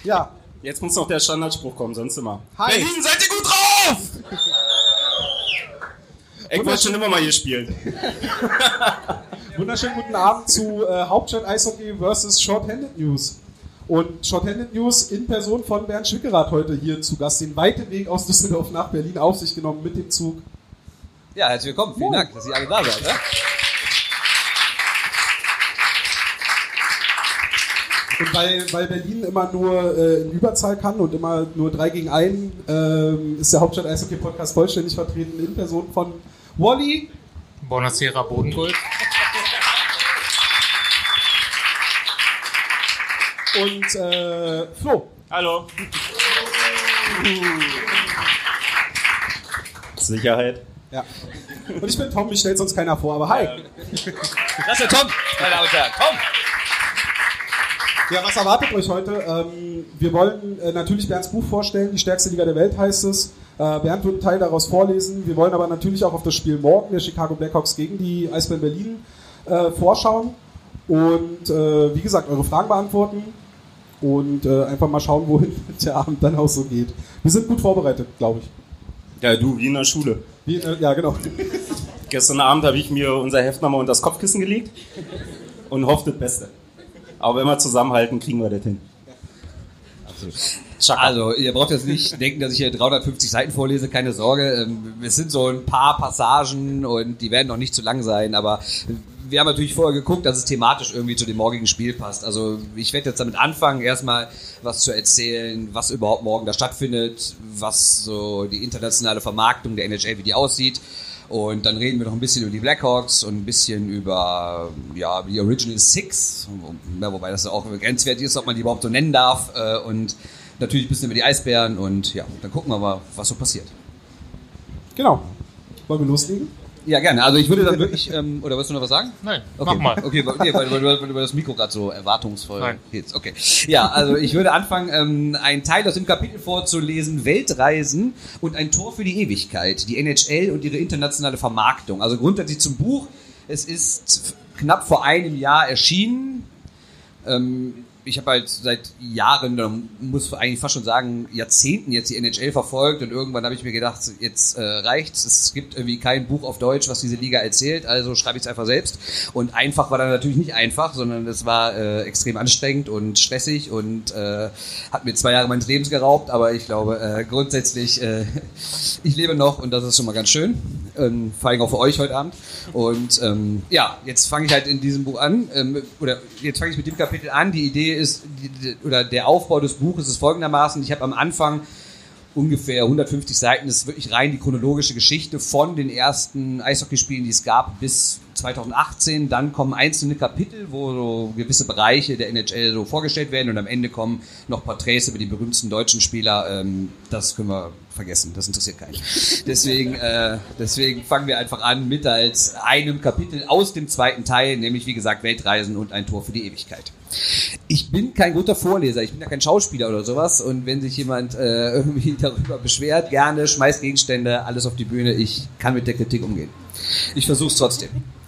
Ja. Jetzt muss noch der Standardspruch kommen, sonst immer. Hi. Berlin, seid ihr gut drauf? Ich wollte schon immer mal hier spielen. Wunderschönen guten Abend zu Hauptstadt Eishockey vs. Shorthanded News. Und Shorthanded News in Person von Bernd Schwickerath heute hier zu Gast. Den weiten Weg aus Düsseldorf nach Berlin auf sich genommen mit dem Zug. Ja, herzlich willkommen. Vielen Dank, dass ihr alle da seid. Ne? Und weil Berlin immer nur in Überzahl kann und immer nur 3 gegen 1, ist der Hauptstadt Eishockey Podcast vollständig vertreten in Person von Wally. Buonasera Bodengold. Und Flo. Hallo. Sicherheit. Ja. Und ich bin Tom, mich stellt sonst keiner vor, aber hi. Das ist der Tom, meine Damen und Herren. Tom! Ja, was erwartet euch heute? Wir wollen natürlich Bernds Buch vorstellen, die stärkste Liga der Welt heißt es. Bernd wird einen Teil daraus vorlesen. Wir wollen aber natürlich auch auf das Spiel morgen der Chicago Blackhawks gegen die Eisbären Berlin vorschauen. Und wie gesagt, eure Fragen beantworten und einfach mal schauen, wohin der Abend dann auch so geht. Wir sind gut vorbereitet, glaube ich. Ja, du, wie in der Schule. Ja, genau. Gestern Abend habe ich mir unser Heft nochmal unter das Kopfkissen gelegt und hoffe das Beste. Aber wenn wir zusammenhalten, kriegen wir das hin. Also, ihr braucht jetzt nicht denken, dass ich hier 350 Seiten vorlese, keine Sorge. Es sind so ein paar Passagen und die werden noch nicht zu lang sein, aber wir haben natürlich vorher geguckt, dass es thematisch irgendwie zu dem morgigen Spiel passt. Also ich werde jetzt damit anfangen, erstmal was zu erzählen, was überhaupt morgen da stattfindet, was so die internationale Vermarktung der NHL, wie die aussieht. Und dann reden wir noch ein bisschen über die Blackhawks und ein bisschen über die Original Six, wobei das auch grenzwertig ist, ob man die überhaupt so nennen darf. Und natürlich ein bisschen über die Eisbären und ja, dann gucken wir mal, was so passiert. Genau. Wollen wir loslegen? Ja, gerne. Also ich würde dann wirklich, oder willst du noch was sagen? Nein, okay, mach mal. Okay, weil du das Mikro gerade so erwartungsvoll hältst. Okay. Ja, also ich würde anfangen, einen Teil aus dem Kapitel vorzulesen, Weltreisen und ein Tor für die Ewigkeit, die NHL und ihre internationale Vermarktung. Also grundsätzlich zum Buch, es ist knapp vor einem Jahr erschienen. Ich habe halt seit Jahren, muss eigentlich fast schon sagen, Jahrzehnten jetzt die NHL verfolgt und irgendwann habe ich mir gedacht, jetzt reicht's. Es gibt irgendwie kein Buch auf Deutsch, was diese Liga erzählt, also schreibe ich es einfach selbst. Und einfach war dann natürlich nicht einfach, sondern es war extrem anstrengend und stressig und hat mir 2 Jahre meines Lebens geraubt, aber ich glaube grundsätzlich, ich lebe noch und das ist schon mal ganz schön, vor allem auch für euch heute Abend. Und jetzt fange ich halt in diesem Buch an, jetzt fange ich mit dem Kapitel an. Die Idee ist, der Aufbau des Buches ist folgendermaßen: Ich habe am Anfang ungefähr 150 Seiten, das ist wirklich rein die chronologische Geschichte von den ersten Eishockeyspielen, die es gab, bis 2018. Dann kommen einzelne Kapitel, wo so gewisse Bereiche der NHL so vorgestellt werden und am Ende kommen noch Porträts über die berühmtesten deutschen Spieler. Das können wir vergessen, das interessiert keinen. Deswegen fangen wir einfach an mit als einem Kapitel aus dem zweiten Teil, nämlich wie gesagt Weltreisen und ein Tor für die Ewigkeit. Ich bin kein guter Vorleser, ich bin ja kein Schauspieler oder sowas und wenn sich jemand irgendwie darüber beschwert, gerne, schmeißt Gegenstände, alles auf die Bühne, ich kann mit der Kritik umgehen. Ich versuch's trotzdem.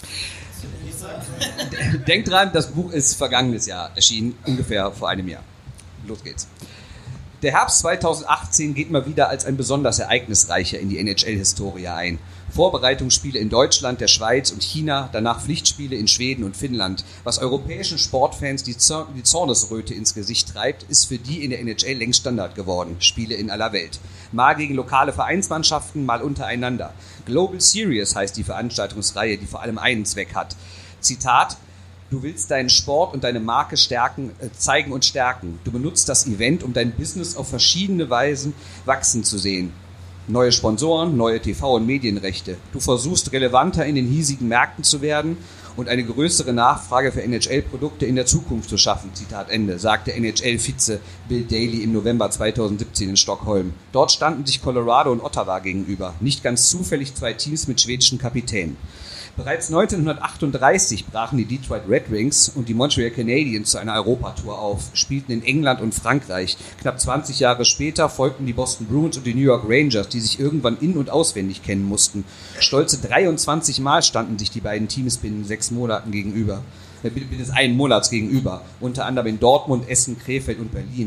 Denkt dran, das Buch ist vergangenes Jahr erschienen, ungefähr vor einem Jahr. Los geht's. Der Herbst 2018 geht mal wieder als ein besonders ereignisreicher in die NHL-Historie ein. Vorbereitungsspiele in Deutschland, der Schweiz und China, danach Pflichtspiele in Schweden und Finnland. Was europäischen Sportfans die Zornesröte ins Gesicht treibt, ist für die in der NHL längst Standard geworden. Spiele in aller Welt. Mal gegen lokale Vereinsmannschaften, mal untereinander. Global Series heißt die Veranstaltungsreihe, die vor allem einen Zweck hat. Zitat: Du willst deinen Sport und deine Marke zeigen und stärken. Du benutzt das Event, um dein Business auf verschiedene Weisen wachsen zu sehen. Neue Sponsoren, neue TV- und Medienrechte. Du versuchst relevanter in den hiesigen Märkten zu werden und eine größere Nachfrage für NHL-Produkte in der Zukunft zu schaffen. Zitat Ende, sagte NHL-Vize Bill Daly im November 2017 in Stockholm. Dort standen sich Colorado und Ottawa gegenüber. Nicht ganz zufällig 2 Teams mit schwedischen Kapitänen. Bereits 1938 brachen die Detroit Red Wings und die Montreal Canadiens zu einer Europatour auf, spielten in England und Frankreich. Knapp 20 Jahre später folgten die Boston Bruins und die New York Rangers, die sich irgendwann in- und auswendig kennen mussten. Stolze 23 Mal standen sich die beiden Teams binnen 6 Monaten gegenüber. Binnen des einen Monats gegenüber. Unter anderem in Dortmund, Essen, Krefeld und Berlin.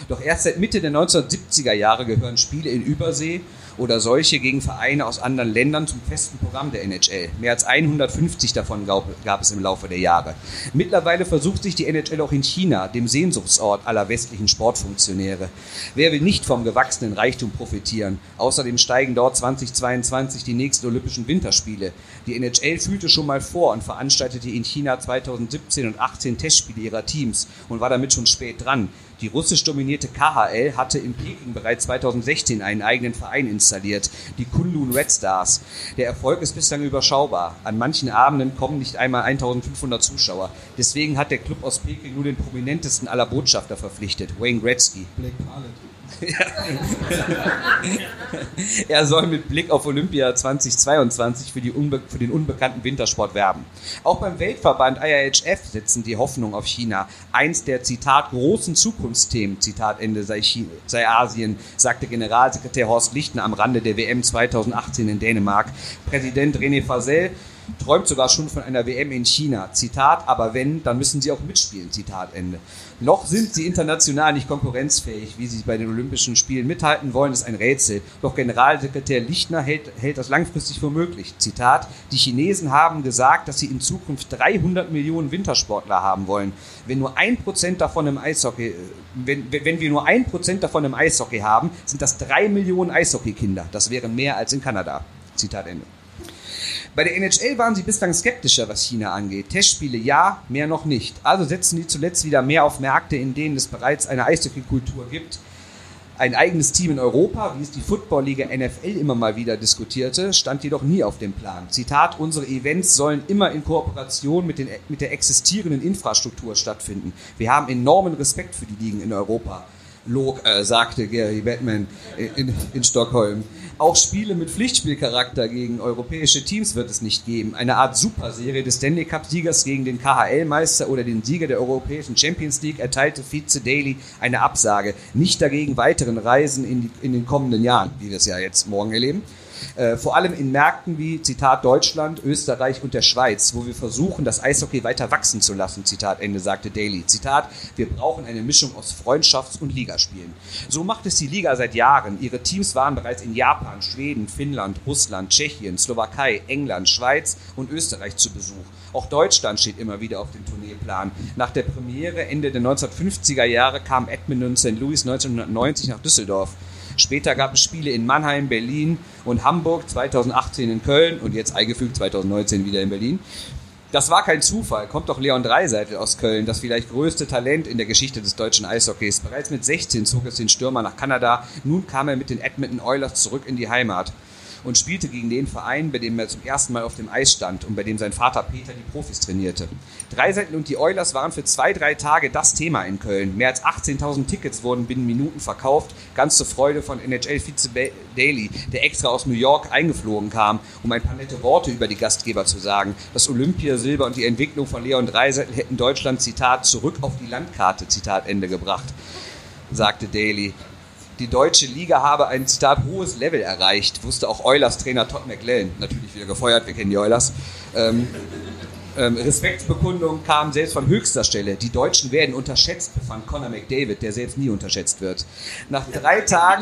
Doch erst seit Mitte der 1970er Jahre gehören Spiele in Übersee oder solche gegen Vereine aus anderen Ländern zum festen Programm der NHL. Mehr als 150 davon gab es im Laufe der Jahre. Mittlerweile versucht sich die NHL auch in China, dem Sehnsuchtsort aller westlichen Sportfunktionäre. Wer will nicht vom gewachsenen Reichtum profitieren? Außerdem steigen dort 2022 die nächsten Olympischen Winterspiele. Die NHL fühlte schon mal vor und veranstaltete in China 2017 und 18 Testspiele ihrer Teams und war damit schon spät dran. Die russisch dominierte KHL hatte in Peking bereits 2016 einen eigenen Verein installiert, die Kunlun Red Stars. Der Erfolg ist bislang überschaubar. An manchen Abenden kommen nicht einmal 1500 Zuschauer. Deswegen hat der Club aus Peking nur den prominentesten aller Botschafter verpflichtet, Wayne Gretzky. Er soll mit Blick auf Olympia 2022 für den unbekannten Wintersport werben. Auch beim Weltverband IIHF setzen die Hoffnung auf China. Eins der, Zitat, großen Zukunftsthemen, Zitat Ende, sei Asien, sagte Generalsekretär Horst Lichtner am Rande der WM 2018 in Dänemark. Präsident René Fasel träumt sogar schon von einer WM in China. Zitat, aber wenn, dann müssen sie auch mitspielen. Zitat Ende. Noch sind sie international nicht konkurrenzfähig. Wie sie bei den Olympischen Spielen mithalten wollen, ist ein Rätsel. Doch Generalsekretär Lichtner hält das langfristig für möglich. Zitat, die Chinesen haben gesagt, dass sie in Zukunft 300 Millionen Wintersportler haben wollen. Wenn wir nur 1% davon im Eishockey haben, sind das 3 Millionen Eishockeykinder. Das wären mehr als in Kanada. Zitat Ende. Bei der NHL waren sie bislang skeptischer, was China angeht. Testspiele ja, mehr noch nicht. Also setzen die zuletzt wieder mehr auf Märkte, in denen es bereits eine Eishockey-Kultur gibt. Ein eigenes Team in Europa, wie es die Football-Liga NFL immer mal wieder diskutierte, stand jedoch nie auf dem Plan. Zitat, unsere Events sollen immer in Kooperation mit der existierenden Infrastruktur stattfinden. Wir haben enormen Respekt für die Ligen in Europa. Sagte Gary Bettman in Stockholm. Auch Spiele mit Pflichtspielcharakter gegen europäische Teams wird es nicht geben. Eine Art Superserie des Stanley Cup-Siegers gegen den KHL-Meister oder den Sieger der europäischen Champions League erteilte Vize Daly eine Absage. Nicht dagegen weiteren Reisen in den kommenden Jahren, wie wir es ja jetzt morgen erleben. Vor allem in Märkten wie, Zitat, Deutschland, Österreich und der Schweiz, wo wir versuchen, das Eishockey weiter wachsen zu lassen, Zitat Ende, sagte Daly. Zitat, wir brauchen eine Mischung aus Freundschafts- und Ligaspielen. So macht es die Liga seit Jahren. Ihre Teams waren bereits in Japan, Schweden, Finnland, Russland, Tschechien, Slowakei, England, Schweiz und Österreich zu Besuch. Auch Deutschland steht immer wieder auf dem Tourneeplan. Nach der Premiere Ende der 1950er Jahre kam Edmonton St. Louis 1990 nach Düsseldorf. Später gab es Spiele in Mannheim, Berlin und Hamburg, 2018 in Köln und jetzt eingefügt 2019 wieder in Berlin. Das war kein Zufall, kommt doch Leon Draisaitl aus Köln, das vielleicht größte Talent in der Geschichte des deutschen Eishockeys. Bereits mit 16 zog es den Stürmer nach Kanada, nun kam er mit den Edmonton Oilers zurück in die Heimat und spielte gegen den Verein, bei dem er zum ersten Mal auf dem Eis stand und bei dem sein Vater Peter die Profis trainierte. Draisaitl und die Oilers waren für 2-3 Tage das Thema in Köln. Mehr als 18.000 Tickets wurden binnen Minuten verkauft, ganz zur Freude von NHL-Vize Daly, der extra aus New York eingeflogen kam, um ein paar nette Worte über die Gastgeber zu sagen. Das Olympiasilber und die Entwicklung von Leon Draisaitl hätten Deutschland, Zitat, zurück auf die Landkarte, Zitat Ende, gebracht, sagte Daly. Die deutsche Liga habe ein, Zitat, hohes Level erreicht, wusste auch Oilers-Trainer Todd McLellan, natürlich wieder gefeuert, wir kennen die Oilers. Respektsbekundungen kamen selbst von höchster Stelle. Die Deutschen werden unterschätzt, befand Connor McDavid, der selbst nie unterschätzt wird. Nach drei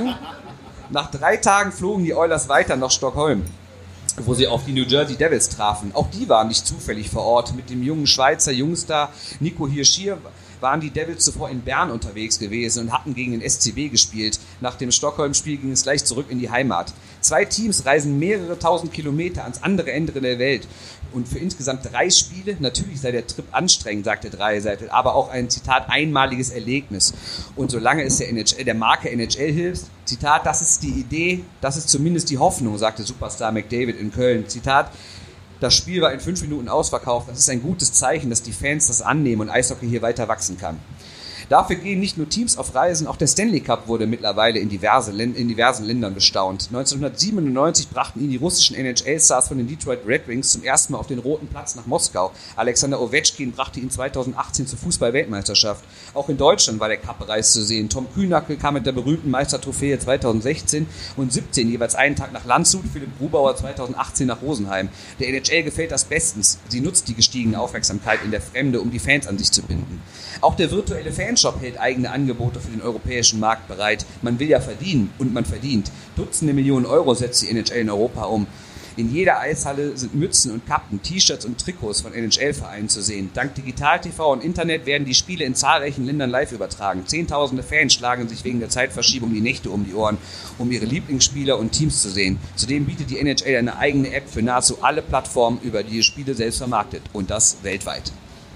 Tagen flogen die Oilers weiter nach Stockholm, wo sie auf die New Jersey Devils trafen. Auch die waren nicht zufällig vor Ort. Mit dem jungen Schweizer Jungstar Nico Hischier waren die Devils zuvor in Bern unterwegs gewesen und hatten gegen den SCB gespielt. Nach dem Stockholm-Spiel ging es gleich zurück in die Heimat. 2 Teams reisen mehrere tausend Kilometer ans andere Ende der Welt. Und für insgesamt 3 Spiele, natürlich sei der Trip anstrengend, sagte Draisaitl, aber auch ein, Zitat, einmaliges Erlebnis. Und solange es der Marke NHL hilft, Zitat, das ist die Idee, das ist zumindest die Hoffnung, sagte Superstar McDavid in Köln. Zitat, das Spiel war in 5 Minuten ausverkauft. Das ist ein gutes Zeichen, dass die Fans das annehmen und Eishockey hier weiter wachsen kann. Dafür gehen nicht nur Teams auf Reisen, auch der Stanley Cup wurde mittlerweile in diversen Ländern bestaunt. 1997 brachten ihn die russischen NHL-Stars von den Detroit Red Wings zum ersten Mal auf den Roten Platz nach Moskau. Alexander Ovechkin brachte ihn 2018 zur Fußball-Weltmeisterschaft. Auch in Deutschland war der Cup bereits zu sehen. Tom Kühnacke kam mit der berühmten Meistertrophäe 2016 und 17 jeweils einen Tag nach Landshut, Philipp Grubauer 2018 nach Rosenheim. Der NHL gefällt das bestens. Sie nutzt die gestiegene Aufmerksamkeit in der Fremde, um die Fans an sich zu binden. Auch der virtuelle Fanshop Fanshop hält eigene Angebote für den europäischen Markt bereit. Man will ja verdienen und man verdient. Dutzende Millionen Euro setzt die NHL in Europa um. In jeder Eishalle sind Mützen und Kappen, T-Shirts und Trikots von NHL-Vereinen zu sehen. Dank Digital-TV und Internet werden die Spiele in zahlreichen Ländern live übertragen. Zehntausende Fans schlagen sich wegen der Zeitverschiebung die Nächte um die Ohren, um ihre Lieblingsspieler und Teams zu sehen. Zudem bietet die NHL eine eigene App für nahezu alle Plattformen, über die die Spiele selbst vermarktet. Und das weltweit.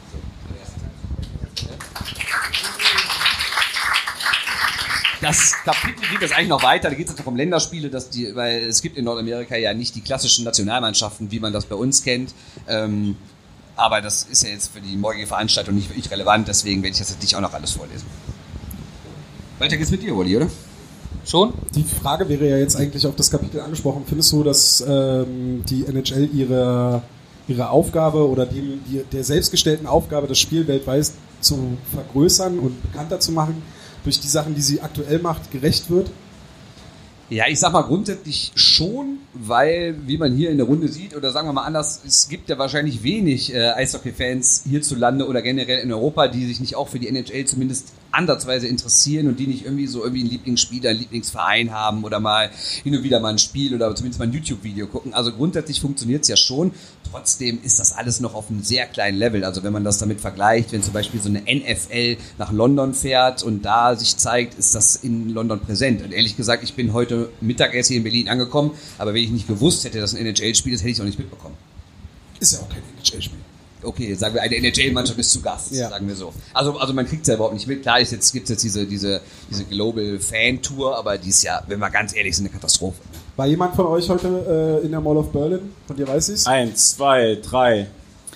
Das Kapitel geht jetzt eigentlich noch weiter, da geht es noch um Länderspiele, weil es gibt in Nordamerika ja nicht die klassischen Nationalmannschaften, wie man das bei uns kennt. Aber das ist ja jetzt für die morgige Veranstaltung nicht wirklich relevant, deswegen werde ich das jetzt nicht auch noch alles vorlesen. Weiter geht's mit dir, Olli, oder? Schon? Die Frage wäre ja jetzt eigentlich auf das Kapitel angesprochen. Findest du, dass die NHL ihre Aufgabe oder der selbstgestellten Aufgabe, das Spiel weltweit zu vergrößern und bekannter zu machen, durch die Sachen, die sie aktuell macht, gerecht wird? Ja, ich sag mal grundsätzlich schon, weil, wie man hier in der Runde sieht, oder sagen wir mal anders, es gibt ja wahrscheinlich wenig Eishockey-Fans hierzulande oder generell in Europa, die sich nicht auch für die NHL zumindest ansatzweise interessieren und die nicht irgendwie einen Lieblingsspieler, einen Lieblingsverein haben oder mal hin und wieder mal ein Spiel oder zumindest mal ein YouTube-Video gucken. Also grundsätzlich funktioniert es ja schon. Trotzdem ist das alles noch auf einem sehr kleinen Level. Also wenn man das damit vergleicht, wenn zum Beispiel so eine NFL nach London fährt und da sich zeigt, ist das in London präsent. Und ehrlich gesagt, ich bin heute Mittag erst hier in Berlin angekommen, aber wenn ich nicht gewusst hätte, dass ein NHL-Spiel ist, hätte ich es auch nicht mitbekommen. Ist ja auch kein NHL-Spiel. Okay, sagen wir, eine NHL-Mannschaft ist zu Gast, sagen wir so. Also man kriegt es ja überhaupt nicht mit. Klar, gibt es jetzt diese Global Fan Tour, aber die ist ja, wenn wir ganz ehrlich sind, eine Katastrophe. War jemand von euch heute in der Mall of Berlin? Von dir weiß ich's? 1, 2, 3,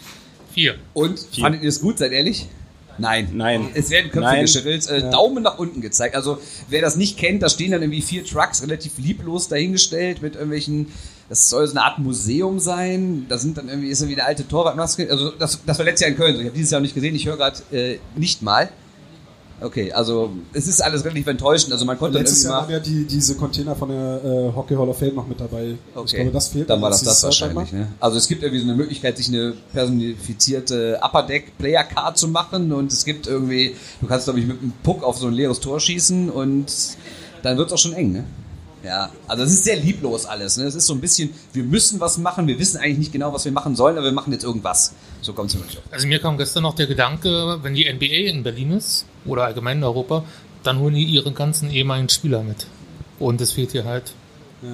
4. Und? 4. Fandet ihr es gut, seid ehrlich? Nein. Es werden Köpfe geschüttelt, Daumen nach unten gezeigt. Also wer das nicht kennt, da stehen dann irgendwie 4 Trucks relativ lieblos dahingestellt mit irgendwelchen, das soll so eine Art Museum sein. Da sind dann irgendwie, ist irgendwie eine alte Torwartmaske. Also das war letztes Jahr in Köln so. Ich habe dieses Jahr noch nicht gesehen, ich höre gerade nicht mal. Okay, also es ist alles relativ enttäuschend. Also man konnte letztes Jahr waren ja diese Container von der Hockey Hall of Fame noch mit dabei. Okay. Ich glaube, das fehlt. Dann war das wahrscheinlich. Ne? Also es gibt irgendwie so eine Möglichkeit, sich eine personifizierte Upper Deck Player Card zu machen und es gibt irgendwie, du kannst glaube ich mit einem Puck auf so ein leeres Tor schießen und dann wird es auch schon eng, ne? Ja, also es ist sehr lieblos alles. Ne? Es ist so ein bisschen, wir müssen was machen, wir wissen eigentlich nicht genau, was wir machen sollen, aber wir machen jetzt irgendwas. So kommt es mir auf. Also mir kam gestern noch der Gedanke, wenn die NBA in Berlin ist oder allgemein in Europa, dann holen die ihre ganzen ehemaligen Spieler mit. Und das fehlt hier halt. Ja.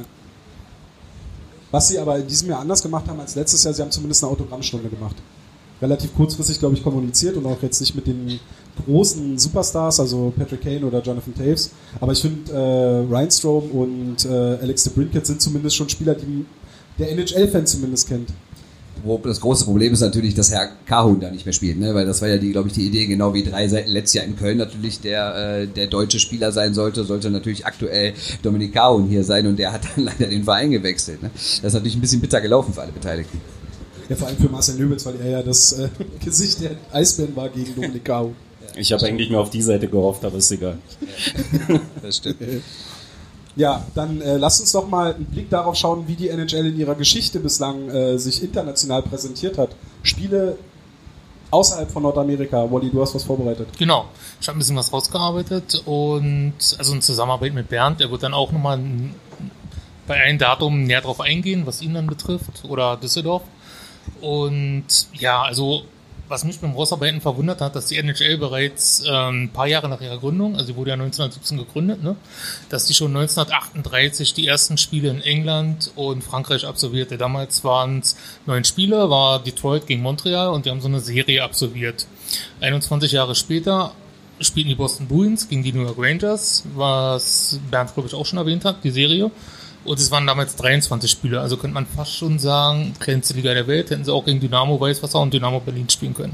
Was sie aber in diesem Jahr anders gemacht haben als letztes Jahr, sie haben zumindest eine Autogrammstunde gemacht. Relativ kurzfristig, glaube ich, kommuniziert und auch jetzt nicht mit den großen Superstars, also Patrick Kane oder Jonathan Toews. Aber ich finde, Ryan Strome und Alex DeBrincat sind zumindest schon Spieler, die der NHL-Fan zumindest kennt. Das große Problem ist natürlich, dass Herr Kahun da nicht mehr spielt, ne? Weil das war ja die Idee, genau wie Dreisaitl letztes Jahr in Köln natürlich der deutsche Spieler sein sollte natürlich aktuell Dominik Kahun hier sein und der hat dann leider den Verein gewechselt. Ne? Das ist natürlich ein bisschen bitter gelaufen für alle Beteiligten. Ja, vor allem für Marcel Löwitz, weil er ja das Gesicht der Eisbären war gegen Dominik Kahun. Ich habe eigentlich nur auf die Seite gehofft, aber ist egal. Das stimmt. Ja, dann lasst uns doch mal einen Blick darauf schauen, wie die NHL in ihrer Geschichte bislang sich international präsentiert hat. Spiele außerhalb von Nordamerika. Wally, du hast was vorbereitet. Genau, ich habe ein bisschen was rausgearbeitet und also in Zusammenarbeit mit Bernd, er wird dann auch nochmal bei einem Datum näher drauf eingehen, was ihn dann betrifft oder Düsseldorf. Und ja, also was mich beim Rausarbeiten verwundert hat, dass die NHL bereits ein paar Jahre nach ihrer Gründung, also sie wurde ja 1917 gegründet, ne, dass die schon 1938 die ersten Spiele in England und Frankreich absolvierte. Damals waren es 9 Spiele, war Detroit gegen Montreal und die haben so eine Serie absolviert. 21 Jahre später spielten die Boston Bruins gegen die New York Rangers, was Bernd, glaube ich, auch schon erwähnt hat, die Serie. Und es waren damals 23 Spiele, also könnte man fast schon sagen, kleinste Liga der Welt, hätten sie auch gegen Dynamo Weißwasser und Dynamo Berlin spielen können.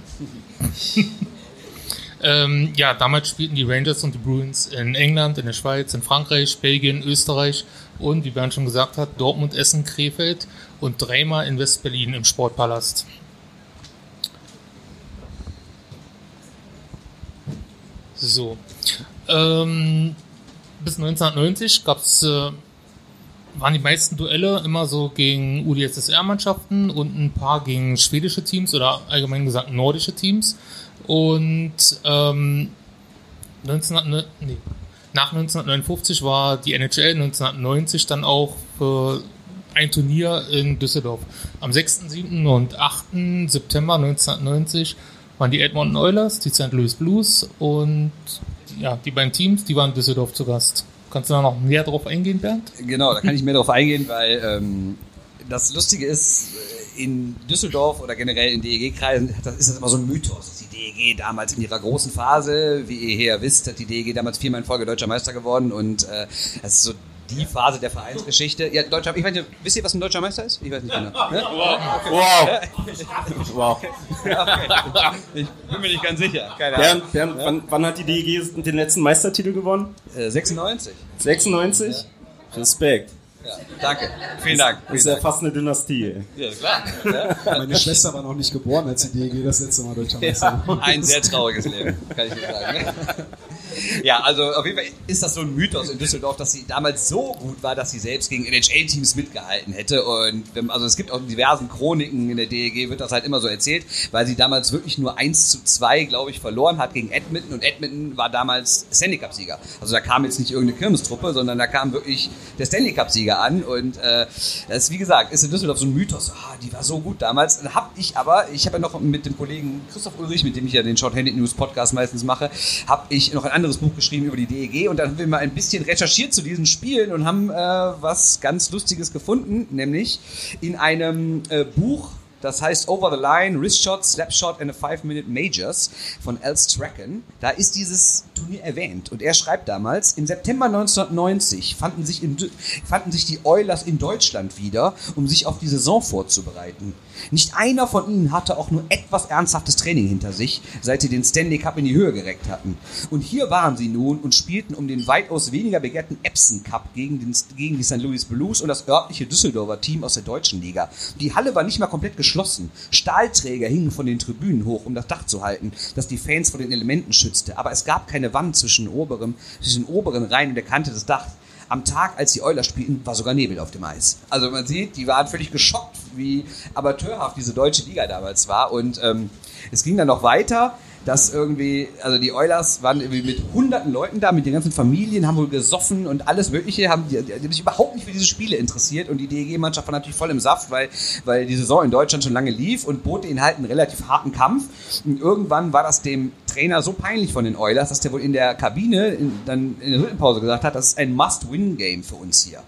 Ja, damals spielten die Rangers und die Bruins in England, in der Schweiz, in Frankreich, Belgien, Österreich und, wie Bernd schon gesagt hat, Dortmund, Essen, Krefeld und 3-mal in West-Berlin im Sportpalast. So. Bis 1990 waren die meisten Duelle immer so gegen UdSSR-Mannschaften und ein paar gegen schwedische Teams oder allgemein gesagt nordische Teams. Und Nach 1959 war die NHL 1990 dann auch für ein Turnier in Düsseldorf. Am 6., 7. und 8. September 1990 waren die Edmonton Oilers, die St. Louis Blues und ja, die beiden Teams, die waren in Düsseldorf zu Gast. Kannst du da noch näher drauf eingehen, Bernd? Genau, da kann ich mehr drauf eingehen, weil das Lustige ist, in Düsseldorf oder generell in DEG-Kreisen, das ist immer so ein Mythos, dass die DEG damals in ihrer großen Phase, wie ihr hier wisst, hat die DEG damals 4-mal in Folge Deutscher Meister geworden und das ist so die Phase der Vereinsgeschichte. Ja, Deutscher, ich weiß nicht, wisst ihr, was ein Deutscher Meister ist? Ich weiß nicht genau. Ne? Wow. Okay. Ich bin mir nicht ganz sicher. Keine Ahnung. Bernd, wann hat die DEG den letzten Meistertitel gewonnen? 96. 96? Ja. Respekt. Ja, danke. Vielen Dank. Das ist ja fast eine Dynastie. Ja, klar. Ja. Meine Schwester war noch nicht geboren, als die DEG das letzte Mal Deutscher Meister war. Ein sehr trauriges Leben, kann ich dir sagen. Ja, also auf jeden Fall ist das so ein Mythos in Düsseldorf, dass sie damals so gut war, dass sie selbst gegen NHL-Teams mitgehalten hätte. Und also es gibt auch in diversen Chroniken in der DEG, wird das halt immer so erzählt, weil sie damals wirklich nur 1:2, glaube ich, verloren hat gegen Edmonton. Und Edmonton war damals Stanley Cup-Sieger. Also da kam jetzt nicht irgendeine Kirmestruppe, sondern da kam wirklich der Stanley Cup-Sieger an. Und das ist, wie gesagt, ist in Düsseldorf so ein Mythos. Die war so gut damals. Dann ich habe ja noch mit dem Kollegen Christoph Ulrich, mit dem ich ja den Shorthanded News Podcast meistens mache, habe ich noch ein anderes Buch geschrieben über die DEG und dann haben wir mal ein bisschen recherchiert zu diesen Spielen und haben was ganz Lustiges gefunden, nämlich in einem Buch, das heißt Over the Line, Wrist Shot, Slap Shot and a 5-Minute Majors von Al Strachan. Da ist dieses Turnier erwähnt und er schreibt damals, im September 1990 fanden sich die Oilers in Deutschland wieder, um sich auf die Saison vorzubereiten. Nicht einer von ihnen hatte auch nur etwas ernsthaftes Training hinter sich, seit sie den Stanley Cup in die Höhe gereckt hatten. Und hier waren sie nun und spielten um den weitaus weniger begehrten Epson Cup gegen die St. Louis Blues und das örtliche Düsseldorfer Team aus der deutschen Liga. Die Halle war nicht mal komplett geschlossen. Stahlträger hingen von den Tribünen hoch, um das Dach zu halten, das die Fans vor den Elementen schützte. Aber es gab keine Wand zwischen den oberen Reihen und der Kante des Dachs. Am Tag, als die Oilers spielten, war sogar Nebel auf dem Eis. Also man sieht, die waren völlig geschockt, wie amateurhaft diese deutsche Liga damals war. Und es ging dann noch weiter, dass irgendwie, also die Oilers waren irgendwie mit hunderten Leuten da, mit den ganzen Familien, haben wohl gesoffen und alles Mögliche, die haben sich überhaupt nicht für diese Spiele interessiert und die DEG-Mannschaft war natürlich voll im Saft, weil die Saison in Deutschland schon lange lief und bot ihnen halt einen relativ harten Kampf. Und irgendwann war das dem Trainer so peinlich von den Oilers, dass der wohl in der Kabine dann in der dritten Pause gesagt hat, das ist ein Must-Win-Game für uns hier.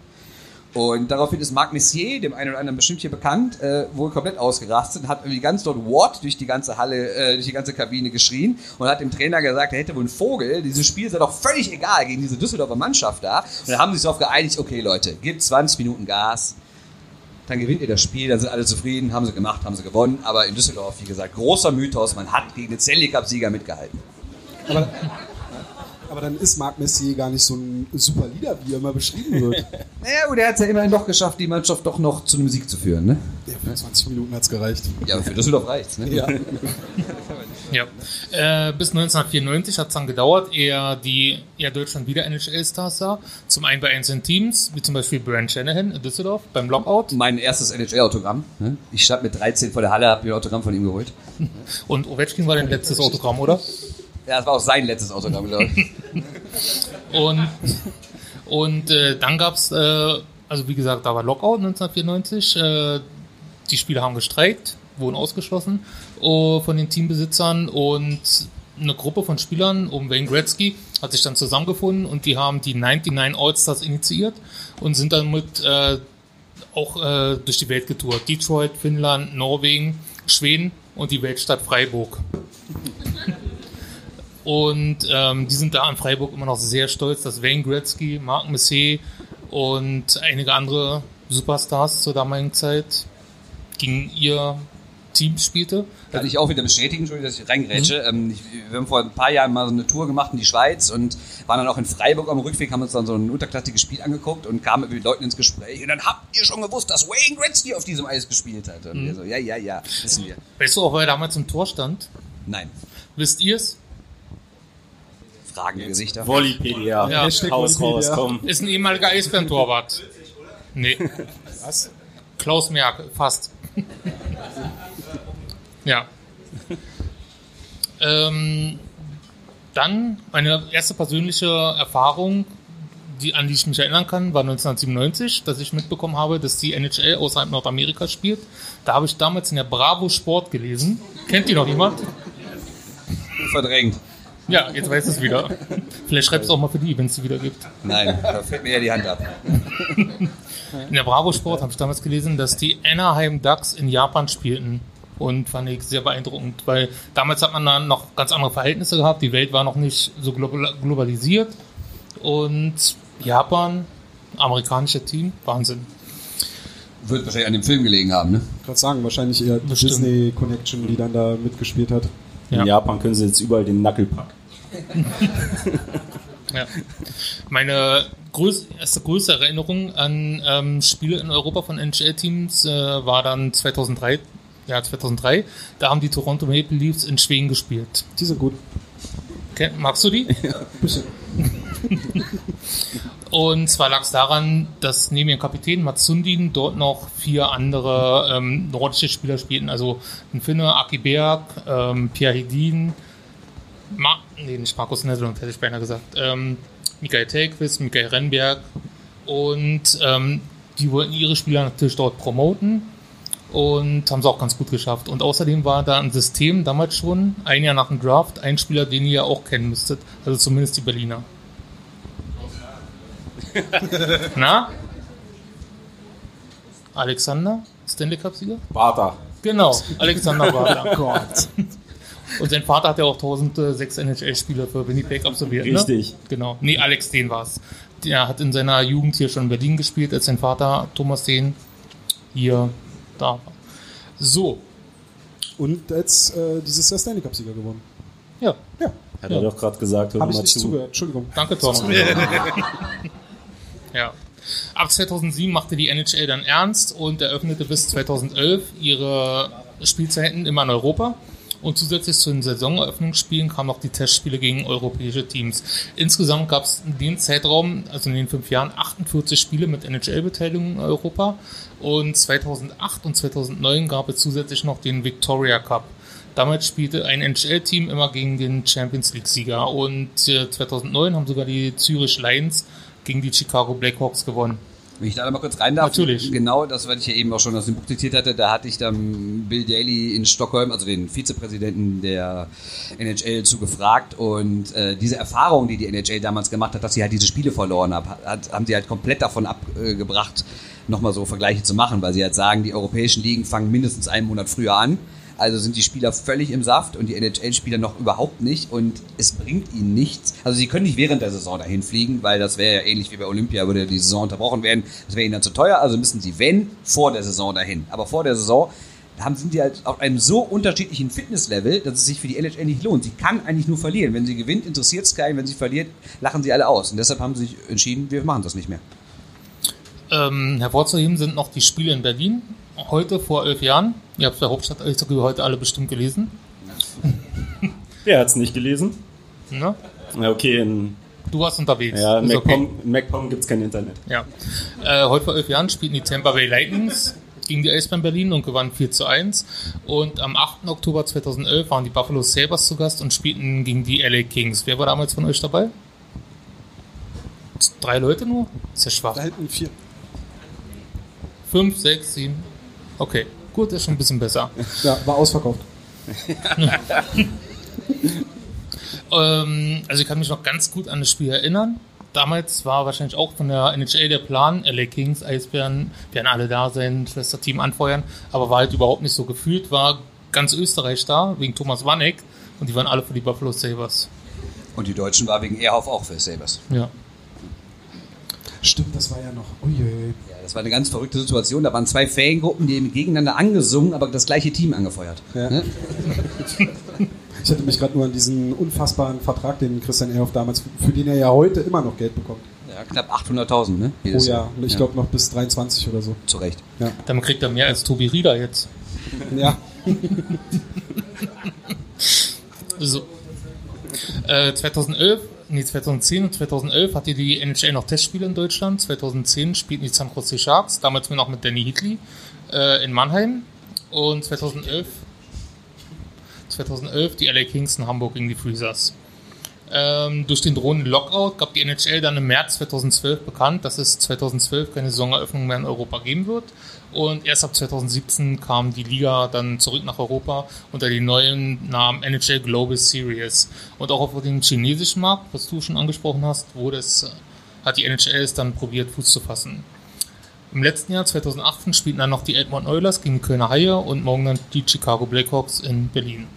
Und daraufhin ist Marc Messier, dem einen oder anderen bestimmt hier bekannt, wohl komplett ausgerastet und hat irgendwie ganz dort What durch die ganze Halle, durch die ganze Kabine geschrien und hat dem Trainer gesagt, er hätte wohl einen Vogel, dieses Spiel sei doch völlig egal gegen diese Düsseldorfer Mannschaft da. Und dann haben sie sich darauf geeinigt, okay Leute, gebt 20 Minuten Gas, dann gewinnt ihr das Spiel, dann sind alle zufrieden, haben sie gemacht, haben sie gewonnen. Aber in Düsseldorf, wie gesagt, großer Mythos, man hat gegen den Stanley Cup-Sieger mitgehalten. Aber dann ist Marc Messier gar nicht so ein super Leader, wie er immer beschrieben wird. Naja, und er hat es ja immerhin doch geschafft, die Mannschaft doch noch zu einem Sieg zu führen, ne? Ja, für 20 Minuten hat es gereicht. Ja, für Düsseldorf reicht's, ne? Ja. Ja. Bis 1994 hat es dann gedauert, ehe Deutschland wieder NHL-Stars sah. Zum einen bei einzelnen Teams, wie zum Beispiel Brent Shanahan in Düsseldorf beim Lockout. Mein erstes NHL-Autogramm. Ne? Ich stand mit 13 vor der Halle, habe mir ein Autogramm von ihm geholt. Und Ovechkin war dein letztes Autogramm, oder? Ja, das war auch sein letztes Autogramm, glaube ich. Und dann gab es, also wie gesagt, da war Lockout 1994. Die Spieler haben gestreikt, wurden ausgeschlossen von den Teambesitzern und eine Gruppe von Spielern um Wayne Gretzky hat sich dann zusammengefunden und die haben die 99 All-Stars initiiert und sind dann mit auch durch die Welt getourt. Detroit, Finnland, Norwegen, Schweden und die Weltstadt Freiburg. Und die sind da in Freiburg immer noch sehr stolz, dass Wayne Gretzky, Marc Messier und einige andere Superstars zur damaligen Zeit gegen ihr Team spielte. Kann ich auch wieder bestätigen, Entschuldigung, dass ich reingrätsche. Wir haben vor ein paar Jahren mal so eine Tour gemacht in die Schweiz und waren dann auch in Freiburg am Rückweg, haben uns dann so ein unterklassiges Spiel angeguckt und kamen mit den Leuten ins Gespräch. Und dann habt ihr schon gewusst, dass Wayne Gretzky auf diesem Eis gespielt hat. Und wir so, ja, wissen wir. Weißt du auch, wer damals im Tor stand? Nein. Wisst ihr es? Fragende Gesichter. Volipedia. Ja. Raus, komm. Ist ein ehemaliger Eisbären-Torwart. Nee. Was? Klaus Merck, fast. Ja. Dann meine erste persönliche Erfahrung, an die ich mich erinnern kann, war 1997, dass ich mitbekommen habe, dass die NHL außerhalb Nordamerika spielt. Da habe ich damals in der Bravo Sport gelesen. Kennt die noch jemand? Verdrängt. Ja, jetzt weiß es wieder. Vielleicht schreibst du auch mal für die, wenn es die wieder gibt. Nein, da fällt mir ja die Hand ab. In der Bravo Sport habe ich damals gelesen, dass die Anaheim Ducks in Japan spielten. Und fand ich sehr beeindruckend, weil damals hat man dann noch ganz andere Verhältnisse gehabt. Die Welt war noch nicht so globalisiert. Und Japan, amerikanisches Team, Wahnsinn. Wird wahrscheinlich an dem Film gelegen haben, ne? Ich gerade sagen, wahrscheinlich eher die Bestimmt. Disney Connection, die dann da mitgespielt hat. In Ja. Japan können sie jetzt überall den Knucklepuck. Ja. Meine erste größere Erinnerung an Spiele in Europa von NHL-Teams war dann 2003. Ja, 2003. Da haben die Toronto Maple Leafs in Schweden gespielt. Die sind gut. Magst du die? Ja, ein bisschen. Und zwar lag es daran, dass neben dem Kapitän Mats Sundin dort noch 4 andere nordische Spieler spielten. Also ein Finne, Aki Berg, Pierre Hedin, nicht Markus Nesselund, hätte ich beinahe gesagt, Mikael Tellqvist, Mikael Rennberg. Und die wollten ihre Spieler natürlich dort promoten und haben es auch ganz gut geschafft. Und außerdem war da ein System damals schon, ein Jahr nach dem Draft, ein Spieler, den ihr ja auch kennen müsstet, also zumindest die Berliner. Na? Alexander? Stanley Cup-Sieger? Bartha. Genau, Alexander Bartha. Oh Gott. Und sein Vater hat ja auch 1006 NHL-Spiele für Winnipeg absolviert. Richtig. Ne? Genau. Nee, Alex Dehn war es. Der hat in seiner Jugend hier schon in Berlin gespielt, als sein Vater Thomas Dehn hier da war. So. Und jetzt dieses Jahr Stanley Cup-Sieger gewonnen. Ja. Ja, Hat er doch gerade gesagt. Hör habe ich mal nicht zu. zugehört. Entschuldigung. Danke, Thomas. Ja. Ab 2007 machte die NHL dann ernst und eröffnete bis 2011 ihre Spielzeiten immer in Europa. Und zusätzlich zu den Saisoneröffnungsspielen kamen noch die Testspiele gegen europäische Teams. Insgesamt gab es in dem Zeitraum, also in den 5 Jahren, 48 Spiele mit NHL-Beteiligung in Europa. Und 2008 und 2009 gab es zusätzlich noch den Victoria Cup. Damals spielte ein NHL-Team immer gegen den Champions League-Sieger. Und 2009 haben sogar die Zürich Lions gegen die Chicago Blackhawks gewonnen. Wenn ich da mal kurz rein darf. Natürlich. Genau, das, was ich ja eben auch schon aus dem Buch zitiert hatte, da hatte ich dann Bill Daly in Stockholm, also den Vizepräsidenten der NHL, zugefragt. Und diese Erfahrung, die NHL damals gemacht hat, dass sie halt diese Spiele verloren haben sie halt komplett davon abgebracht, nochmal so Vergleiche zu machen, weil sie halt sagen, die europäischen Ligen fangen mindestens einen Monat früher an. Also sind die Spieler völlig im Saft und die NHL-Spieler noch überhaupt nicht und es bringt ihnen nichts. Also sie können nicht während der Saison dahin fliegen, weil das wäre ja ähnlich wie bei Olympia, würde die Saison unterbrochen werden. Das wäre ihnen dann zu teuer, also müssen sie, wenn, vor der Saison dahin. Aber vor der Saison sind die halt auf einem so unterschiedlichen Fitnesslevel, dass es sich für die NHL nicht lohnt. Sie kann eigentlich nur verlieren. Wenn sie gewinnt, interessiert es keinen. Wenn sie verliert, lachen sie alle aus. Und deshalb haben sie sich entschieden, wir machen das nicht mehr. Hervorzuheben sind noch die Spiele in Berlin. Heute vor 11 Jahren. Ihr habt der Hauptstadt-Eishockey heute alle bestimmt gelesen. Wer hat's nicht gelesen? Ne? Ja, okay, Du warst unterwegs. ja, in Ist okay. MacPom gibt's kein Internet. Ja. Heute vor 11 Jahren spielten die Tampa Bay Lightnings gegen die Eisbären Berlin und gewannen 4:1. Und am 8. Oktober 2011 waren die Buffalo Sabres zu Gast und spielten gegen die LA Kings. Wer war damals von euch dabei? 3 Leute nur? Ist ja schwach. Da hinten 4. 5, 6, 7. Okay, gut, ist schon ein bisschen besser. Ja, war ausverkauft. Also ich kann mich noch ganz gut an das Spiel erinnern. Damals war wahrscheinlich auch von der NHL der Plan, LA Kings, Eisbären, werden alle da sein, Schwesterteam anfeuern, aber war halt überhaupt nicht so gefühlt, war ganz Österreich da, wegen Thomas Wanek und die waren alle für die Buffalo Sabres. Und die Deutschen war wegen Ehrhoff auch für Sabres. Ja. Stimmt, das war ja noch. Uiuiui. Ja, das war eine ganz verrückte Situation. Da waren 2 Fangruppen, die gegeneinander angesungen, aber das gleiche Team angefeuert. Ja. Ne? Ich hatte mich gerade nur an diesen unfassbaren Vertrag, den Christian Ehrhoff damals, für den er ja heute immer noch Geld bekommt. Ja, knapp 800.000, ne? Pro Jahr. Und ich glaube noch bis 23 oder so. Zu Recht. Ja. Damit kriegt er mehr als Tobi Rieder jetzt. Ja. So. 2010 und 2011 hatte die NHL noch Testspiele in Deutschland. 2010 spielten die San Jose Sharks, damals noch mit Danny Heatley, in Mannheim. Und 2011 die LA Kings in Hamburg gegen die Freezers. Durch den drohenden Lockout gab die NHL dann im März 2012 bekannt, dass es 2012 keine Saisoneröffnung mehr in Europa geben wird. Und erst ab 2017 kam die Liga dann zurück nach Europa unter dem neuen Namen NHL Global Series. Und auch auf dem chinesischen Markt, was du schon angesprochen hast, hat die NHL es dann probiert, Fuß zu fassen. Im letzten Jahr, 2018, spielten dann noch die Edmonton Oilers gegen die Kölner Haie und morgen dann die Chicago Blackhawks in Berlin.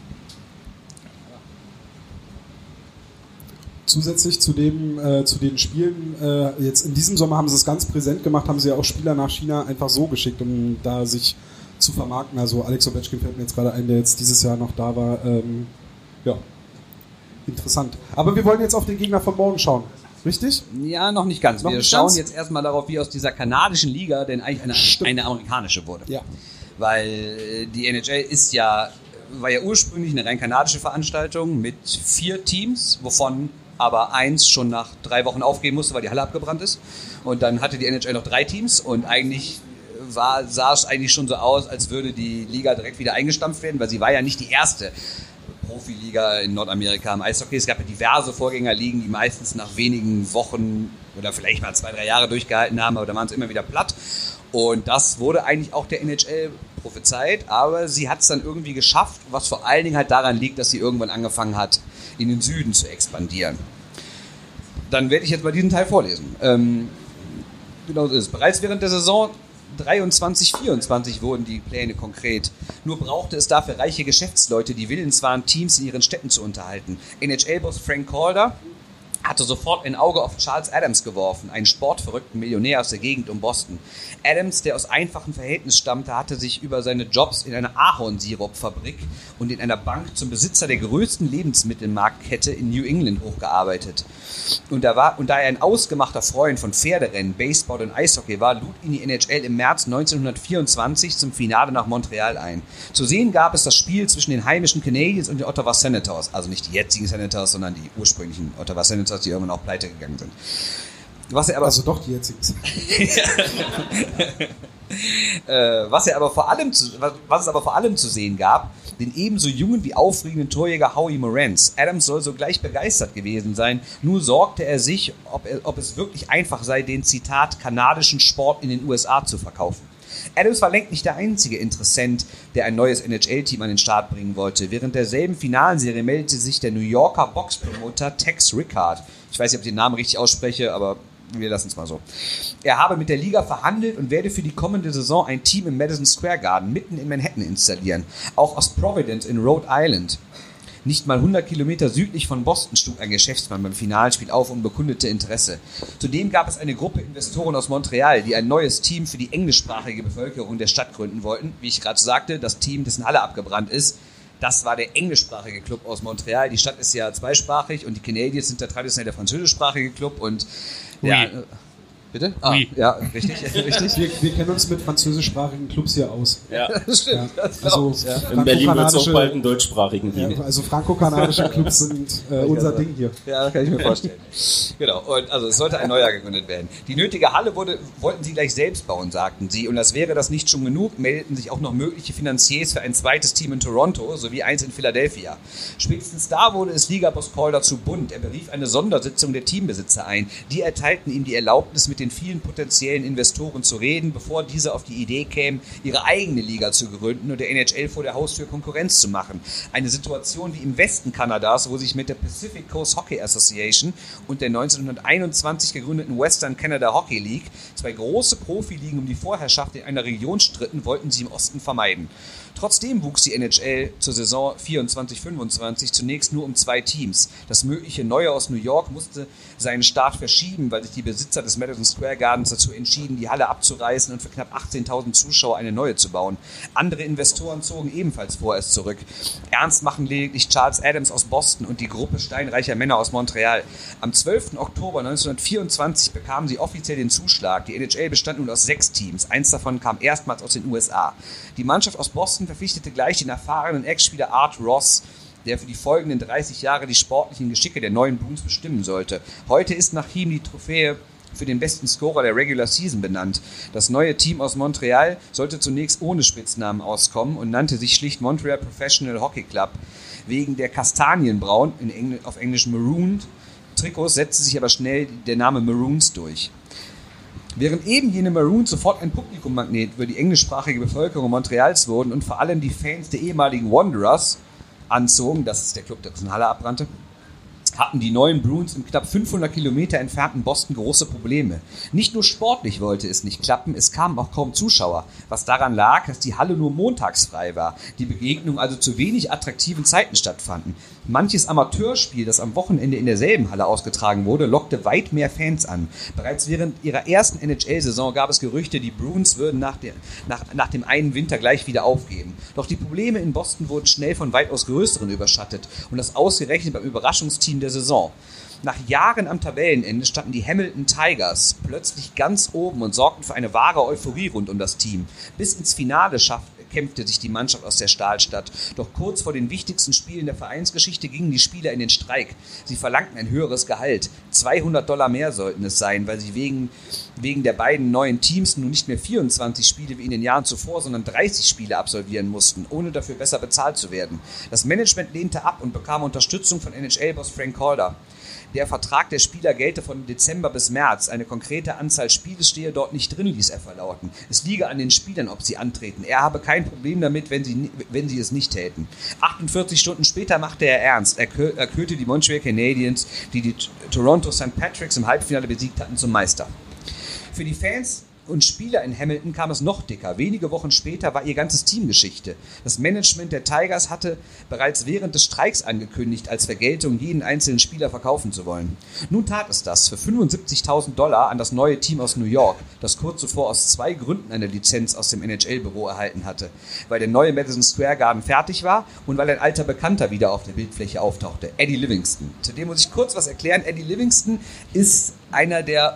Zusätzlich zu den Spielen, jetzt in diesem Sommer haben sie es ganz präsent gemacht, haben sie ja auch Spieler nach China einfach so geschickt, um da sich zu vermarkten. Also Alex Ovechkin fällt mir jetzt gerade ein, der jetzt dieses Jahr noch da war. Ja, interessant. Aber wir wollen jetzt auf den Gegner von morgen schauen. Richtig? Ja, noch nicht ganz. Wir schauen jetzt erstmal darauf, wie aus dieser kanadischen Liga denn eigentlich eine amerikanische wurde. Ja. Weil die NHL war ja ursprünglich eine rein kanadische Veranstaltung mit 4 Teams, wovon aber 1 schon nach 3 Wochen aufgeben musste, weil die Halle abgebrannt ist. Und dann hatte die NHL noch 3 Teams und eigentlich sah es eigentlich schon so aus, als würde die Liga direkt wieder eingestampft werden, weil sie war ja nicht die erste Profiliga in Nordamerika im Eishockey. Es gab ja diverse Vorgängerligen, die meistens nach wenigen Wochen oder vielleicht mal 2-3 Jahre durchgehalten haben, aber da waren sie immer wieder platt. Und das wurde eigentlich auch der NHL prophezeit, aber sie hat es dann irgendwie geschafft, was vor allen Dingen halt daran liegt, dass sie irgendwann angefangen hat, in den Süden zu expandieren. Dann werde ich jetzt mal diesen Teil vorlesen. Genau so ist es. Bereits während der Saison 23/24 wurden die Pläne konkret. Nur brauchte es dafür reiche Geschäftsleute, die willens waren, Teams in ihren Städten zu unterhalten. NHL-Boss Frank Calder hatte sofort ein Auge auf Charles Adams geworfen, einen sportverrückten Millionär aus der Gegend um Boston. Adams, der aus einfachen Verhältnissen stammte, hatte sich über seine Jobs in einer Ahornsirupfabrik und in einer Bank zum Besitzer der größten Lebensmittelmarktkette in New England hochgearbeitet. Und da er ein ausgemachter Freund von Pferderennen, Baseball und Eishockey war, lud ihn die NHL im März 1924 zum Finale nach Montreal ein. Zu sehen gab es das Spiel zwischen den heimischen Canadiens und den Ottawa Senators, also nicht die jetzigen Senators, sondern die ursprünglichen Ottawa Senators, die irgendwann auch pleite gegangen sind. Also doch die jetzigen. Was es aber vor allem zu sehen gab, den ebenso jungen wie aufregenden Torjäger Howie Morenz. Adams soll sogleich begeistert gewesen sein, nur sorgte er sich, ob es wirklich einfach sei, den, Zitat, kanadischen Sport in den USA zu verkaufen. Adams war längst nicht der einzige Interessent, der ein neues NHL-Team an den Start bringen wollte. Während derselben Finalserie meldete sich der New Yorker Boxpromoter Tex Rickard. Ich weiß nicht, ob ich den Namen richtig ausspreche, aber wir lassen es mal so. Er habe mit der Liga verhandelt und werde für die kommende Saison ein Team im Madison Square Garden mitten in Manhattan installieren. Auch aus Providence in Rhode Island. Nicht mal 100 Kilometer südlich von Boston schlug ein Geschäftsmann beim Finalspiel auf und bekundete Interesse. Zudem gab es eine Gruppe Investoren aus Montreal, die ein neues Team für die englischsprachige Bevölkerung der Stadt gründen wollten. Wie ich gerade sagte, das Team, dessen Halle abgebrannt ist, das war der englischsprachige Club aus Montreal. Die Stadt ist ja zweisprachig und die Canadiens sind der traditionell der französischsprachige Club und ja, bitte? Oui. Ja, richtig. Wir kennen uns mit französischsprachigen Clubs hier aus. Ja, Das stimmt. Ja. Das Also in Berlin wird es auch bald einen deutschsprachigen ja, geben. also franco-kanadische Clubs sind unser Ding hier. Ja, das kann ich mir vorstellen. Genau. Und also es sollte ein neuer gegründet werden. Die nötige Halle wollten sie gleich selbst bauen, sagten sie. Und als wäre das nicht schon genug, meldeten sich auch noch mögliche Finanziers für ein zweites Team in Toronto sowie eins in Philadelphia. Spätestens da wurde es Liga-Boss Calder zu bunt. Er berief eine Sondersitzung der Teambesitzer ein. Die erteilten ihm die Erlaubnis, mit den vielen potenziellen Investoren zu reden, bevor diese auf die Idee kämen, ihre eigene Liga zu gründen und der NHL vor der Haustür Konkurrenz zu machen. Eine Situation wie im Westen Kanadas, wo sich mit der Pacific Coast Hockey Association und der 1921 gegründeten Western Canada Hockey League zwei große Profiligen um die Vorherrschaft in einer Region stritten, wollten sie im Osten vermeiden. Trotzdem wuchs die NHL zur Saison 24/25 zunächst nur um 2 Teams. Das mögliche Neue aus New York musste seinen Start verschieben, weil sich die Besitzer des Madison Square Gardens dazu entschieden, die Halle abzureißen und für knapp 18.000 Zuschauer eine neue zu bauen. Andere Investoren zogen ebenfalls vorerst zurück. Ernst machen lediglich Charles Adams aus Boston und die Gruppe steinreicher Männer aus Montreal. Am 12. Oktober 1924 bekamen sie offiziell den Zuschlag. Die NHL bestand nun aus 6 Teams. Eins davon kam erstmals aus den USA. Die Mannschaft aus Boston verpflichtete gleich den erfahrenen Ex-Spieler Art Ross, der für die folgenden 30 Jahre die sportlichen Geschicke der neuen Blues bestimmen sollte. Heute ist nach ihm die Trophäe für den besten Scorer der Regular Season benannt. Das neue Team aus Montreal sollte zunächst ohne Spitznamen auskommen und nannte sich schlicht Montreal Professional Hockey Club. Wegen der kastanienbraun, auf Englisch Maroon, Trikots setzte sich aber schnell der Name Maroons durch. Während eben jene Maroons sofort ein Publikummagnet für die englischsprachige Bevölkerung Montreals wurden und vor allem die Fans der ehemaligen Wanderers anzogen, das ist der Club, der in Halle abbrannte, hatten die neuen Bruins im knapp 500 Kilometer entfernten Boston große Probleme. Nicht nur sportlich wollte es nicht klappen, es kamen auch kaum Zuschauer, was daran lag, dass die Halle nur montags frei war, die Begegnungen also zu wenig attraktiven Zeiten stattfanden. Manches Amateurspiel, das am Wochenende in derselben Halle ausgetragen wurde, lockte weit mehr Fans an. Bereits während ihrer ersten NHL-Saison gab es Gerüchte, die Bruins würden nach dem einen Winter gleich wieder aufgeben. Doch die Probleme in Boston wurden schnell von weitaus größeren überschattet und das ausgerechnet beim Überraschungsteam der Saison. Nach Jahren am Tabellenende standen die Hamilton Tigers plötzlich ganz oben und sorgten für eine wahre Euphorie rund um das Team. Bis ins Finale kämpfte sich die Mannschaft aus der Stahlstadt. Doch kurz vor den wichtigsten Spielen der Vereinsgeschichte gingen die Spieler in den Streik. Sie verlangten ein höheres Gehalt. $200 mehr sollten es sein, weil sie wegen der beiden neuen Teams nun nicht mehr 24 Spiele wie in den Jahren zuvor, sondern 30 Spiele absolvieren mussten, ohne dafür besser bezahlt zu werden. Das Management lehnte ab und bekam Unterstützung von NHL-Boss Frank Calder. Der Vertrag der Spieler gelte von Dezember bis März. Eine konkrete Anzahl Spiele stehe dort nicht drin, ließ er verlauten. Es liege an den Spielern, ob sie antreten. Er habe kein Problem damit, wenn sie es nicht täten. 48 Stunden später machte er ernst. Er kürte die Montreal Canadiens, die Toronto St. Patricks im Halbfinale besiegt hatten, zum Meister. Für die Fans und Spieler in Hamilton kam es noch dicker. Wenige Wochen später war ihr ganzes Team Geschichte. Das Management der Tigers hatte bereits während des Streiks angekündigt, als Vergeltung jeden einzelnen Spieler verkaufen zu wollen. Nun tat es das für $75.000 an das neue Team aus New York, das kurz zuvor aus 2 Gründen eine Lizenz aus dem NHL-Büro erhalten hatte. Weil der neue Madison Square Garden fertig war und weil ein alter Bekannter wieder auf der Bildfläche auftauchte, Eddie Livingston. Zudem muss ich kurz was erklären. Eddie Livingston ist einer der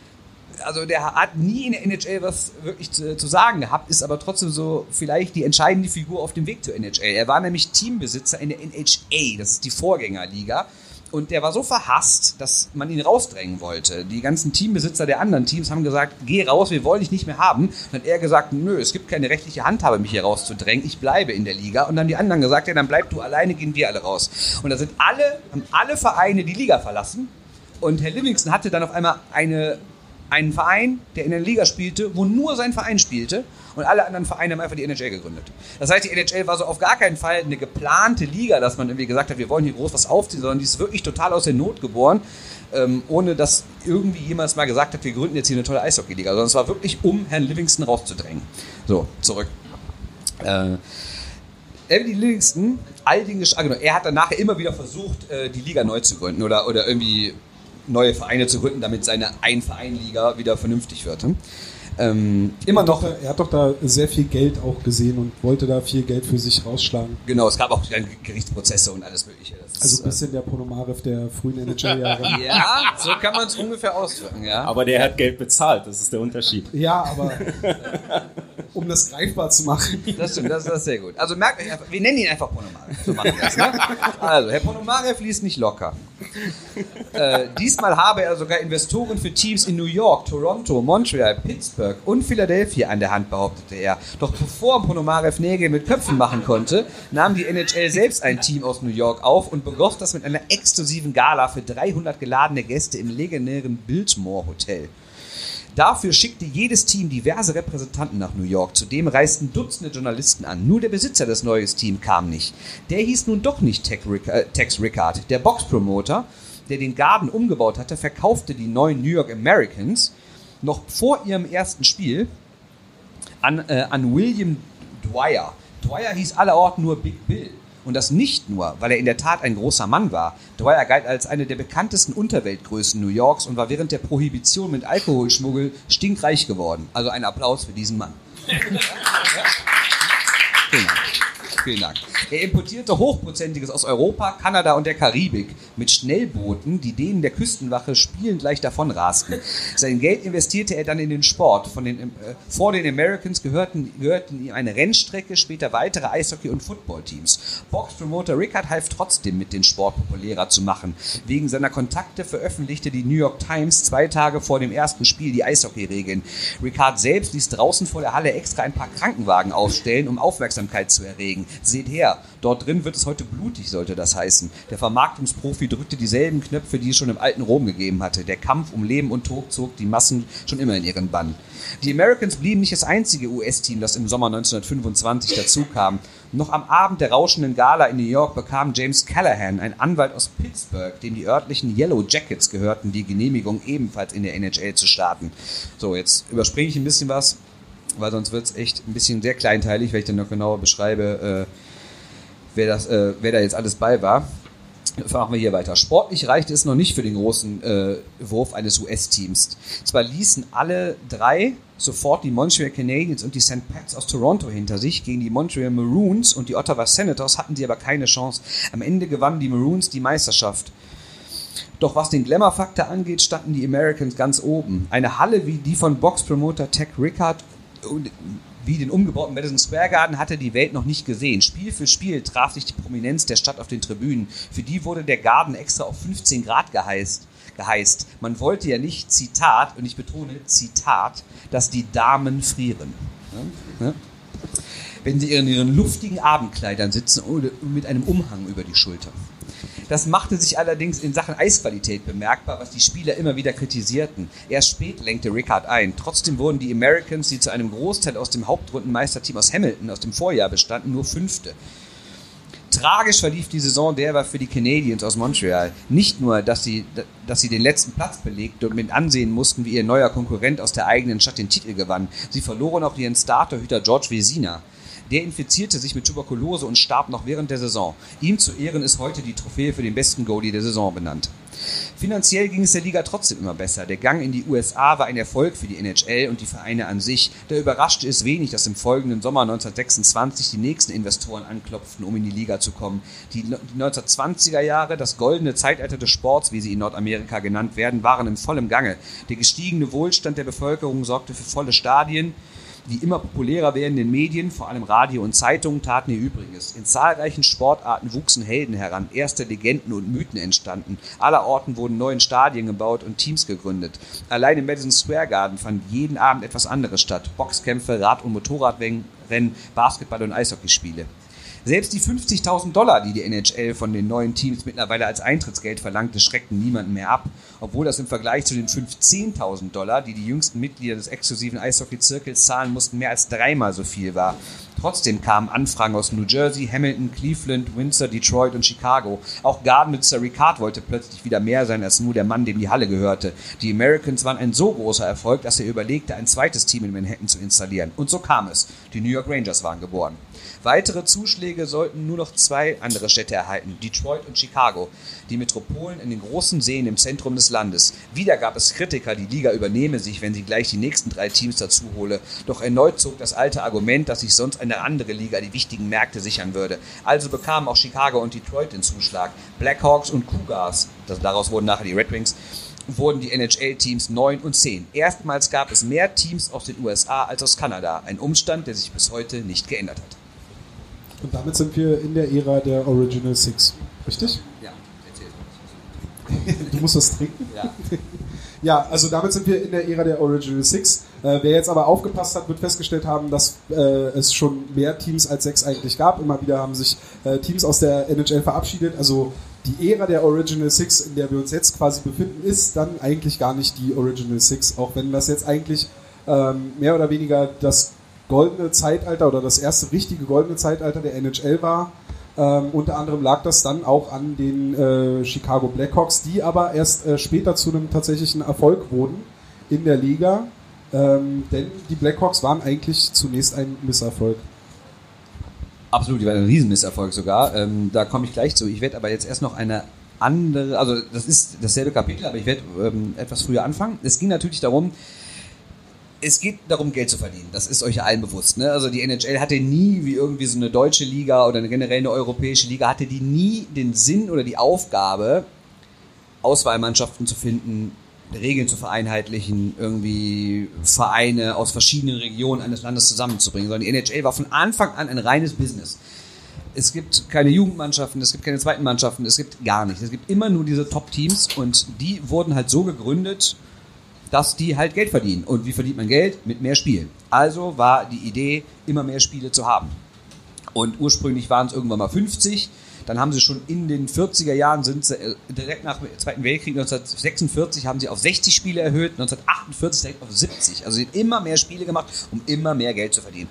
hat nie in der NHL was wirklich zu sagen gehabt, ist aber trotzdem so vielleicht die entscheidende Figur auf dem Weg zur NHL. Er war nämlich Teambesitzer in der NHA, das ist die Vorgängerliga. Und der war so verhasst, dass man ihn rausdrängen wollte. Die ganzen Teambesitzer der anderen Teams haben gesagt, geh raus, wir wollen dich nicht mehr haben. Dann hat er gesagt, nö, es gibt keine rechtliche Handhabe, mich hier rauszudrängen, ich bleibe in der Liga. Und dann die anderen gesagt, ja, dann bleib du alleine, gehen wir alle raus. Und da haben alle Vereine die Liga verlassen. Und Herr Livingston hatte dann auf einmal einen Verein, der in der Liga spielte, wo nur sein Verein spielte und alle anderen Vereine haben einfach die NHL gegründet. Das heißt, die NHL war so auf gar keinen Fall eine geplante Liga, dass man irgendwie gesagt hat, wir wollen hier groß was aufziehen, sondern die ist wirklich total aus der Not geboren, ohne dass irgendwie jemals mal gesagt hat, wir gründen jetzt hier eine tolle Eishockey-Liga, sondern es war wirklich, um Herrn Livingston rauszudrängen. So, zurück. Eddie Livingston, er hat dann nachher immer wieder versucht, die Liga neu zu gründen oder irgendwie neue Vereine zu gründen, damit seine Ein-Verein-Liga wieder vernünftig wird. Er hat doch da sehr viel Geld auch gesehen und wollte da viel Geld für sich rausschlagen. Genau, es gab auch Gerichtsprozesse und alles Mögliche. Also ein bisschen der Ponomarev der frühen NHL-Jahre. Ja, so kann man es ungefähr ausdrücken. Ja. Aber der hat Geld bezahlt, das ist der Unterschied. Ja, aber um das greifbar zu machen. Das stimmt, das ist sehr gut. Also merkt euch einfach, wir nennen ihn einfach Ponomarev. So machen wir das, ne? Also, Herr Ponomarev ließ nicht locker. Diesmal habe er sogar Investoren für Teams in New York, Toronto, Montreal, Pittsburgh und Philadelphia an der Hand, behauptete er. Doch bevor Ponomarev Nägel mit Köpfen machen konnte, nahm die NHL selbst ein Team aus New York auf und begoss das mit einer exklusiven Gala für 300 geladene Gäste im legendären Biltmore Hotel. Dafür schickte jedes Team diverse Repräsentanten nach New York. Zudem reisten Dutzende Journalisten an. Nur der Besitzer des neuen Teams kam nicht. Der hieß nun doch nicht Tex Rickard. Der Boxpromoter, der den Garden umgebaut hatte, verkaufte die neuen New York Americans noch vor ihrem ersten Spiel an William Dwyer. Dwyer hieß allerorten nur Big Bill. Und das nicht nur, weil er in der Tat ein großer Mann war. Dwyer galt als eine der bekanntesten Unterweltgrößen New Yorks und war während der Prohibition mit Alkoholschmuggel stinkreich geworden. Also ein Applaus für diesen Mann. Ja. Vielen Dank. Er importierte Hochprozentiges aus Europa, Kanada und der Karibik mit Schnellbooten, die denen der Küstenwache spielend gleich davonrasten. Sein Geld investierte er dann in den Sport. Vor den Americans gehörten ihm eine Rennstrecke, später weitere Eishockey- und Footballteams. Box-Promoter Rickard half trotzdem mit, den Sport populärer zu machen. Wegen seiner Kontakte veröffentlichte die New York Times 2 Tage vor dem ersten Spiel die Eishockey-Regeln. Rickard selbst ließ draußen vor der Halle extra ein paar Krankenwagen aufstellen, um Aufmerksamkeit zu erregen. Seht her, dort drin wird es heute blutig, sollte das heißen. Der Vermarktungsprofi drückte dieselben Knöpfe, die es schon im alten Rom gegeben hatte. Der Kampf um Leben und Tod zog die Massen schon immer in ihren Bann. Die Americans blieben nicht das einzige US-Team, das im Sommer 1925 dazukam. Noch am Abend der rauschenden Gala in New York bekam James Callahan, ein Anwalt aus Pittsburgh, dem die örtlichen Yellow Jackets gehörten, die Genehmigung, ebenfalls in der NHL zu starten. So, jetzt überspringe ich ein bisschen was, weil sonst wird es echt ein bisschen sehr kleinteilig, wenn ich dann noch genauer beschreibe, wer da jetzt alles bei war. Machen wir hier weiter. Sportlich reichte es noch nicht für den großen Wurf eines US-Teams. Zwar ließen alle 3 sofort die Montreal Canadiens und die St. Pats aus Toronto hinter sich. Gegen die Montreal Maroons und die Ottawa Senators hatten sie aber keine Chance. Am Ende gewannen die Maroons die Meisterschaft. Doch was den Glamour-Faktor angeht, standen die Americans ganz oben. Eine Halle wie die von Box-Promoter Tech Rickard wie den umgebauten Madison Square Garden hatte die Welt noch nicht gesehen. Spiel für Spiel traf sich die Prominenz der Stadt auf den Tribünen. Für die wurde der Garten extra auf 15 Grad geheizt. Man wollte ja nicht, Zitat, und ich betone Zitat, dass die Damen frieren. Ja? Wenn sie in ihren luftigen Abendkleidern sitzen oder mit einem Umhang über die Schulter. Das machte sich allerdings in Sachen Eisqualität bemerkbar, was die Spieler immer wieder kritisierten. Erst spät lenkte Rickard ein. Trotzdem wurden die Americans, die zu einem Großteil aus dem Hauptrundenmeisterteam aus Hamilton aus dem Vorjahr bestanden, nur 5. Tragisch verlief die Saison derweil für die Canadiens aus Montreal. Nicht nur, dass sie den letzten Platz belegte und mit ansehen mussten, wie ihr neuer Konkurrent aus der eigenen Stadt den Titel gewann. Sie verloren auch ihren Starterhüter George Vezina. Der infizierte sich mit Tuberkulose und starb noch während der Saison. Ihm zu Ehren ist heute die Trophäe für den besten Goalie der Saison benannt. Finanziell ging es der Liga trotzdem immer besser. Der Gang in die USA war ein Erfolg für die NHL und die Vereine an sich. Da überraschte es wenig, dass im folgenden Sommer 1926 die nächsten Investoren anklopften, um in die Liga zu kommen. Die 1920er Jahre, das goldene Zeitalter des Sports, wie sie in Nordamerika genannt werden, waren in vollem Gange. Der gestiegene Wohlstand der Bevölkerung sorgte für volle Stadien. Die immer populärer werdenden Medien, vor allem Radio und Zeitungen, taten ihr Übriges. In zahlreichen Sportarten wuchsen Helden heran, erste Legenden und Mythen entstanden. Allerorten wurden neue Stadien gebaut und Teams gegründet. Allein im Madison Square Garden fand jeden Abend etwas anderes statt. Boxkämpfe, Rad- und Motorradrennen, Basketball- und Eishockeyspiele. Selbst die $50.000, die die NHL von den neuen Teams mittlerweile als Eintrittsgeld verlangte, schreckten niemanden mehr ab, obwohl das im Vergleich zu den $15.000, die die jüngsten Mitglieder des exklusiven Eishockey-Zirkels zahlen mussten, mehr als 3-mal so viel war. Trotzdem kamen Anfragen aus New Jersey, Hamilton, Cleveland, Windsor, Detroit und Chicago. Auch Gardenbesitzer Ricard wollte plötzlich wieder mehr sein als nur der Mann, dem die Halle gehörte. Die Americans waren ein so großer Erfolg, dass er überlegte, ein zweites Team in Manhattan zu installieren. Und so kam es. Die New York Rangers waren geboren. Weitere Zuschläge sollten nur noch 2 andere Städte erhalten, Detroit und Chicago, die Metropolen in den großen Seen im Zentrum des Landes. Wieder gab es Kritiker, die Liga übernehme sich, wenn sie gleich die nächsten 3 Teams dazu hole. Doch erneut zog das alte Argument, dass sich sonst eine andere Liga die wichtigen Märkte sichern würde. Also bekamen auch Chicago und Detroit den Zuschlag. Blackhawks und Cougars, daraus wurden nachher die Red Wings, wurden die NHL-Teams 9 und 10. Erstmals gab es mehr Teams aus den USA als aus Kanada. Ein Umstand, der sich bis heute nicht geändert hat. Und damit sind wir in der Ära der Original Six. Richtig? Ja, erzähl. Du musst was trinken? Ja. Ja, also damit sind wir in der Ära der Original Six. Wer jetzt aber aufgepasst hat, wird festgestellt haben, dass es schon mehr Teams als 6 eigentlich gab. Immer wieder haben sich Teams aus der NHL verabschiedet. Also die Ära der Original Six, in der wir uns jetzt quasi befinden, ist dann eigentlich gar nicht die Original Six. Auch wenn das jetzt eigentlich mehr oder weniger das goldene Zeitalter oder das erste richtige goldene Zeitalter der NHL war. Unter anderem lag das dann auch an den Chicago Blackhawks, die aber erst später zu einem tatsächlichen Erfolg wurden in der Liga. Denn die Blackhawks waren eigentlich zunächst ein Misserfolg. Absolut, die waren ein Riesenmisserfolg sogar. Da komme ich gleich zu. Ich werde aber jetzt erst noch eine andere, also das ist dasselbe Kapitel, aber ich werde etwas früher anfangen. Es ging natürlich darum, Es geht darum, Geld zu verdienen. Das ist euch allen bewusst. Ne? Also die NHL hatte nie, wie irgendwie so eine deutsche Liga oder generell eine europäische Liga, hatte die nie den Sinn oder die Aufgabe, Auswahlmannschaften zu finden, Regeln zu vereinheitlichen, irgendwie Vereine aus verschiedenen Regionen eines Landes zusammenzubringen, sondern die NHL war von Anfang an ein reines Business. Es gibt keine Jugendmannschaften, es gibt keine zweiten Mannschaften, es gibt gar nichts. Es gibt immer nur diese Top-Teams und die wurden halt so gegründet, dass die halt Geld verdienen. Und wie verdient man Geld? Mit mehr Spielen. Also war die Idee, immer mehr Spiele zu haben. Und ursprünglich waren es irgendwann mal 50. Dann haben sie schon in den 40er Jahren, sind sie direkt nach dem Zweiten Weltkrieg, 1946, haben sie auf 60 Spiele erhöht, 1948 direkt auf 70. Also sie haben immer mehr Spiele gemacht, um immer mehr Geld zu verdienen.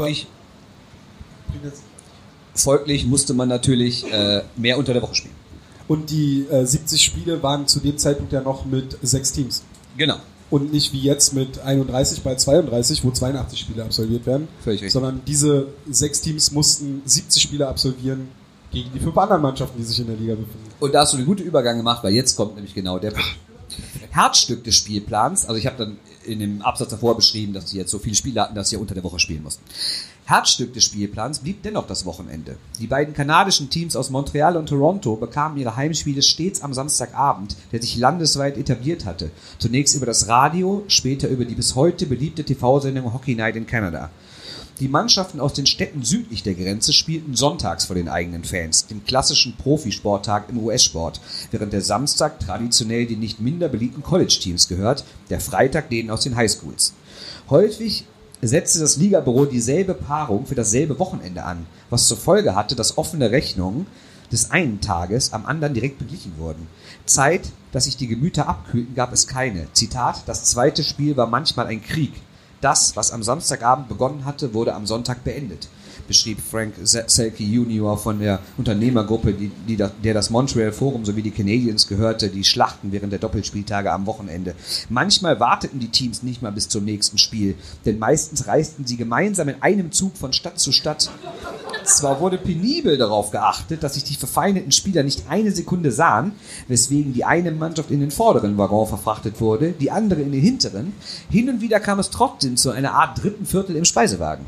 Folglich musste man natürlich mehr unter der Woche spielen. Und die 70 Spiele waren zu dem Zeitpunkt ja noch mit 6 Teams. Genau. Und nicht wie jetzt mit 31 bei 32, wo 82 Spiele absolviert werden. Völlig richtig. Sondern diese 6 Teams mussten 70 Spiele absolvieren gegen die 5 anderen Mannschaften, die sich in der Liga befinden. Und da hast du einen guten Übergang gemacht, weil jetzt kommt nämlich genau der Punkt. Herzstück des Spielplans, also ich habe dann in dem Absatz davor beschrieben, dass sie jetzt so viele Spiele hatten, dass sie unter der Woche spielen mussten. Herzstück des Spielplans blieb dennoch das Wochenende. Die beiden kanadischen Teams aus Montreal und Toronto bekamen ihre Heimspiele stets am Samstagabend, der sich landesweit etabliert hatte. Zunächst über das Radio, später über die bis heute beliebte TV-Sendung Hockey Night in Canada. Die Mannschaften aus den Städten südlich der Grenze spielten sonntags vor den eigenen Fans, dem klassischen Profisporttag im US-Sport, während der Samstag traditionell den nicht minder beliebten College-Teams gehört, der Freitag denen aus den Highschools. Häufig setzte das Ligabüro dieselbe Paarung für dasselbe Wochenende an, was zur Folge hatte, dass offene Rechnungen des einen Tages am anderen direkt beglichen wurden. Zeit, dass sich die Gemüter abkühlten, gab es keine. Zitat, das zweite Spiel war manchmal ein Krieg. Das, was am Samstagabend begonnen hatte, wurde am Sonntag beendet, beschrieb Frank Selke Jr. von der Unternehmergruppe, der das Montreal Forum sowie die Canadiens gehörte, die schlachten während der Doppelspieltage am Wochenende. Manchmal warteten die Teams nicht mal bis zum nächsten Spiel, denn meistens reisten sie gemeinsam in einem Zug von Stadt zu Stadt. Zwar wurde penibel darauf geachtet, dass sich die verfeindeten Spieler nicht eine Sekunde sahen, weswegen die eine Mannschaft in den vorderen Waggon verfrachtet wurde, die andere in den hinteren. Hin und wieder kam es trotzdem zu einer Art dritten Viertel im Speisewagen.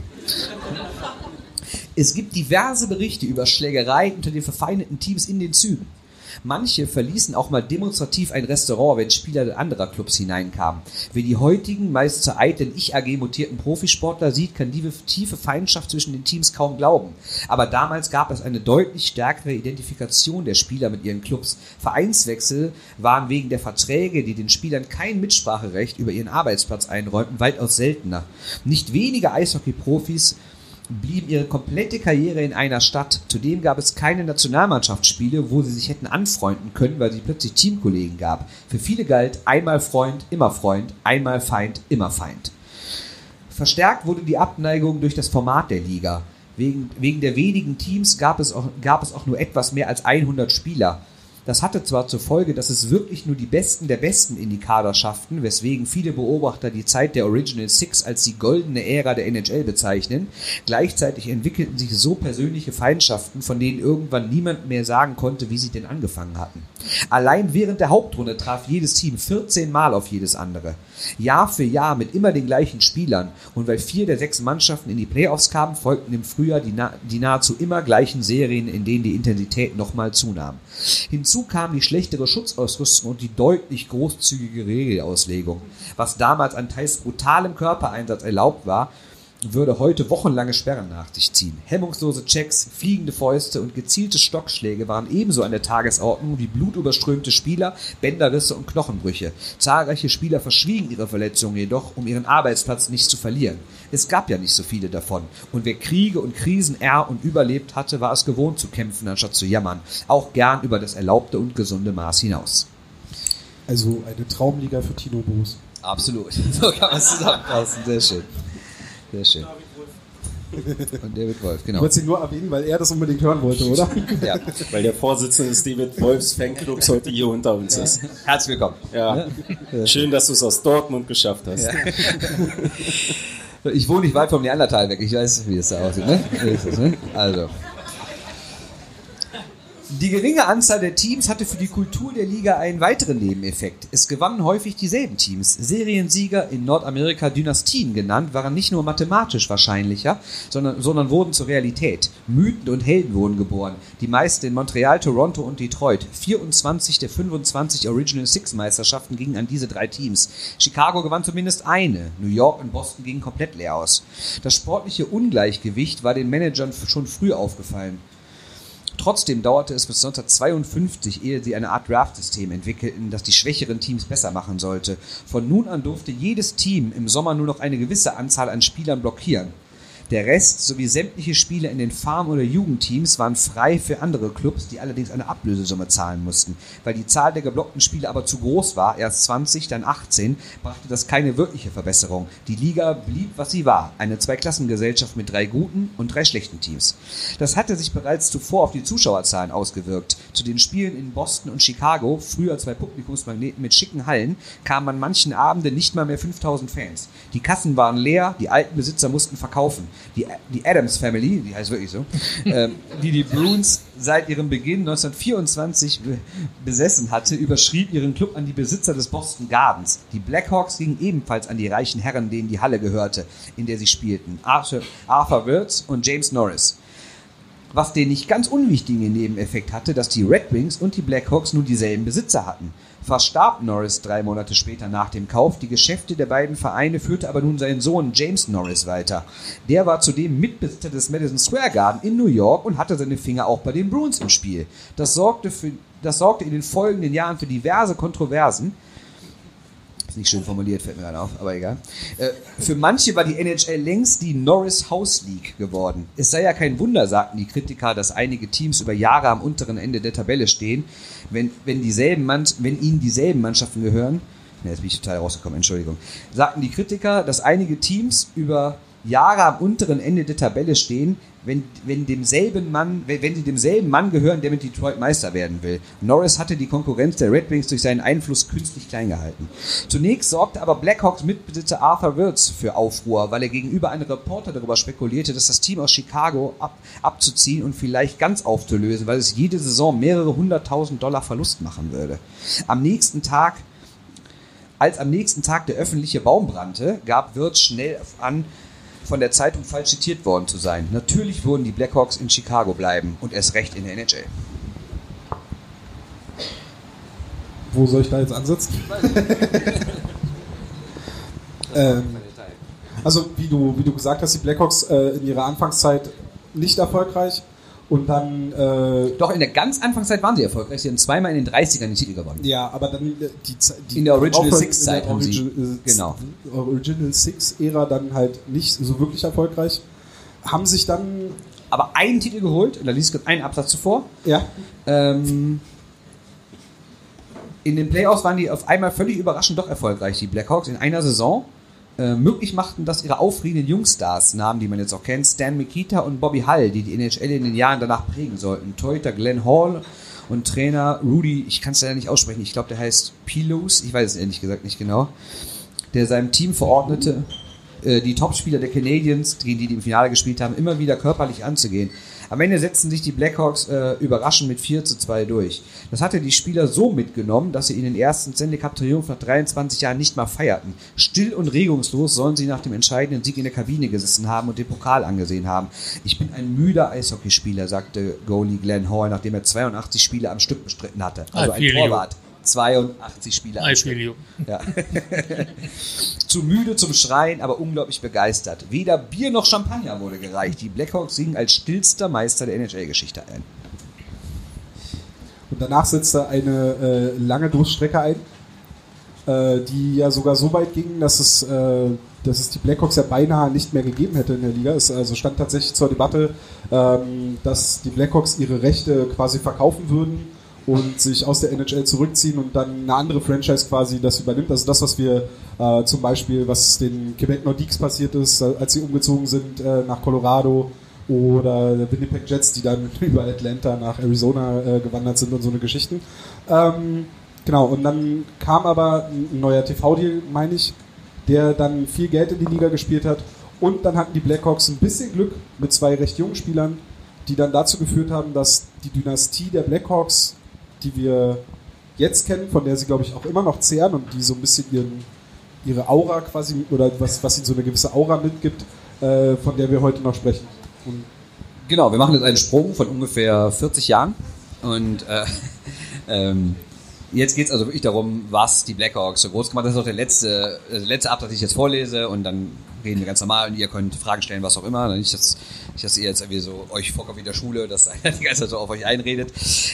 Es gibt diverse Berichte über Schlägereien unter den verfeindeten Teams in den Zügen. Manche verließen auch mal demonstrativ ein Restaurant, wenn Spieler anderer Clubs hineinkamen. Wer die heutigen, meist zur eitlen Ich-AG mutierten Profisportler sieht, kann die tiefe Feindschaft zwischen den Teams kaum glauben. Aber damals gab es eine deutlich stärkere Identifikation der Spieler mit ihren Clubs. Vereinswechsel waren wegen der Verträge, die den Spielern kein Mitspracherecht über ihren Arbeitsplatz einräumten, weitaus seltener. Nicht wenige Eishockey-Profis blieben ihre komplette Karriere in einer Stadt. Zudem gab es keine Nationalmannschaftsspiele, wo sie sich hätten anfreunden können, weil sie plötzlich Teamkollegen gab. Für viele galt einmal Freund, einmal Feind, immer Feind. Verstärkt wurde die Abneigung durch das Format der Liga. Wegen der wenigen Teams gab es auch nur etwas mehr als 100 Spieler. Das hatte zwar zur Folge, dass es wirklich nur die Besten der Besten in die Kader schafften, weswegen viele Beobachter die Zeit der Original Six als die goldene Ära der NHL bezeichnen. Gleichzeitig entwickelten sich so persönliche Feindschaften, von denen irgendwann niemand mehr sagen konnte, wie sie denn angefangen hatten. Allein während der Hauptrunde traf jedes Team 14 Mal auf jedes andere. Jahr für Jahr mit immer den gleichen Spielern, und weil 4 der 6 Mannschaften in die Playoffs kamen, folgten im Frühjahr die nahezu immer gleichen Serien, in denen die Intensität nochmal zunahm. Hinzu kam die schlechtere Schutzausrüstung und die deutlich großzügige Regelauslegung. Was damals an teils brutalem Körpereinsatz erlaubt war, würde heute wochenlange Sperren nach sich ziehen. Hemmungslose Checks, fliegende Fäuste und gezielte Stockschläge waren ebenso an der Tagesordnung wie blutüberströmte Spieler, Bänderrisse und Knochenbrüche. Zahlreiche Spieler verschwiegen ihre Verletzungen jedoch, um ihren Arbeitsplatz nicht zu verlieren. Es gab ja nicht so viele davon. Und wer Kriege und Krisen und überlebt hatte, war es gewohnt zu kämpfen, anstatt zu jammern. Auch gern über das erlaubte und gesunde Maß hinaus. Also eine Traumliga für Tino Boos. Absolut. So kann man es zusammenfassen. Sehr schön. Sehr schön. Und David Wolf, genau. Ich wollte sie nur erwähnen, weil er das unbedingt hören wollte, oder? Ja. Weil der Vorsitzende des David Wolfs Fanclubs heute hier unter uns ist. Herzlich willkommen. Ja. Schön, dass du es aus Dortmund geschafft hast. Ja. Ich wohne nicht weit vom Neandertal weg. Ich weiß, wie es da aussieht. Ne? Also. Die geringe Anzahl der Teams hatte für die Kultur der Liga einen weiteren Nebeneffekt. Es gewannen häufig dieselben Teams. Seriensieger, in Nordamerika Dynastien genannt, waren nicht nur mathematisch wahrscheinlicher, sondern wurden zur Realität. Mythen und Helden wurden geboren. Die meisten in Montreal, Toronto und Detroit. 24 der 25 Original Six Meisterschaften gingen an diese 3 Teams. Chicago gewann zumindest eine. New York und Boston gingen komplett leer aus. Das sportliche Ungleichgewicht war den Managern schon früh aufgefallen. Trotzdem dauerte es bis 1952, ehe sie eine Art Draft-System entwickelten, das die schwächeren Teams besser machen sollte. Von nun an durfte jedes Team im Sommer nur noch eine gewisse Anzahl an Spielern blockieren. Der Rest sowie sämtliche Spieler in den Farm- oder Jugendteams waren frei für andere Clubs, die allerdings eine Ablösesumme zahlen mussten. Weil die Zahl der geblockten Spieler aber zu groß war, erst 20, dann 18, brachte das keine wirkliche Verbesserung. Die Liga blieb, was sie war, eine Zweiklassengesellschaft mit 3 guten und 3 schlechten Teams. Das hatte sich bereits zuvor auf die Zuschauerzahlen ausgewirkt. Zu den Spielen in Boston und Chicago, früher 2 Publikumsmagneten mit schicken Hallen, kamen an manchen Abenden nicht mal mehr 5000 Fans. Die Kassen waren leer, die alten Besitzer mussten verkaufen. Die Adams Family, die heißt wirklich so, die Bruins seit ihrem Beginn 1924 besessen hatte, überschrieb ihren Club an die Besitzer des Boston Gardens. Die Blackhawks gingen ebenfalls an die reichen Herren, denen die Halle gehörte, in der sie spielten. Arthur Wirtz und James Norris. Was den nicht ganz unwichtigen Nebeneffekt hatte, dass die Red Wings und die Blackhawks nun dieselben Besitzer hatten. Verstarb Norris 3 Monate später nach dem Kauf. Die Geschäfte der beiden Vereine führte aber nun sein Sohn James Norris weiter. Der war zudem Mitbesitzer des Madison Square Garden in New York und hatte seine Finger auch bei den Bruins im Spiel. Das sorgte in den folgenden Jahren für diverse Kontroversen. Ist nicht schön formuliert, fällt mir gerade auf, aber egal. Für manche war die NHL längst die Norris House League geworden. Es sei ja kein Wunder, sagten die Kritiker, dass einige Teams über Jahre am unteren Ende der Tabelle stehen, wenn ihnen dieselben Mannschaften gehören. Ne, jetzt bin ich total rausgekommen, Entschuldigung. Sagten die Kritiker, dass einige Teams über Jahre am unteren Ende der Tabelle stehen, wenn sie demselben Mann gehören, der mit Detroit Meister werden will. Norris hatte die Konkurrenz der Red Wings durch seinen Einfluss künstlich klein gehalten. Zunächst sorgte aber Blackhawks-Mitbesitzer Arthur Wirtz für Aufruhr, weil er gegenüber einem Reporter darüber spekulierte, dass das Team aus Chicago abzuziehen und vielleicht ganz aufzulösen, weil es jede Saison mehrere $100.000 Verlust machen würde. Als am nächsten Tag der öffentliche Baum brannte, gab Wirtz schnell an, von der Zeitung falsch zitiert worden zu sein. Natürlich würden die Blackhawks in Chicago bleiben und erst recht in der NHL. Wo soll ich da jetzt ansetzen? Also wie du gesagt hast, die Blackhawks in ihrer Anfangszeit nicht erfolgreich und dann... Doch, in der ganz Anfangszeit waren sie erfolgreich. Sie haben zweimal in den 30ern den Titel gewonnen. Ja, aber dann die in der Original Six-Zeit haben sie... Genau. Original Six-Ära dann halt nicht so wirklich erfolgreich. Haben sich dann... Aber einen Titel geholt, da liest gerade einen Absatz zuvor. Ja. In den Playoffs waren die auf einmal völlig überraschend doch erfolgreich, die Blackhawks, in einer Saison. Möglich machten das ihre aufregenden Jungstars, Namen, die man jetzt auch kennt, Stan Mikita und Bobby Hull, die NHL in den Jahren danach prägen sollten. Torhüter Glenn Hall und Trainer Rudy, ich kann es leider nicht aussprechen, ich glaube, der heißt Pilos, ich weiß es ehrlich gesagt nicht genau, der seinem Team verordnete, die Topspieler der Canadiens, gegen die im Finale gespielt haben, immer wieder körperlich anzugehen. Am Ende setzten sich die Blackhawks überraschend mit 4:2 durch. Das hatte die Spieler so mitgenommen, dass sie in den ersten Stanley Cup Triumph nach 23 Jahren nicht mal feierten. Still und regungslos sollen sie nach dem entscheidenden Sieg in der Kabine gesessen haben und den Pokal angesehen haben. Ich bin ein müder Eishockeyspieler, sagte Goalie Glenn Hall, nachdem er 82 Spiele am Stück bestritten hatte. Also ein Torwart. 82 Spiele. Ja. Zu müde zum Schreien, aber unglaublich begeistert. Weder Bier noch Champagner wurde gereicht. Die Blackhawks singen als stillster Meister der NHL-Geschichte ein. Und danach setzte eine lange Durststrecke ein, die ja sogar so weit ging, dass es die Blackhawks ja beinahe nicht mehr gegeben hätte in der Liga. Es also stand tatsächlich zur Debatte, dass die Blackhawks ihre Rechte quasi verkaufen würden und sich aus der NHL zurückziehen und dann eine andere Franchise quasi das übernimmt. Also das, was wir zum Beispiel, was den Quebec Nordiques passiert ist, als sie umgezogen sind nach Colorado, oder Winnipeg Jets, die dann über Atlanta nach Arizona gewandert sind und so eine Geschichten. Genau, und dann kam aber ein neuer TV-Deal, meine ich, der dann viel Geld in die Liga gespielt hat. Und dann hatten die Blackhawks ein bisschen Glück mit 2 recht jungen Spielern, die dann dazu geführt haben, dass die Dynastie der Blackhawks, die wir jetzt kennen, von der sie, glaube ich, auch immer noch zehren und die so ein bisschen ihre Aura quasi, oder was ihnen so eine gewisse Aura mitgibt, von der wir heute noch sprechen. Und genau, wir machen jetzt einen Sprung von ungefähr 40 Jahren und jetzt geht es also wirklich darum, was die Blackhawks so groß gemacht haben. Das ist auch der letzte Absatz, den ich jetzt vorlese, und dann reden wir ganz normal und ihr könnt Fragen stellen, was auch immer. Nicht, dass ihr jetzt irgendwie so euch vorkommt wie in der Schule, dass einer die ganze Zeit so auf euch einredet.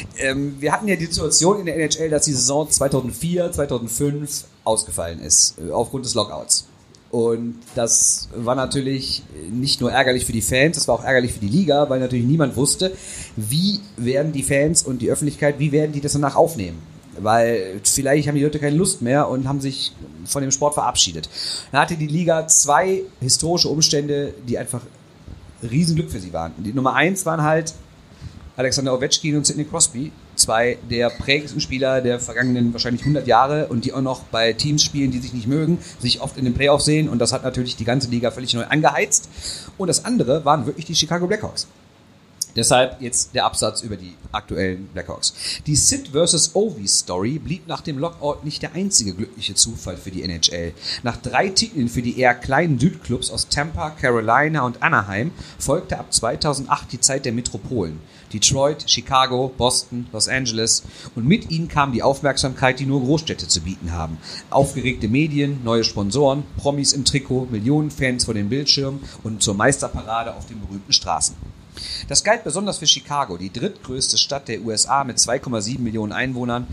Wir hatten ja die Situation in der NHL, dass die Saison 2004, 2005 ausgefallen ist, aufgrund des Lockouts. Und das war natürlich nicht nur ärgerlich für die Fans, das war auch ärgerlich für die Liga, weil natürlich niemand wusste, wie werden die Fans und die Öffentlichkeit, wie werden die das danach aufnehmen. Weil vielleicht haben die Leute keine Lust mehr und haben sich von dem Sport verabschiedet. Dann hatte die Liga 2 historische Umstände, die einfach Riesenglück für sie waren. Die Nummer 1 waren halt Alexander Ovechkin und Sidney Crosby, 2 der prägendsten Spieler der vergangenen wahrscheinlich 100 Jahre und die auch noch bei Teams spielen, die sich nicht mögen, sich oft in den Playoffs sehen, und das hat natürlich die ganze Liga völlig neu angeheizt. Und das andere waren wirklich die Chicago Blackhawks. Deshalb jetzt der Absatz über die aktuellen Blackhawks. Die Sid vs. Ovi Story blieb nach dem Lockout nicht der einzige glückliche Zufall für die NHL. Nach 3 Titeln für die eher kleinen Südclubs aus Tampa, Carolina und Anaheim folgte ab 2008 die Zeit der Metropolen. Detroit, Chicago, Boston, Los Angeles, und mit ihnen kam die Aufmerksamkeit, die nur Großstädte zu bieten haben. Aufgeregte Medien, neue Sponsoren, Promis im Trikot, Millionen Fans vor den Bildschirmen und zur Meisterparade auf den berühmten Straßen. Das galt besonders für Chicago, die drittgrößte Stadt der USA mit 2,7 Millionen Einwohnern.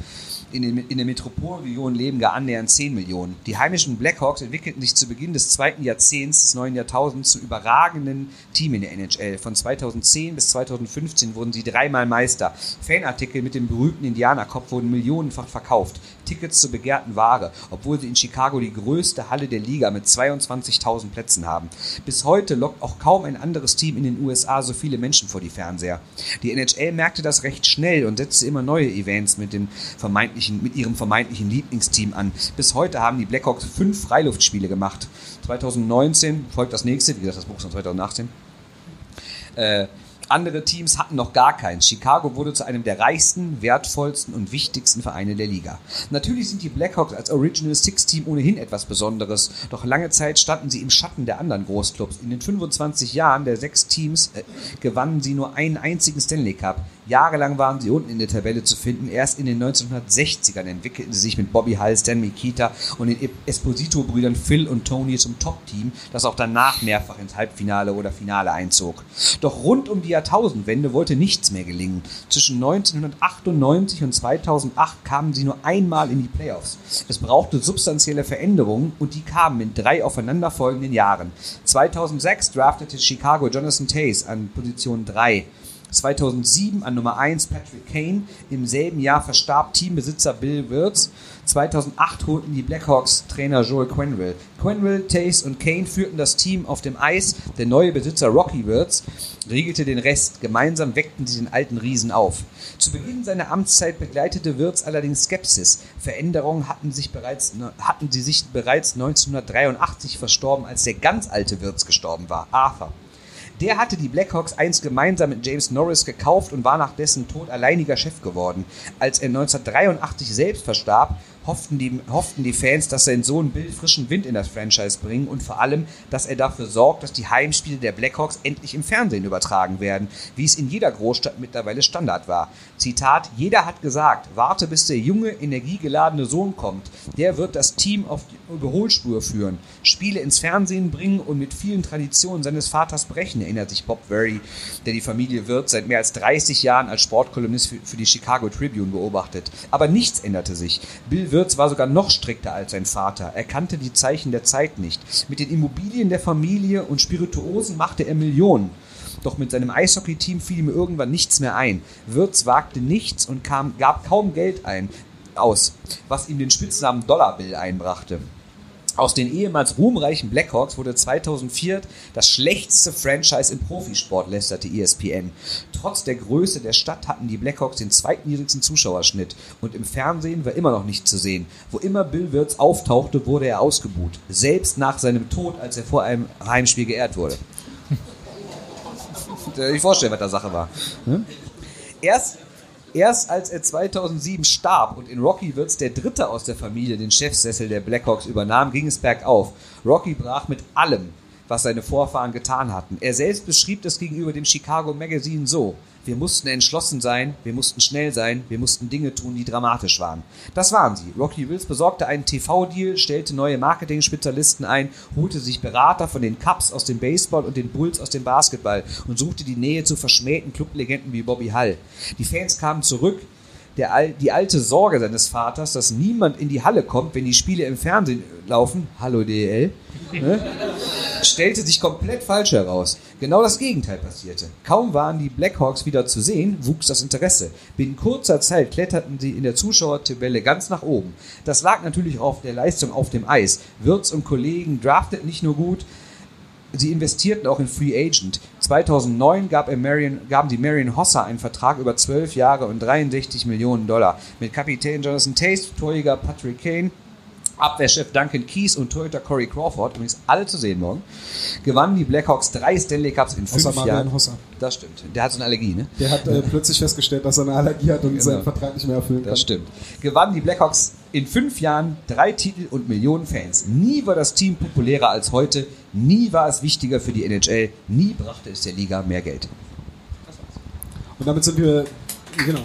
In der Metropolregion leben gar annähernd 10 Millionen. Die heimischen Blackhawks entwickelten sich zu Beginn des 2. Jahrzehnts des neuen Jahrtausends zu überragenden Team in der NHL. Von 2010 bis 2015 wurden sie 3-mal Meister. Fanartikel mit dem berühmten Indianerkopf wurden millionenfach verkauft. Tickets zur begehrten Ware, obwohl sie in Chicago die größte Halle der Liga mit 22.000 Plätzen haben. Bis heute lockt auch kaum ein anderes Team in den USA so viele Menschen vor die Fernseher. Die NHL merkte das recht schnell und setzte immer neue Events mit ihrem vermeintlichen Lieblingsteam an. Bis heute haben die Blackhawks 5 Freiluftspiele gemacht. 2019 folgt das nächste, wie gesagt, das Buch ist von 2018. Andere Teams hatten noch gar keins. Chicago wurde zu einem der reichsten, wertvollsten und wichtigsten Vereine der Liga. Natürlich sind die Blackhawks als Original Six Team ohnehin etwas Besonderes, doch lange Zeit standen sie im Schatten der anderen Großclubs. In den 25 Jahren der 6 Teams gewannen sie nur einen einzigen Stanley Cup. Jahrelang waren sie unten in der Tabelle zu finden. Erst in den 1960ern entwickelten sie sich mit Bobby Hull, Stan Mikita und den Esposito-Brüdern Phil und Tony zum Top-Team, das auch danach mehrfach ins Halbfinale oder Finale einzog. Doch rund um die Jahrtausendwende wollte nichts mehr gelingen. Zwischen 1998 und 2008 kamen sie nur einmal in die Playoffs. Es brauchte substanzielle Veränderungen und die kamen in 3 aufeinanderfolgenden Jahren. 2006 draftete Chicago Jonathan Toews an Position 3. 2007 an Nummer 1 Patrick Kane. Im selben Jahr verstarb Teambesitzer Bill Wirtz. 2008 holten die Blackhawks Trainer Joel Quenneville. Quenneville, Toews und Kane führten das Team auf dem Eis. Der neue Besitzer Rocky Wirtz regelte den Rest. Gemeinsam weckten sie den alten Riesen auf. Zu Beginn seiner Amtszeit begleitete Wirtz allerdings Skepsis. Veränderungen hatten sie sich bereits 1983 verstorben, als der ganz alte Wirtz gestorben war, Arthur. Der hatte die Blackhawks einst gemeinsam mit James Norris gekauft und war nach dessen Tod alleiniger Chef geworden. Als er 1983 selbst verstarb, hofften die Fans, dass sein Sohn Bill frischen Wind in das Franchise bringt und vor allem, dass er dafür sorgt, dass die Heimspiele der Blackhawks endlich im Fernsehen übertragen werden, wie es in jeder Großstadt mittlerweile Standard war. Zitat: Jeder hat gesagt, warte bis der junge, energiegeladene Sohn kommt. Der wird das Team auf die Überholspur führen, Spiele ins Fernsehen bringen und mit vielen Traditionen seines Vaters brechen, erinnert sich Bob Verry, der die Familie Wirtz seit mehr als 30 Jahren als Sportkolumnist für die Chicago Tribune beobachtet. Aber nichts änderte sich. Bill Wirtz war sogar noch strikter als sein Vater. Er kannte die Zeichen der Zeit nicht. Mit den Immobilien der Familie und Spirituosen machte er Millionen. Doch mit seinem Eishockey-Team fiel ihm irgendwann nichts mehr ein. Wirtz wagte nichts und gab kaum Geld aus, was ihm den Spitznamen Dollar Bill einbrachte. Aus den ehemals ruhmreichen Blackhawks wurde 2004 das schlechteste Franchise im Profisport, lästerte ESPN. Trotz der Größe der Stadt hatten die Blackhawks den zweitniedrigsten Zuschauerschnitt und im Fernsehen war immer noch nichts zu sehen. Wo immer Bill Wirtz auftauchte, wurde er ausgebuht. Selbst nach seinem Tod, als er vor einem Heimspiel geehrt wurde. Ich vorstellen, was da Sache war. Erst als er 2007 starb und in Rocky Wirtz der Dritte aus der Familie den Chefsessel der Blackhawks übernahm, ging es bergauf. Rocky brach mit allem, was seine Vorfahren getan hatten. Er selbst beschrieb das gegenüber dem Chicago Magazine so: Wir mussten entschlossen sein, wir mussten schnell sein, wir mussten Dinge tun, die dramatisch waren. Das waren sie. Rocky Wills besorgte einen TV-Deal, stellte neue Marketing-Spezialisten ein, holte sich Berater von den Cubs aus dem Baseball und den Bulls aus dem Basketball und suchte die Nähe zu verschmähten Clublegenden wie Bobby Hull. Die Fans kamen zurück. Die alte Sorge seines Vaters, dass niemand in die Halle kommt, wenn die Spiele im Fernsehen laufen, hallo DL, stellte sich komplett falsch heraus. Genau das Gegenteil passierte. Kaum waren die Blackhawks wieder zu sehen, wuchs das Interesse. Binnen kurzer Zeit kletterten sie in der Zuschauertabelle ganz nach oben. Das lag natürlich auf der Leistung auf dem Eis. Wirtz und Kollegen drafteten nicht nur gut, sie investierten auch in Free Agent. 2009 gaben sie Marion Hossa einen Vertrag über 12 Jahre und $63 Millionen. Mit Kapitän Jonathan Toews, Torjäger Patrick Kane, Abwehrchef Duncan Keys und Torhüter Corey Crawford, übrigens alle zu sehen morgen, gewannen die Blackhawks 3 Stanley Cups in 5 Jahren. Hossa. Das stimmt. Der hat so eine Allergie, ne? Der hat plötzlich festgestellt, dass er eine Allergie hat und seinen Vertrag nicht mehr erfüllen kann. Das stimmt. Gewannen die Blackhawks in 5 Jahren 3 Titel und Millionen Fans. Nie war das Team populärer als heute. Nie war es wichtiger für die NHL. Nie brachte es der Liga mehr Geld. Und damit sind wir, genau.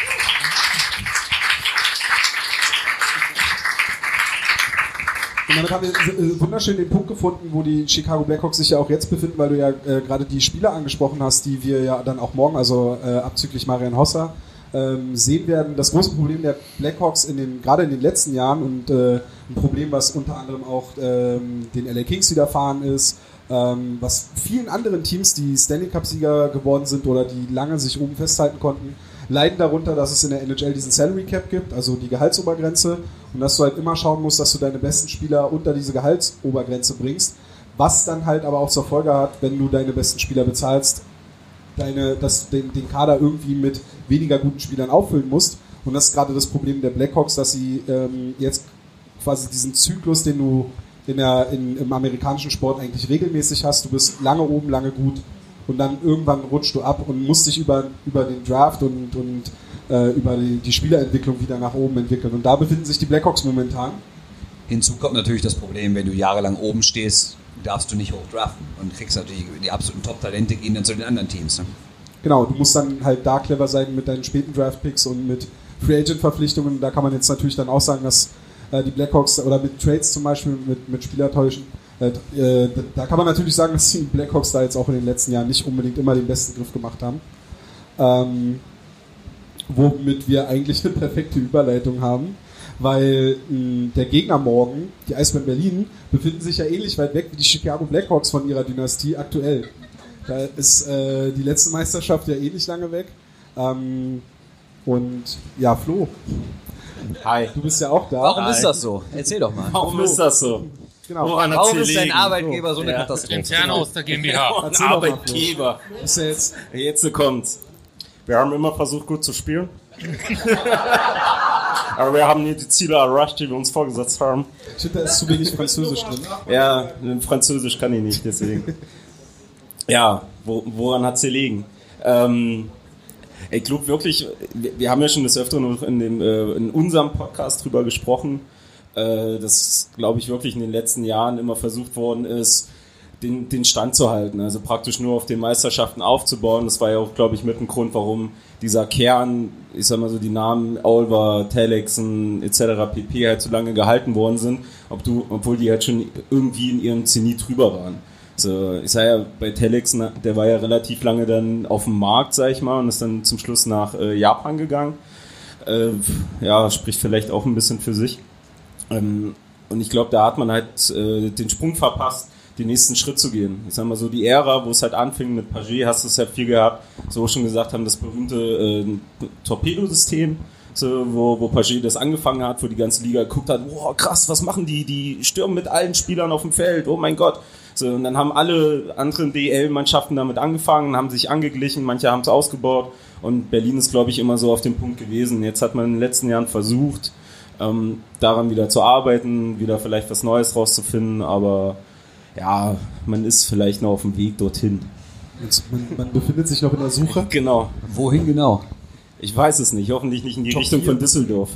Und damit haben wir wunderschön den Punkt gefunden, wo die Chicago Blackhawks sich ja auch jetzt befinden, weil du ja gerade die Spieler angesprochen hast, die wir ja dann auch morgen, also abzüglich Marian Hossa, sehen werden. Das große Problem der Blackhawks gerade in den letzten Jahren und ein Problem, was unter anderem auch den LA Kings widerfahren ist, was vielen anderen Teams, die Stanley Cup-Sieger geworden sind oder die lange sich oben festhalten konnten, leiden darunter, dass es in der NHL diesen Salary Cap gibt, also die Gehaltsobergrenze, und dass du halt immer schauen musst, dass du deine besten Spieler unter diese Gehaltsobergrenze bringst, was dann halt aber auch zur Folge hat, wenn du deine besten Spieler bezahlst, den Kader irgendwie mit weniger guten Spielern auffüllen musst. Und das ist gerade das Problem der Blackhawks, dass sie jetzt quasi diesen Zyklus, den du im amerikanischen Sport eigentlich regelmäßig hast, du bist lange oben, lange gut, und dann irgendwann rutscht du ab und musst dich über den Draft und über die Spielerentwicklung wieder nach oben entwickeln. Und da befinden sich die Blackhawks momentan. Hinzu kommt natürlich das Problem, wenn du jahrelang oben stehst, darfst du nicht hoch draften und kriegst natürlich die absoluten Top-Talente, gehen dann zu den anderen Teams. Ne? Genau, du musst dann halt da clever sein mit deinen späten Draft-Picks und mit Free-Agent-Verpflichtungen. Da kann man jetzt natürlich dann auch sagen, dass die Blackhawks oder mit Trades zum Beispiel, mit Spielertäuschen, da kann man natürlich sagen, dass die Blackhawks da jetzt auch in den letzten Jahren nicht unbedingt immer den besten Griff gemacht haben. Womit wir eigentlich eine perfekte Überleitung haben, weil der Gegner morgen, die Eisbären Berlin, befinden sich ja ähnlich weit weg wie die Chicago Blackhawks von ihrer Dynastie aktuell. Da ist die letzte Meisterschaft ja ähnlich lange weg. Und ja, Flo. Hi. Du bist ja auch da. Warum ist das so? Erzähl doch mal. Warum ist das so? Genau. Warum ist dein Arbeitgeber so eine Katastrophe? Intern aus der GmbH. Ein Arbeitgeber. Ist ja Jetzt kommt's. Wir haben immer versucht, gut zu spielen. Aber wir haben nie die Ziele erreicht, die wir uns vorgesetzt haben. Ich finde, da ist zu wenig Französisch drin. Ja, Französisch kann ich nicht, deswegen. Ja, woran hat's gelegen? Ich glaube wirklich, wir haben ja schon des Öfteren in unserem Podcast drüber gesprochen, dass, glaube ich, wirklich in den letzten Jahren immer versucht worden ist, den Stand zu halten, also praktisch nur auf den Meisterschaften aufzubauen. Das war ja auch, glaube ich, mit ein Grund, warum dieser Kern, ich sag mal so die Namen Olver, Telexen etc. pp. Halt so lange gehalten worden sind, obwohl die halt schon irgendwie in ihrem Zenit drüber waren. So, ich sag ja, bei Telexen, der war ja relativ lange dann auf dem Markt, sag ich mal, und ist dann zum Schluss nach Japan gegangen. Ja, spricht vielleicht auch ein bisschen für sich. Und ich glaube, da hat man halt den Sprung verpasst, den nächsten Schritt zu gehen. Ich sag mal so, die Ära, wo es halt anfing mit Paget, hast du es ja viel gehabt, so schon gesagt haben, das berühmte Torpedosystem, so, wo Paget das angefangen hat, wo die ganze Liga geguckt hat, wow, krass, was machen die stürmen mit allen Spielern auf dem Feld, oh mein Gott. So, und dann haben alle anderen DL-Mannschaften damit angefangen, haben sich angeglichen, manche haben es ausgebaut, und Berlin ist, glaube ich, immer so auf dem Punkt gewesen. Jetzt hat man in den letzten Jahren versucht, daran wieder zu arbeiten, wieder vielleicht was Neues rauszufinden, aber ja, man ist vielleicht noch auf dem Weg dorthin. Man befindet sich noch in der Suche. Genau. Wohin genau? Ich weiß es nicht. Hoffentlich nicht in die Top Richtung 4. von Düsseldorf.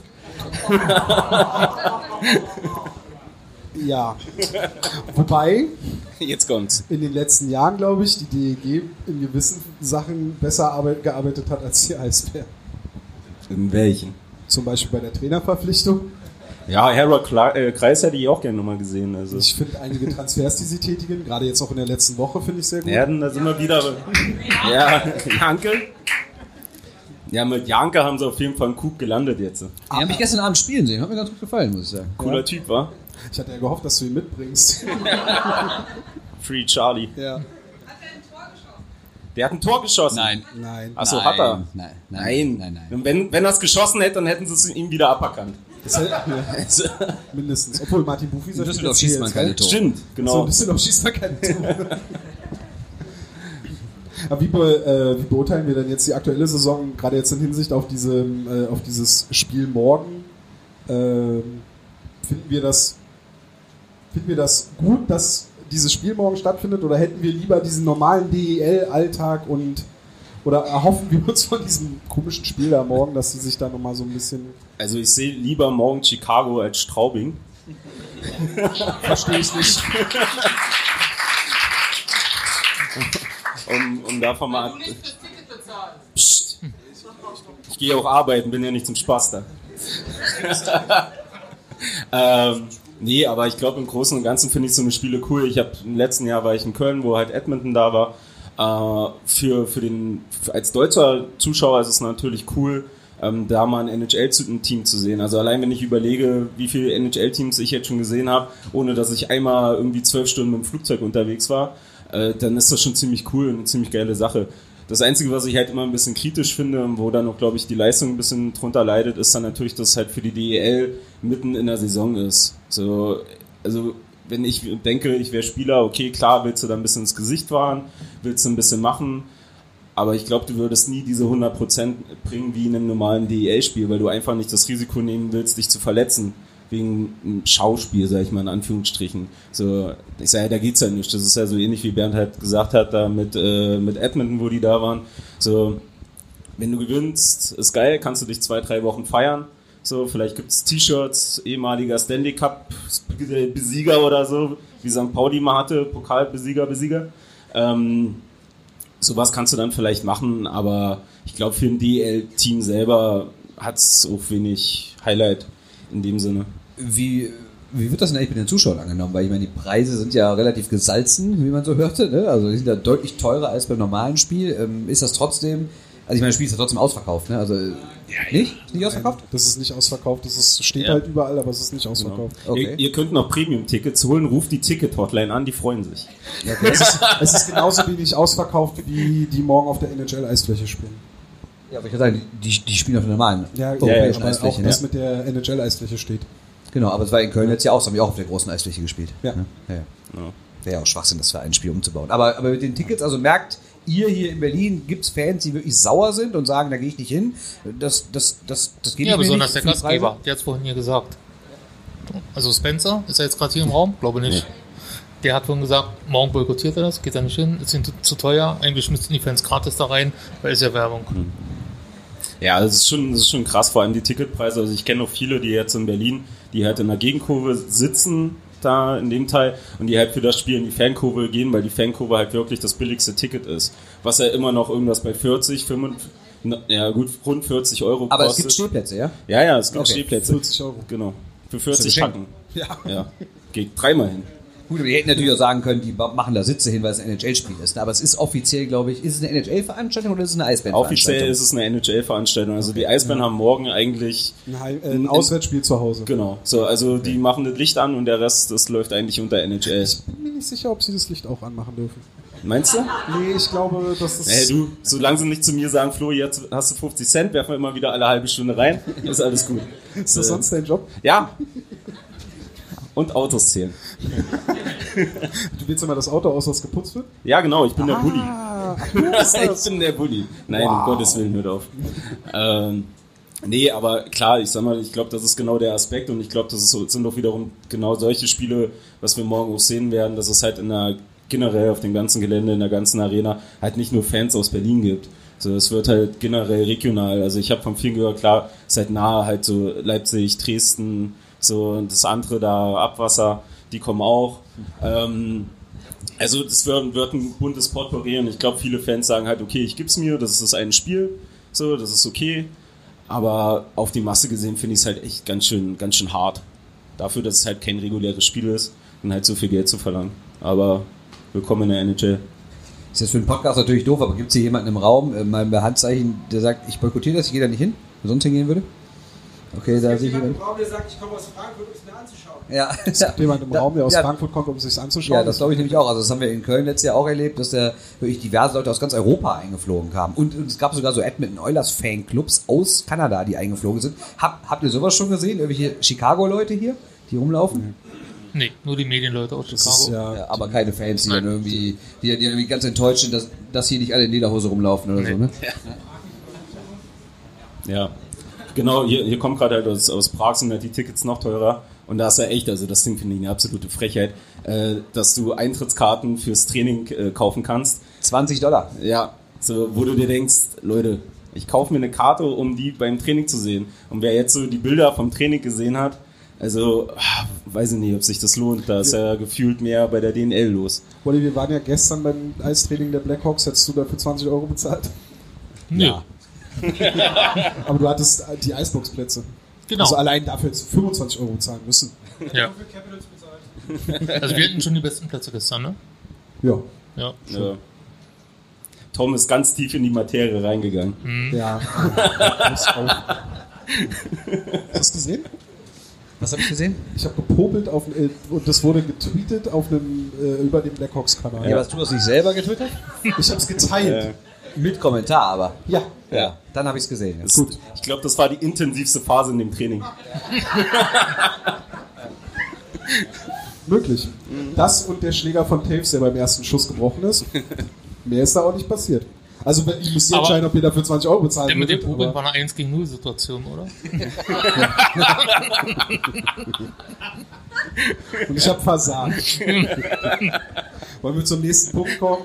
Ja. Wobei Jetzt kommt's. in den letzten Jahren, glaube ich, die DEG in gewissen Sachen besser gearbeitet hat als die Eisbären. In welchen? Zum Beispiel bei der Trainerverpflichtung. Ja, Harold Kreis hätte ich auch gerne nochmal gesehen. Also. Ich finde einige Transfers, die sie tätigen, gerade jetzt auch in der letzten Woche, finde ich sehr gut. Ja, da sind wir wieder. Ja, Janke. Ja, mit Janke haben sie auf jeden Fall einen Coup gelandet jetzt. Die haben mich gestern Abend spielen sehen. Hat mir ganz gut gefallen, muss ich sagen. Cooler Typ, wa? Ich hatte ja gehofft, dass du ihn mitbringst. Free Charlie. Ja. Der hat ein Tor geschossen. Nein. Nein. Achso, Nein, hat er? Nein. Wenn er es geschossen hätte, dann hätten sie es ihm wieder aberkannt. Das hält, ja, mindestens. Obwohl Martin Bufi In Düsseldorf schießt man keine Tore. Stimmt, So, genau. ein bisschen auf schießt man keine Tore. Aber wie beurteilen wir denn jetzt die aktuelle Saison, gerade jetzt in Hinsicht auf dieses Spiel morgen? Finden wir das gut, dass dieses Spiel morgen stattfindet, oder hätten wir lieber diesen normalen DEL-Alltag oder erhoffen wir uns von diesem komischen Spiel da morgen, dass sie sich da nochmal so ein bisschen... Also ich sehe lieber morgen Chicago als Straubing. Verstehe ich nicht. Um davon mal... Psst. Ich gehe auch arbeiten, bin ja nicht zum Spaß da. Nee, aber ich glaube, im Großen und Ganzen finde ich so eine Spiele cool. Im letzten Jahr war ich in Köln, wo halt Edmonton da war. Als deutscher Zuschauer ist es natürlich cool, da mal ein NHL-Team zu sehen. Also allein wenn ich überlege, wie viele NHL-Teams ich jetzt schon gesehen habe, ohne dass ich einmal irgendwie 12 Stunden mit dem Flugzeug unterwegs war, dann ist das schon ziemlich cool und eine ziemlich geile Sache. Das Einzige, was ich halt immer ein bisschen kritisch finde, wo dann auch, glaube ich, die Leistung ein bisschen drunter leidet, ist dann natürlich, dass es halt für die DEL mitten in der Saison ist. So, also wenn ich denke, ich wäre Spieler, okay, klar, willst du da ein bisschen ins Gesicht wahren, willst du ein bisschen machen, aber ich glaube, du würdest nie diese 100% bringen wie in einem normalen DEL-Spiel, weil du einfach nicht das Risiko nehmen willst, dich zu verletzen. Wegen einem Schauspiel, sag ich mal in Anführungsstrichen. So, ich sage, da geht's ja nicht. Das ist ja so ähnlich wie Bernd halt gesagt hat, da mit Edmonton, wo die da waren. So, wenn du gewinnst, ist geil, kannst du dich 2-3 Wochen feiern. So, vielleicht gibt's T-Shirts, ehemaliger Stanley Cup Besieger oder so, wie St. Pauli mal hatte, Pokalbesieger. Sowas kannst du dann vielleicht machen, aber ich glaube, für ein DEL-Team selber hat's auch wenig Highlight in dem Sinne. Wie wird das denn eigentlich mit den Zuschauern angenommen? Weil ich meine, die Preise sind ja relativ gesalzen, wie man so hörte. Ne? Also die sind ja deutlich teurer als beim normalen Spiel. Ist das trotzdem... Also ich meine, das Spiel ist ja trotzdem ausverkauft. Ne? Also nicht? Ist nicht ausverkauft? Nein, das ist nicht ausverkauft. Steht halt überall, aber es ist nicht ausverkauft. Genau. Okay. Ihr könnt noch Premium-Tickets holen, ruft die Ticket-Hotline an, die freuen sich. Okay. Es ist genauso wenig ausverkauft, wie die morgen auf der NHL-Eisfläche spielen. Ja, aber ich kann sagen, die spielen auf der normalen europäischen ja, Eisfläche. Auch ne? das mit der NHL-Eisfläche steht. Genau, aber es war in Köln jetzt ja auch, das haben wir auch auf der großen Eisfläche gespielt. Ja. Ne? Ja. Wäre ja auch Schwachsinn, das für ein Spiel umzubauen. Aber mit den Tickets, also merkt ihr hier in Berlin, gibt es Fans, die wirklich sauer sind und sagen, da gehe ich nicht hin. Das geht Ja, nicht besonders der für die Preise. Gastgeber, der hat es vorhin hier gesagt. Also Spencer, ist er jetzt gerade hier im Raum? Glaube nicht. Nee. Der hat vorhin gesagt, morgen boykottiert er das, geht da nicht hin, ist ihm zu teuer, eigentlich müssten die Fans gratis da rein, weil ist ja Werbung. Ja, das ist schon krass, vor allem die Ticketpreise. Also ich kenne auch viele, die jetzt in Berlin, die halt in der Gegenkurve sitzen, da in dem Teil, und die halt für das Spiel in die Fankurve gehen, weil die Fankurve halt wirklich das billigste Ticket ist. Was ja immer noch irgendwas bei 40, 45, ja gut, rund 40 Euro kostet. Aber es gibt Stehplätze, ja? Ja, es gibt Okay. Stehplätze. 40 Euro. Genau. Für 40 Geschenk. Tacken. Ja. Geht dreimal hin. Gut, aber die hätten natürlich auch sagen können, die machen da Sitze hin, weil es ein NHL-Spiel ist. Aber es ist offiziell, glaube ich, ist es eine NHL-Veranstaltung oder ist es eine Eisbären-Veranstaltung? Offiziell ist es eine NHL-Veranstaltung. Also die Eisbären haben morgen eigentlich... Ein Auswärtsspiel zu Hause. Genau. So, also die machen das Licht an und der Rest, das läuft eigentlich unter NHL. Ich bin mir nicht sicher, ob sie das Licht auch anmachen dürfen. Meinst du? Nee, ich glaube, das ist... Hey, du, solange sie nicht zu mir sagen, Flo, jetzt hast du 50 Cent, werfen wir immer wieder alle halbe Stunde rein, ist alles gut. Ist das sonst dein Job? Ja. Und Autos zählen. Du wählst immer das Auto aus, was geputzt wird? Ja, genau, ich bin der Bulli. Ich bin der Bulli. Nein, um Gottes Willen, hört auf. Nee, aber klar, ich sag mal, ich glaube, das ist genau der Aspekt und ich glaube, das sind doch wiederum genau solche Spiele, was wir morgen auch sehen werden, dass es halt in einer generell auf dem ganzen Gelände, in der ganzen Arena halt nicht nur Fans aus Berlin gibt. So, es wird halt generell regional. Also ich habe von vielen gehört, klar, ist halt nahe, halt so Leipzig, Dresden, so, und das andere da, Abwasser, die kommen auch. Also das wird ein buntes Potpourri und ich glaube, viele Fans sagen halt, okay, ich gib's mir, das ist das eine Spiel, so, das ist okay. Aber auf die Masse gesehen finde ich es halt echt ganz schön hart. Dafür, dass es halt kein reguläres Spiel ist und halt so viel Geld zu verlangen. Aber willkommen in der NHL. Ist jetzt für den Podcast natürlich doof, aber gibt es hier jemanden im Raum, mal bei Handzeichen, der sagt, ich boykottiere das, ich gehe da nicht hin, wenn sonst hingehen würde? Okay, da sehe ich jemanden im Raum, der sagt, ich komme aus Frankfurt, um es mir anzuschauen. Ja. Es gibt jemanden im Raum, der aus Frankfurt kommt, um es sich anzuschauen. Ja, das glaube ich nämlich auch. Also das haben wir in Köln letztes Jahr auch erlebt, dass da wirklich diverse Leute aus ganz Europa eingeflogen kamen. Und es gab sogar so Edmonton Oilers Fanclubs aus Kanada, die eingeflogen sind. Habt ihr sowas schon gesehen? Irgendwelche Chicago-Leute hier, die rumlaufen? Nee, nur die Medienleute aus Chicago. Ja, aber keine Fans, die dann irgendwie, die irgendwie ganz enttäuscht sind, dass hier nicht alle in Lederhose rumlaufen oder so, ne? Ja. Genau, hier kommt gerade halt aus Prag, sind halt die Tickets noch teurer. Und da ist ja echt, also das Ding finde ich eine absolute Frechheit, dass du Eintrittskarten fürs Training kaufen kannst. $20. Ja, so, wo du dir denkst, Leute, ich kaufe mir eine Karte, um die beim Training zu sehen. Und wer jetzt so die Bilder vom Training gesehen hat, also weiß ich nicht, ob sich das lohnt. Da ist ja gefühlt mehr bei der DNL los. Olli, wir waren ja gestern beim Eistraining der Blackhawks. Hättest du dafür 20 € bezahlt? Nee. Ja. Aber du hattest die Eisboxplätze. Genau. Also allein dafür hättest du 25 € bezahlen müssen. Ja. Also wir hatten schon die besten Plätze gestern, ne? Ja. Ja. Ja. Tom ist ganz tief in die Materie reingegangen. Ja. Hast du das gesehen? Was habe ich gesehen? Ich habe gepopelt und das wurde getweetet auf einem über dem Blackhawks-Kanal. Ja, hast du das nicht selber getwittert? Ich habe es geteilt. Mit Kommentar, aber. Ja. Ja, dann habe ich es gesehen. Ja. Gut. Ich glaube, das war die intensivste Phase in dem Training. Möglich. Das und der Schläger von Taves, der beim ersten Schuss gebrochen ist. Mehr ist da auch nicht passiert. Also ihr müsst entscheiden, ob ihr dafür 20 € bezahlen Der mit dem würdet, Popel aber- war eine 1-gegen-0 Situation, oder? Und ich habe versagt. Wollen wir zum nächsten Punkt kommen?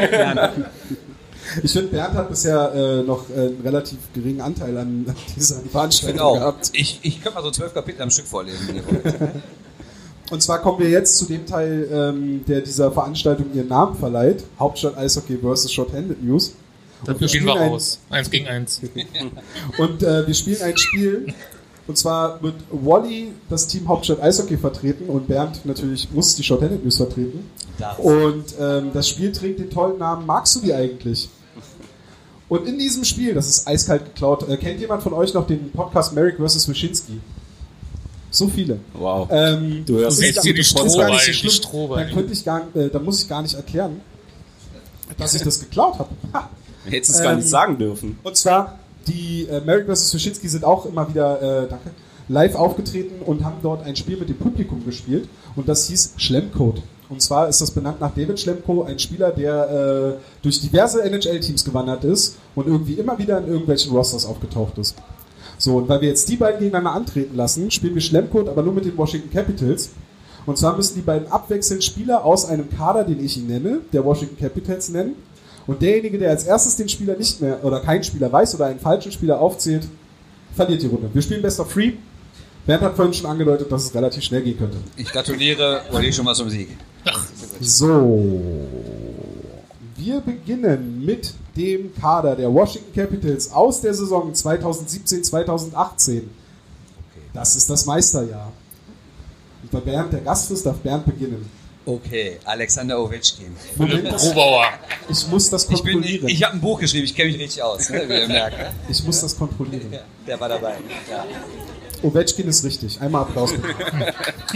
Ich finde, Bernd hat bisher noch einen relativ geringen Anteil an dieser Veranstaltung Genau. gehabt. Ich könnte mal so 12 Kapitel am Stück vorlesen. Und zwar kommen wir jetzt zu dem Teil, der dieser Veranstaltung ihren Namen verleiht. Hauptstadt Eishockey vs. Shorthanded News. Dafür gehen wir raus. 1 gegen 1. Und wir spielen ein Spiel. Und zwar wird Wally das Team Hauptstadt Eishockey vertreten und Bernd natürlich muss die Shorthanded News vertreten. Und das Spiel trägt den tollen Namen Magst du die eigentlich? Und in diesem Spiel, das ist eiskalt geklaut, kennt jemand von euch noch den Podcast Merrick vs. Wyszynski? So viele. Wow. Du hörst jetzt hier die Strohballen. Da muss ich gar nicht erklären, dass ich das geklaut habe. Hättest es gar nicht sagen dürfen. Und zwar, die Merrick vs. Wyszynski sind auch immer wieder live aufgetreten und haben dort ein Spiel mit dem Publikum gespielt. Und das hieß Schlemmcode. Und zwar ist das benannt nach David Schlemko, ein Spieler, der durch diverse NHL-Teams gewandert ist und irgendwie immer wieder in irgendwelchen Rosters aufgetaucht ist. So, und weil wir jetzt die beiden gegeneinander antreten lassen, spielen wir Schlemmcode, aber nur mit den Washington Capitals. Und zwar müssen die beiden abwechselnd Spieler aus einem Kader, den ich ihn nenne, der Washington Capitals nennen. Und derjenige, der als erstes den Spieler nicht mehr oder keinen Spieler weiß oder einen falschen Spieler aufzählt, verliert die Runde. Wir spielen Best of 3. Bernd hat vorhin schon angedeutet, dass es relativ schnell gehen könnte. Ich gratuliere Olli schon mal zum Sieg. So, wir beginnen mit dem Kader der Washington Capitals aus der Saison 2017-2018. Das ist das Meisterjahr. Und bei Bernd der Gast ist, darf Bernd beginnen. Okay, Alexander Ovechkin. Moment, Grubauer. ich muss das kontrollieren. Ich habe ein Buch geschrieben, ich kenne mich richtig aus, ne, wie ihr merkt. Ne? Ich muss das kontrollieren. Ja, der war dabei. Ja. Ovechkin ist richtig. Einmal Applaus bitte. Danke.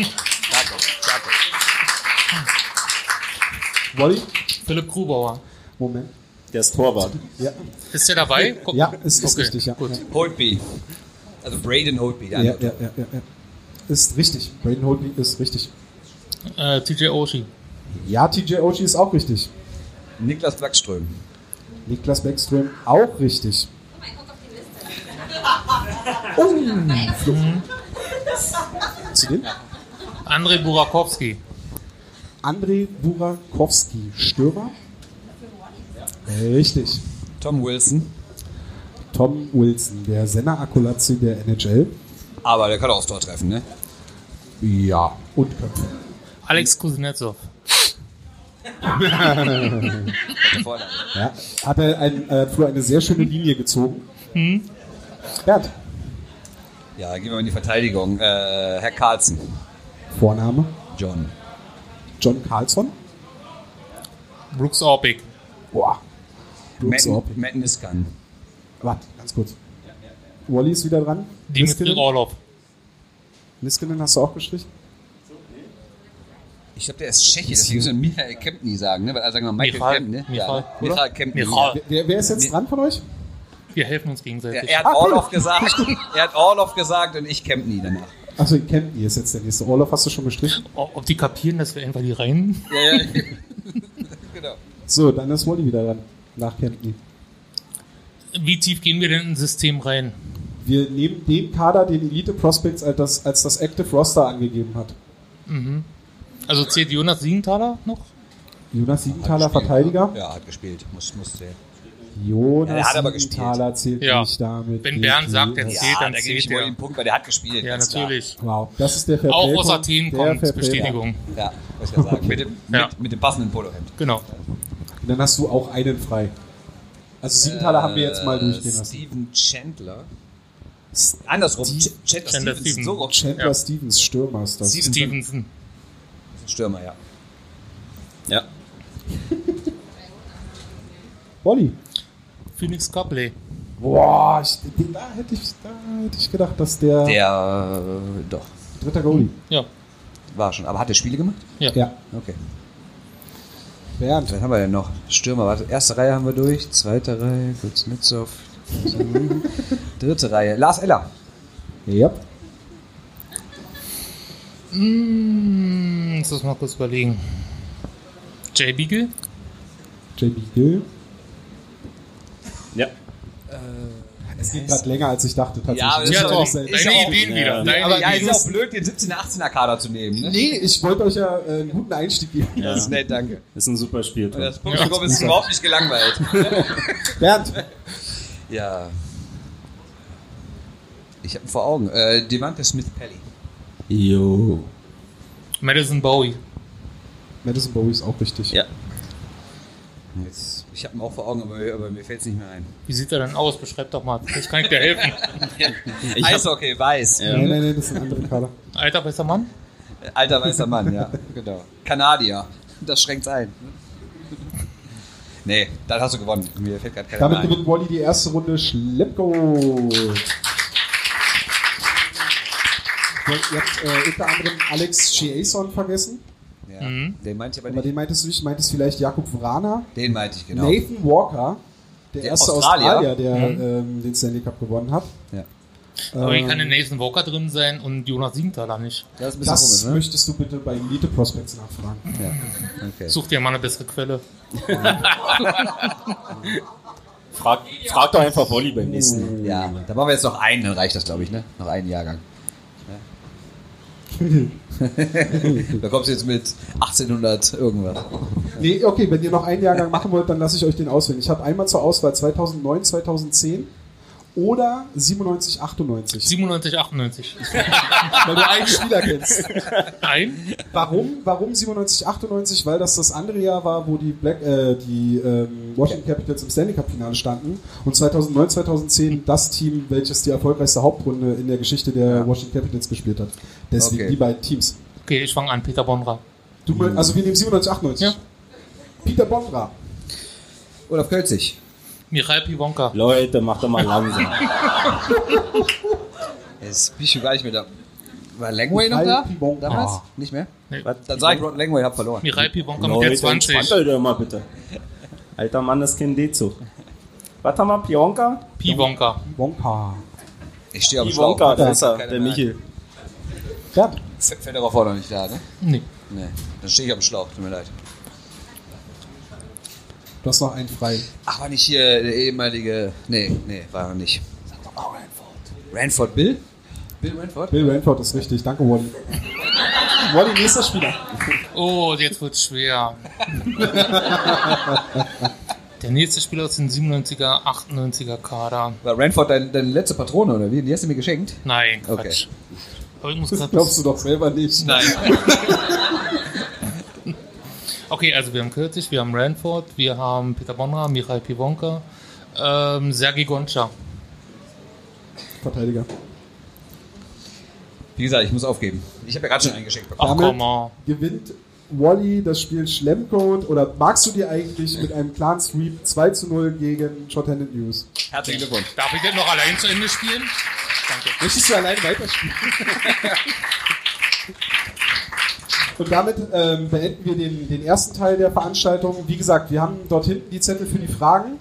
Wolli? Philipp Grubauer. Moment. Der ist Torwart. Ja, Ist der dabei? Guck. ja ist Okay, richtig. Ja. gut. Holtby. Also Braden Holtby. Der Ja, andere. ja. Ist richtig. Braden Holtby ist richtig. TJ Oshie. Ja, TJ Oshie ist auch richtig. Niklas Backström. Niklas Bäckström auch richtig. Zu dem? Andrei Burakovsky. Andrei Burakovsky, Stürmer. Richtig. Tom Wilson. Tom Wilson, der Senna Akolazzi der NHL. Aber der kann auch aufs Tor treffen, ne? Ja, und Köpfe. Alex Kuznetsov. Ja, hat er früher eine sehr schöne Linie gezogen. Bernd, Ja, gehen wir mal in die Verteidigung. Herr Carlson. Vorname. John. John Carlson. Brooks Orpik. Boah. Brooks Orpik. Matt Niskan. Warte, ganz kurz. Wally ist wieder dran. Dimitri Orlov. Niskanen hast du auch gestrichen? Ich glaube, der ist Tscheche, deswegen müssen wir Michael Kempny sagen, ne? Weil sagen wir Michael Michal, Kempny, ne? Michal, Ja, Michael Kempny. Michal. Wer ist jetzt dran von euch? Wir helfen uns gegenseitig. Er hat Orlov gesagt, er hat Orlov gesagt und ich Kempny danach. Achso, Kempny ist jetzt der nächste. Orlov hast du schon gestrichen? Ob die kapieren, dass wir einfach die rein. Ja. Genau. So, dann ist Wally wieder dran. Nach Kempny. Wie tief gehen wir denn in ein System rein? Wir nehmen den Kader, den Elite Prospects als das Active Roster angegeben hat. Also zählt Jonas Siegenthaler noch? Jonas Siegenthaler, Verteidiger. Ja, hat gespielt. Muss zählen. Jonas Ja, der hat aber Siegenthaler zählt Ja. nicht damit. Wenn Bernd sagt, der zählt, Ja, dann da gebe ich zählt wohl er. den Punkt, weil der hat gespielt. Ja, ganz klar. natürlich. Wow, das ist der Fairplay. Auch aus Athen kommt Bestätigung. Ja, was ich ja sagen. Mit dem passenden Polohemd. Genau. Dann hast du auch einen frei. Also Siegenthaler haben wir jetzt mal durchgehen lassen. Steven Chandler. Andersrum. Chandler Stevens. So rum. Chandler Ja. Stevens, Stürmer ist das. Stevenson. Stürmer, ja. Ja. Wally. Phoenix Copley. Boah, da hätte ich gedacht, dass der Doch, dritter Goalie. Ja. war schon. Aber hat der Spiele gemacht? Ja. Okay. Bernd. Was haben wir denn noch? Stürmer, warte. Erste Reihe haben wir durch. Zweite Reihe, Kuznetsov. Dritte Reihe. Lars Eller. Ja. Lass uns mal kurz überlegen. Jay Beagle? JB Gill. Ja. Es geht gerade länger, als ich dachte. Tatsächlich. Ja, aber das Ja, ist Tom, auch- ist deine auch- Ideen wieder. Ja. Deine Aber ja, Ideen. ist auch blöd, den 17er, 18er Kader zu nehmen. Ne? Nee, ich wollte euch ja einen guten Einstieg geben. Ja. Das ist nett, danke. Ist ein super Spiel. Und das Publikum ist überhaupt nicht gelangweilt. Bernd. Ja. Ich habe ihn vor Augen. Devante Smith-Pelly. Jo. Madison Bowie. Madison Bowie ist auch richtig. Ja. Ich habe ihn auch vor Augen, aber mir fällt es nicht mehr ein. Wie sieht er denn aus? Beschreib doch mal. Vielleicht kann ich dir helfen. Eishockey, weiß. Ja. Nein, das ist ein anderer Kader. Alter weißer Mann? Alter weißer Mann, ja. Genau. Kanadier. Das schränkt's ein. Nee, dann hast du gewonnen. Mir fällt gerade keiner Damit ein. gewinnt Wally die erste Runde Schleppgo. Ihr habt unter anderem Alex Chiasson vergessen. Ja. Den meinte ich aber Aber nicht. den meintest du nicht. Meintest vielleicht Jakub Vrana. Den meinte ich, genau. Nathan Walker. Der erste Australier. Australier, der den Stanley Cup gewonnen hat. Ja. Aber wie kann denn Nathan Walker drin sein und Jonas Siegenthaler nicht? Das ist ein bisschen Das komisch, ne? möchtest du bitte bei Elite Prospects nachfragen. Ja. Okay. Such dir mal eine bessere Quelle. Frag doch einfach Wolli beim nächsten. Ja, da machen wir jetzt noch einen, dann reicht das, glaube ich, ne? Noch einen Jahrgang. Ja. Da kommst du jetzt mit 1800 irgendwas. Nee, okay, wenn ihr noch einen Jahrgang machen wollt, dann lasse ich euch den auswählen. Ich habe einmal zur Auswahl 2009, 2010 oder 97, 98. 97, 98. Weil du einen Spieler kennst. Ein? Warum 97, 98? Weil das andere Jahr war, wo die Washington Capitals im Stanley Cup Finale standen und 2009, 2010 das Team, welches die erfolgreichste Hauptrunde in der Geschichte der Washington Capitals gespielt hat. Deswegen die beiden Teams. Okay, ich fange an. Peter Bonra. Also wir nehmen 97, 98. Ja. Peter Bondra. Olaf Kölzig. Michail Pivonka. Leute, macht doch mal langsam. Jetzt bin ich schon gar nicht mehr da. War Langway noch Michael da? Pivonka. Damals? Ah. Nicht mehr? Nee. Dann sag ich, Rod Langway hab verloren. Michail Pivonka mit der Leute, 20. entspannt euch doch mal bitte. Alter Mann, das Kind Dezo. Was haben wir, Pionka? Pivonka. Wonka. Ich stehe auf dem Schlauch. Pionka, da ist er, Keine der Ahnung. Michel. Ja. Fällt aber vorne nicht da, ne? Nee. Nee. Dann stehe ich auf dem Schlauch, tut mir leid. Du hast noch einen frei. Ach, war nicht hier der ehemalige. Nee, war er nicht. Sag doch mal Ranford. Ranford Bill? Bill Ranford? Bill Ranford ist richtig. Danke, Wally. Wally, nächster Spieler. Oh, jetzt wird's schwer. Der nächste Spieler aus den 97er, 98er Kader. War Ranford deine letzte Patrone, oder wie? Die hast du mir geschenkt? Nein, Okay. Quatsch. Aber ich muss Das grad glaubst du doch selber nicht. Nein. Okay, also wir haben Kirchig, wir haben Ranford, wir haben Peter Bonra, Michail Pivonka, Sergei Gončar. Verteidiger. Wie gesagt, ich muss aufgeben. Ich habe ja gerade schon eingeschenkt bekommen. Ach Damit komm mal. gewinnt Wally das Spiel Schlemmcode oder magst du dir eigentlich mit einem klaren Sweep 2:0 gegen Shorthanded News? Herzlichen Glückwunsch. Darf ich jetzt noch allein zu Ende spielen? Danke. Möchtest du allein weiterspielen? Und damit beenden wir den ersten Teil der Veranstaltung. Wie gesagt, wir haben dort hinten die Zettel für die Fragen.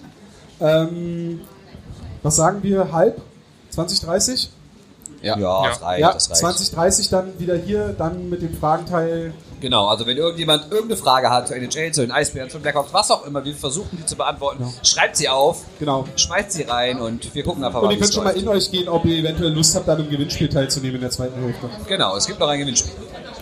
Was sagen wir? Halb? 20:30? Ja, Ja. das reicht. Ja, Das reicht. 20:30 dann wieder hier, dann mit dem Fragenteil. Genau, also wenn irgendjemand irgendeine Frage hat zur NHL, zu den Eisbären, zu den Blackhawks, was auch immer, wir versuchen die zu beantworten. Genau. Schreibt sie auf, Genau. schmeißt sie rein und wir gucken einfach Und mal, ihr wie könnt es schon mal läuft. in euch gehen, ob ihr eventuell Lust habt, dann im Gewinnspiel teilzunehmen in der zweiten Hälfte. Genau, es gibt noch ein Gewinnspiel.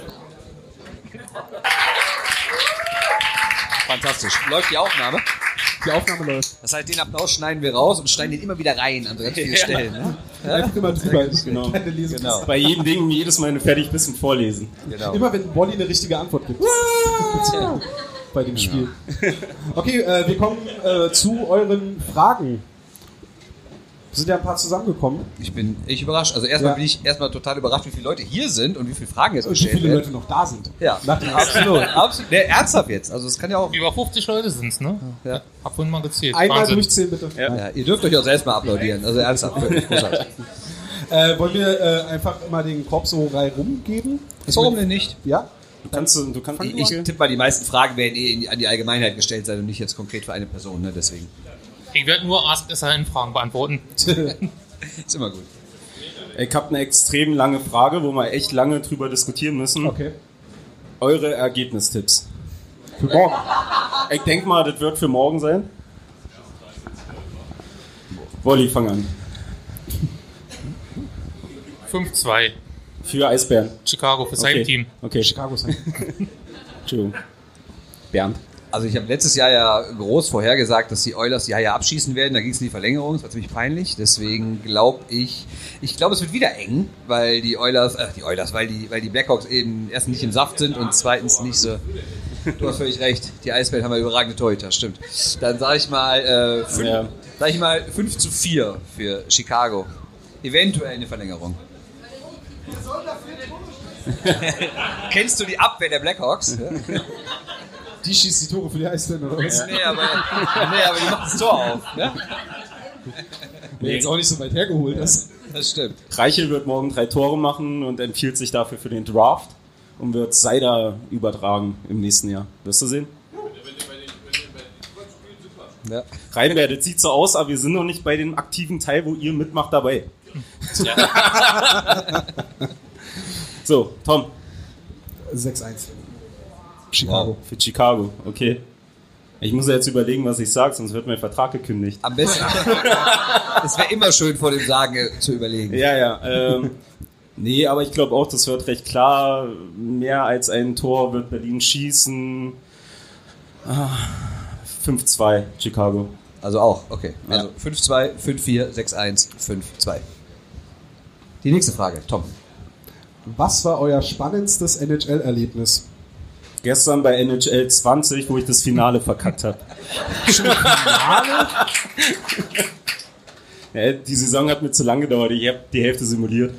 Fantastisch. Läuft die Aufnahme? Die Aufnahme läuft. Das heißt, den Applaus schneiden wir raus und schneiden den immer wieder rein an so ganz vielen Stellen. Ne? Einfach immer drüber. Genau. Keine Lesung. Genau. Bei jedem Ding jedes Mal eine fertig bisschen vorlesen. Genau. Immer wenn Wally eine richtige Antwort gibt. Bei dem Spiel. Okay, wir kommen zu euren Fragen. Es sind ja ein paar zusammengekommen. Ich bin überrascht. Also erstmal Ja. bin ich erstmal total überrascht, wie viele Leute hier sind und wie viele Fragen jetzt Und wie gestellt viele werden. Leute noch da sind. Ja, Nach dem absolut. absolut. Nee, ernsthaft jetzt. Also es kann ja auch. Über 50 Leute sind's, ne? Ja. Hab vorhin mal gezählt. Einmal Wahnsinn. durchzählen, bitte. Ja, ihr dürft euch auch selbst mal applaudieren. Also ernsthaft. Wirklich großartig. Wollen wir einfach mal den Korb so rumgeben? Warum denn nicht? Ja? Du kannst Ich tippe mal, die meisten Fragen werden an die Allgemeinheit gestellt sein und nicht jetzt konkret für eine Person. Ne? Deswegen Ich werde nur Ask SRN-Fragen beantworten. ist immer gut. Ich habe eine extrem lange Frage, wo wir echt lange drüber diskutieren müssen. Okay. Eure Ergebnistipps. Für morgen. Ich denke mal, das wird für morgen sein. Wolli, fang an. 5-2. Für Eisbären. Chicago für sein Team. Okay, Chicago sein. Entschuldigung. Bernd. Also ich habe letztes Jahr ja groß vorhergesagt, dass die Oilers die Haie abschießen werden. Da ging es in die Verlängerung, das war ziemlich peinlich. Deswegen glaube ich glaube, es wird wieder eng, weil die Oilers, weil die Blackhawks eben erstens nicht im Saft sind und zweitens nicht so. Du hast völlig recht, die Eisbären haben ja überragende Torhüter, stimmt. Dann sage ich mal 5-4 für Chicago. Eventuell eine Verlängerung. Kennst du die Abwehr der Blackhawks? Die schießt die Tore für die Eisländer, oder was? Nee, aber die macht das Tor auf. Ne? Wäre jetzt auch nicht so weit hergeholt. Das. Das stimmt. Reichel wird morgen 3 Tore machen und empfiehlt sich dafür für den Draft und wird Seider übertragen im nächsten Jahr. Wirst du sehen? Ja. Reinbert, das sieht so aus, aber wir sind noch nicht bei dem aktiven Teil, wo ihr mitmacht, dabei. So, Tom. 6-1. Chicago. Für Chicago, okay. Ich muss ja jetzt überlegen, was ich sage, sonst wird mein Vertrag gekündigt. Am besten. Es wäre immer schön, vor dem Sagen zu überlegen. Ja. Nee, aber ich glaube auch, das wird recht klar. Mehr als ein Tor wird Berlin schießen. 5-2 Chicago. Also auch, okay. Ja. Also 5-2, 5-4, 6-1, 5-2. Die nächste Frage, Tom. Was war euer spannendstes NHL-Erlebnis? Gestern bei NHL 20, wo ich das Finale verkackt habe. Ja, die Saison hat mir zu lang gedauert. Ich habe die Hälfte simuliert.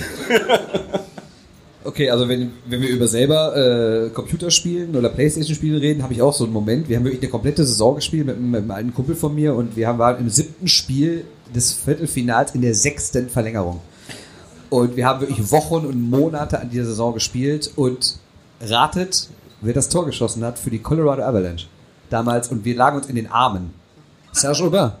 Okay, also wenn wir über selber Computerspielen oder Playstation-Spiele reden, habe ich auch so einen Moment. Wir haben wirklich eine komplette Saison gespielt mit einem alten Kumpel von mir und wir waren im 7. Spiel des Viertelfinals in der 6. Verlängerung. Und wir haben wirklich Wochen und Monate an dieser Saison gespielt und ratet, wer das Tor geschossen hat für die Colorado Avalanche damals und wir lagen uns in den Armen. Serge Aubin.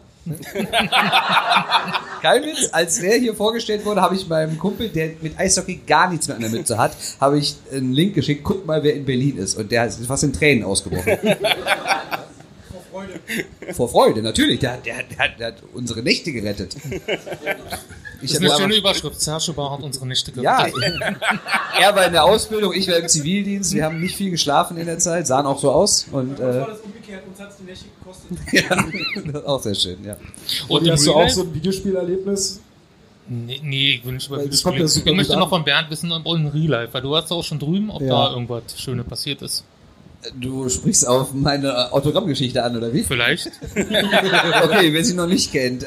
Kein Witz, als der hier vorgestellt wurde, habe ich meinem Kumpel, der mit Eishockey gar nichts mehr an der Mütze hat, habe ich einen Link geschickt, guck mal, wer in Berlin ist. Und der ist fast in Tränen ausgebrochen. Vor Freude. Vor Freude, natürlich. Der hat unsere Nächte gerettet. Das ist eine schöne Überschrift. Serge Bar hat unsere Nichte Ja, gerettet. er war in der Ausbildung, ich war im Zivildienst. Wir haben nicht viel geschlafen in der Zeit, sahen auch so aus. Und, War das umgekehrt, uns hat es die Nächte gekostet. ja, das ist auch sehr schön, ja. Und im hast du Real auch Life? so ein Videospielerlebnis? Nee, ich will nicht über Weil Videos das kommt ja reden. super Ich möchte gut noch an. von Bernd wissen, im Real Life, weil du warst auch schon drüben, ob Ja. da irgendwas Schönes passiert ist. Du sprichst auf meine Autogrammgeschichte an, oder wie? Vielleicht. Okay, wer sie noch nicht kennt.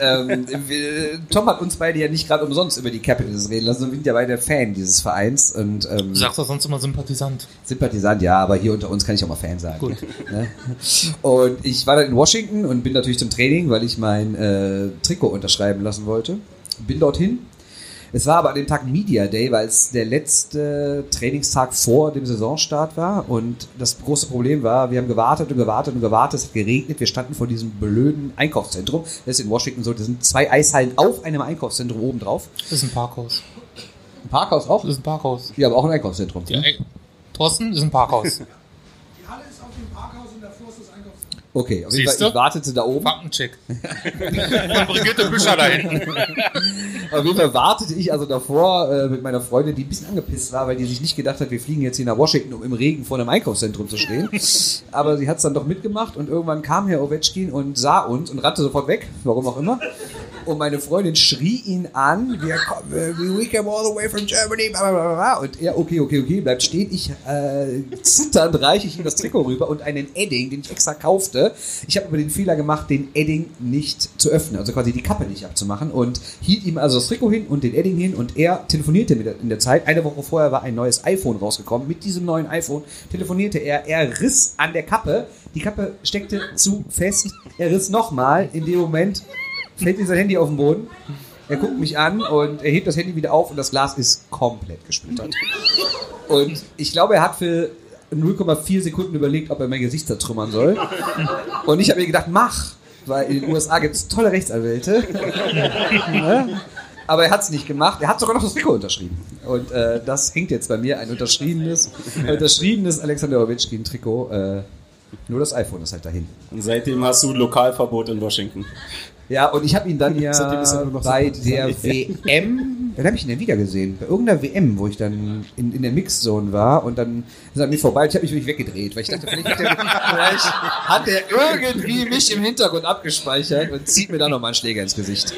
Tom hat uns beide ja nicht gerade umsonst über die Capitals reden lassen. Wir sind ja beide Fan dieses Vereins und Du sagst doch sonst immer Sympathisant. Sympathisant, ja, aber hier unter uns kann ich auch mal Fan sagen. Gut. Ne? Und ich war dann in Washington und bin natürlich zum Training, weil ich mein Trikot unterschreiben lassen wollte. Bin dorthin. Es war aber an dem Tag Media Day, weil es der letzte Trainingstag vor dem Saisonstart war. Und das große Problem war, wir haben gewartet und gewartet und gewartet. Es hat geregnet. Wir standen vor diesem blöden Einkaufszentrum. Das ist in Washington so. Das sind 2 Eishallen auf einem Einkaufszentrum oben drauf. Das ist ein Parkhaus. Ein Parkhaus auch? Das ist ein Parkhaus. Ja, aber auch ein Einkaufszentrum. Ja, ey, Thorsten ist ein Parkhaus. Die Halle ist auf dem Parkhaus und davor ist das Einkaufszentrum. Okay, auf jeden Siehst Fall, du? ich wartete da oben. Faktencheck. Von Brigitte Büscher da hinten. Auf jeden Fall wartete ich also davor mit meiner Freundin, die ein bisschen angepisst war, weil die sich nicht gedacht hat, wir fliegen jetzt hier nach Washington, um im Regen vor einem Einkaufszentrum zu stehen. Aber sie hat es dann doch mitgemacht und irgendwann kam Herr Ovechkin und sah uns und rannte sofort weg, warum auch immer. Und meine Freundin schrie ihn an, we came all the way from Germany, bla bla bla bla. Und er, okay, bleibt stehen. Ich zitternd reiche ich ihm das Trikot rüber und einen Edding, den ich extra kaufte. Ich habe aber den Fehler gemacht, den Edding nicht zu öffnen, also quasi die Kappe nicht abzumachen und hielt ihm also das Trikot hin und den Edding hin und er telefonierte in der Zeit. Eine Woche vorher war ein neues iPhone rausgekommen. Mit diesem neuen iPhone telefonierte er riss an der Kappe, die Kappe steckte zu fest, er riss nochmal, in dem Moment fällt ihm sein Handy auf den Boden, er guckt mich an und er hebt das Handy wieder auf und das Glas ist komplett gesplittert. Und ich glaube, er hat für 0,4 Sekunden überlegt, ob er mein Gesicht zertrümmern soll. Und ich habe mir gedacht, mach, weil in den USA gibt es tolle Rechtsanwälte. Ja? Aber er hat es nicht gemacht. Er hat sogar noch das Trikot unterschrieben. Und das hängt jetzt bei mir, ein unterschriebenes Alexander Ovechkin-Trikot. Nur das iPhone ist halt dahin. Und seitdem hast du Lokalverbot in Washington. Ja, und ich habe ihn dann Seitdem ist er ja nur noch bei so- der WM, wann habe ich ihn denn wieder gesehen? Bei irgendeiner WM, wo ich dann in der Mixzone war und dann ist er an mir vorbei. Ich habe mich wirklich weggedreht, weil ich dachte, vielleicht hat er irgendwie mich im Hintergrund abgespeichert und zieht mir dann nochmal einen Schläger ins Gesicht.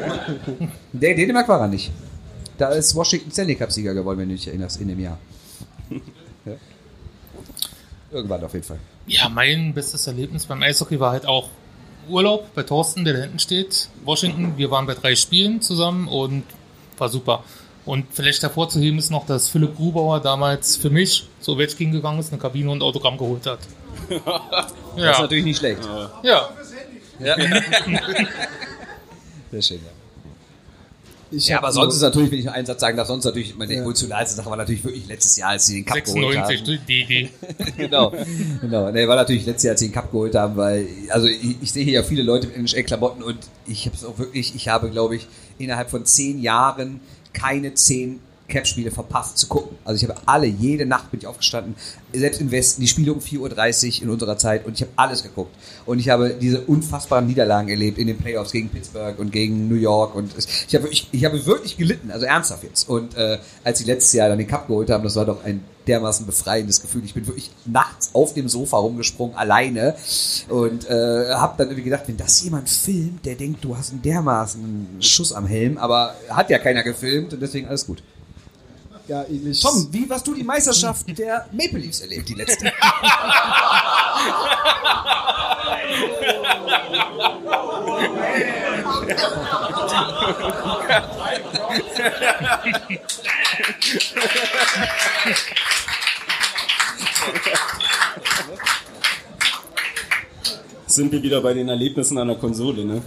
Der Dänemark war er nicht. Da ist Washington Stanley Cup Sieger geworden, wenn du dich erinnerst, in dem Jahr. Ja. Irgendwann auf jeden Fall. Ja, mein bestes Erlebnis beim Eishockey war halt auch Urlaub bei Thorsten, der da hinten steht. Washington, wir waren bei 3 Spielen zusammen und war super. Und vielleicht hervorzuheben ist noch, dass Philipp Grubauer damals für mich zu Ovechkin gegangen ist, eine Kabine und ein Autogramm geholt hat. Das ist Ja, natürlich nicht schlecht. ja. Ja. Sehr schön, ja. Ich Ja, hab aber nur- sonst ist natürlich, wenn ich noch einen Satz sagen darf, sonst natürlich meine emotionalste Sache war natürlich wirklich letztes Jahr, als sie den Cup geholt 96, haben. die. Genau. Nee, war natürlich letztes Jahr, als sie den Cup geholt haben, weil, also ich sehe hier ja viele Leute mit NHL-Klamotten und ich habe es auch wirklich, ich habe, glaube ich, innerhalb von 10 Jahren keine 10 Cap-Spiele verpasst zu gucken. Also ich habe jede Nacht bin ich aufgestanden, selbst im Westen, die Spiele um 4:30 Uhr in unserer Zeit und ich habe alles geguckt. Und ich habe diese unfassbaren Niederlagen erlebt in den Playoffs gegen Pittsburgh und gegen New York und ich habe wirklich gelitten, also ernsthaft jetzt. Und als sie letztes Jahr dann den Cup geholt haben, das war doch ein dermaßen befreiendes Gefühl. Ich bin wirklich nachts auf dem Sofa rumgesprungen, alleine und habe dann irgendwie gedacht, wenn das jemand filmt, der denkt, du hast einen dermaßen Schuss am Helm, aber hat ja keiner gefilmt und deswegen alles gut. Ja, ähnlich. Tom, wie hast du die Meisterschaft der Maple Leafs erlebt, die letzte? Sind wir wieder bei den Erlebnissen an der Konsole, ne?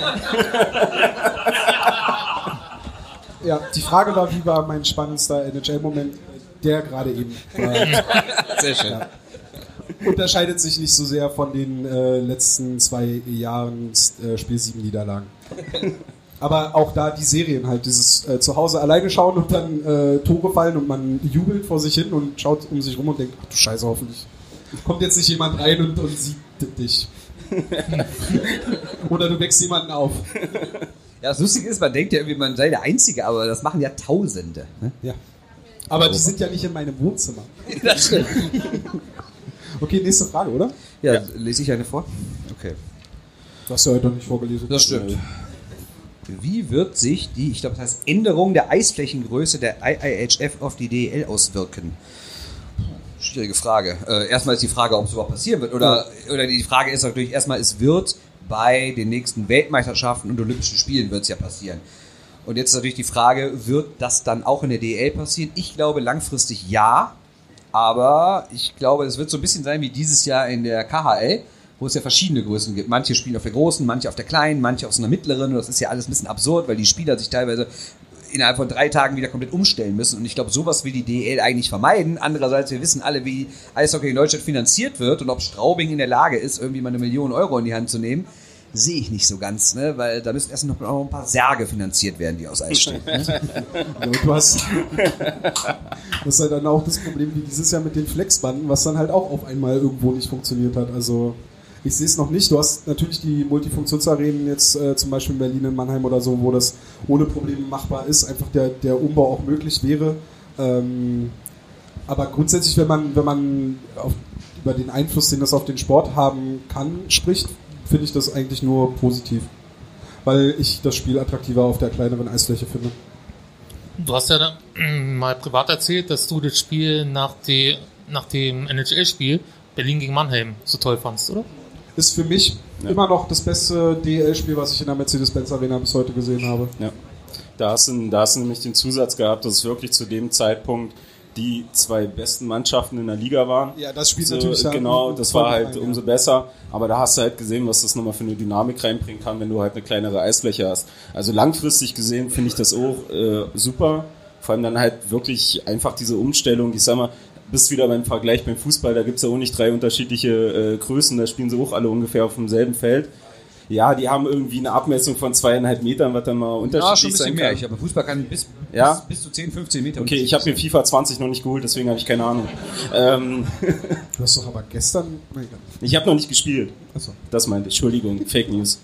Ja, die Frage war, wie war mein spannendster NHL-Moment? Der gerade eben war. Sehr schön. Ja. Unterscheidet sich nicht so sehr von den letzten 2 Jahren Spiel 7 Niederlagen. Aber auch da die Serien halt, dieses zu Hause alleine schauen und dann Tore fallen und man jubelt vor sich hin und schaut um sich rum und denkt, ach du Scheiße, hoffentlich kommt jetzt nicht jemand rein und sieht dich. Oder du wächst jemanden auf. Ja, das Lustige ist, man denkt ja irgendwie, man sei der Einzige, aber das machen ja Tausende. Ne? Ja. Aber die sind ja nicht in meinem Wohnzimmer. Das stimmt. Okay, nächste Frage, oder? Ja, lese ich eine vor? Okay. Du hast ja heute noch nicht vorgelesen. Das stimmt. Wie wird sich die, ich glaube, das heißt Änderung der Eisflächengröße der IIHF auf die DEL auswirken? Schwierige Frage. Erstmal ist die Frage, ob es überhaupt passieren wird. Oder die Frage ist natürlich erstmal, es wird bei den nächsten Weltmeisterschaften und Olympischen Spielen wird es ja passieren. Und jetzt ist natürlich die Frage, wird das dann auch in der DEL passieren? Ich glaube langfristig ja, aber ich glaube, es wird so ein bisschen sein wie dieses Jahr in der KHL, wo es ja verschiedene Größen gibt. Manche spielen auf der großen, manche auf der kleinen, manche auf so einer mittleren. Und das ist ja alles ein bisschen absurd, weil die Spieler sich teilweise innerhalb von 3 Tagen wieder komplett umstellen müssen. Und ich glaube, sowas will die DEL eigentlich vermeiden. Andererseits, wir wissen alle, wie Eishockey in Deutschland finanziert wird und ob Straubing in der Lage ist, irgendwie mal 1 Million Euro in die Hand zu nehmen, sehe ich nicht so ganz, ne? Weil da müssen erst noch ein paar Särge finanziert werden, die aus Eis stehen. Ne? Ja, und du hast halt dann auch das Problem wie dieses Jahr mit den Flexbanden, was dann halt auch auf einmal irgendwo nicht funktioniert hat. Also ich sehe es noch nicht. Du hast natürlich die Multifunktionsarenen jetzt zum Beispiel in Berlin, in Mannheim oder so, wo das ohne Probleme machbar ist, einfach der Umbau auch möglich wäre. Aber grundsätzlich, wenn man über den Einfluss, den das auf den Sport haben kann, spricht, finde ich das eigentlich nur positiv. Weil ich das Spiel attraktiver auf der kleineren Eisfläche finde. Du hast ja mal privat erzählt, dass du das Spiel nach dem NHL-Spiel Berlin gegen Mannheim so toll fandst, oder? Ist für mich immer noch das beste DEL-Spiel, was ich in der Mercedes-Benz Arena bis heute gesehen habe. Ja. Da hast du nämlich den Zusatz gehabt, dass es wirklich zu dem Zeitpunkt die 2 besten Mannschaften in der Liga waren. Ja, das spielt so, natürlich genau, das war halt umso besser. Aber da hast du halt gesehen, was das nochmal für eine Dynamik reinbringen kann, wenn du halt eine kleinere Eisfläche hast. Also langfristig gesehen finde ich das auch super. Vor allem dann halt wirklich einfach diese Umstellung, ich sag mal, bist wieder beim Vergleich beim Fußball, da gibt es ja auch nicht 3 unterschiedliche Größen, da spielen sie auch alle ungefähr auf demselben Feld. Ja, die haben irgendwie eine Abmessung von 2,5 Metern, was dann mal unterschiedlich schon ein bisschen sein mehr. kann. Ich habe Fußball kann bis zu 10, 15 Meter. Okay, ich habe mir FIFA 20 noch nicht geholt, deswegen habe ich keine Ahnung. Du hast doch aber gestern... Ich habe noch nicht gespielt. Achso. Das meinte ich. Entschuldigung, Fake News.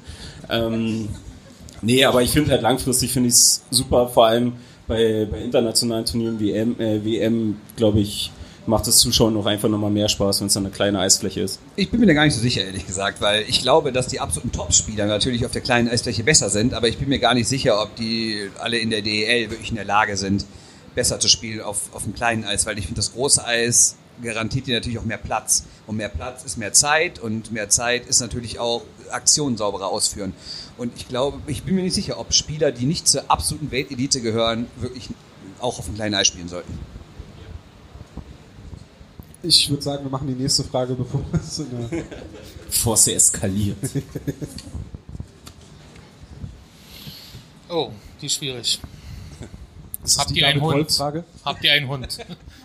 Nee, aber ich finde halt langfristig finde ich es super, vor allem bei internationalen Turnieren wie WM, glaube ich, macht das Zuschauen auch einfach nochmal mehr Spaß, wenn es dann eine kleine Eisfläche ist. Ich bin mir da gar nicht so sicher, ehrlich gesagt, weil ich glaube, dass die absoluten Top-Spieler natürlich auf der kleinen Eisfläche besser sind, aber ich bin mir gar nicht sicher, ob die alle in der DEL wirklich in der Lage sind, besser zu spielen auf dem kleinen Eis, weil ich finde, das große Eis garantiert dir natürlich auch mehr Platz. Und mehr Platz ist mehr Zeit und mehr Zeit ist natürlich auch Aktionen sauberer ausführen. Und ich glaube, ich bin mir nicht sicher, ob Spieler, die nicht zur absoluten Weltelite gehören, wirklich auch auf dem kleinen Eis spielen sollten. Ich würde sagen, wir machen die nächste Frage, bevor sie eskaliert. Oh, die ist schwierig. Habt ihr einen Hund? Frage? Habt ihr einen Hund?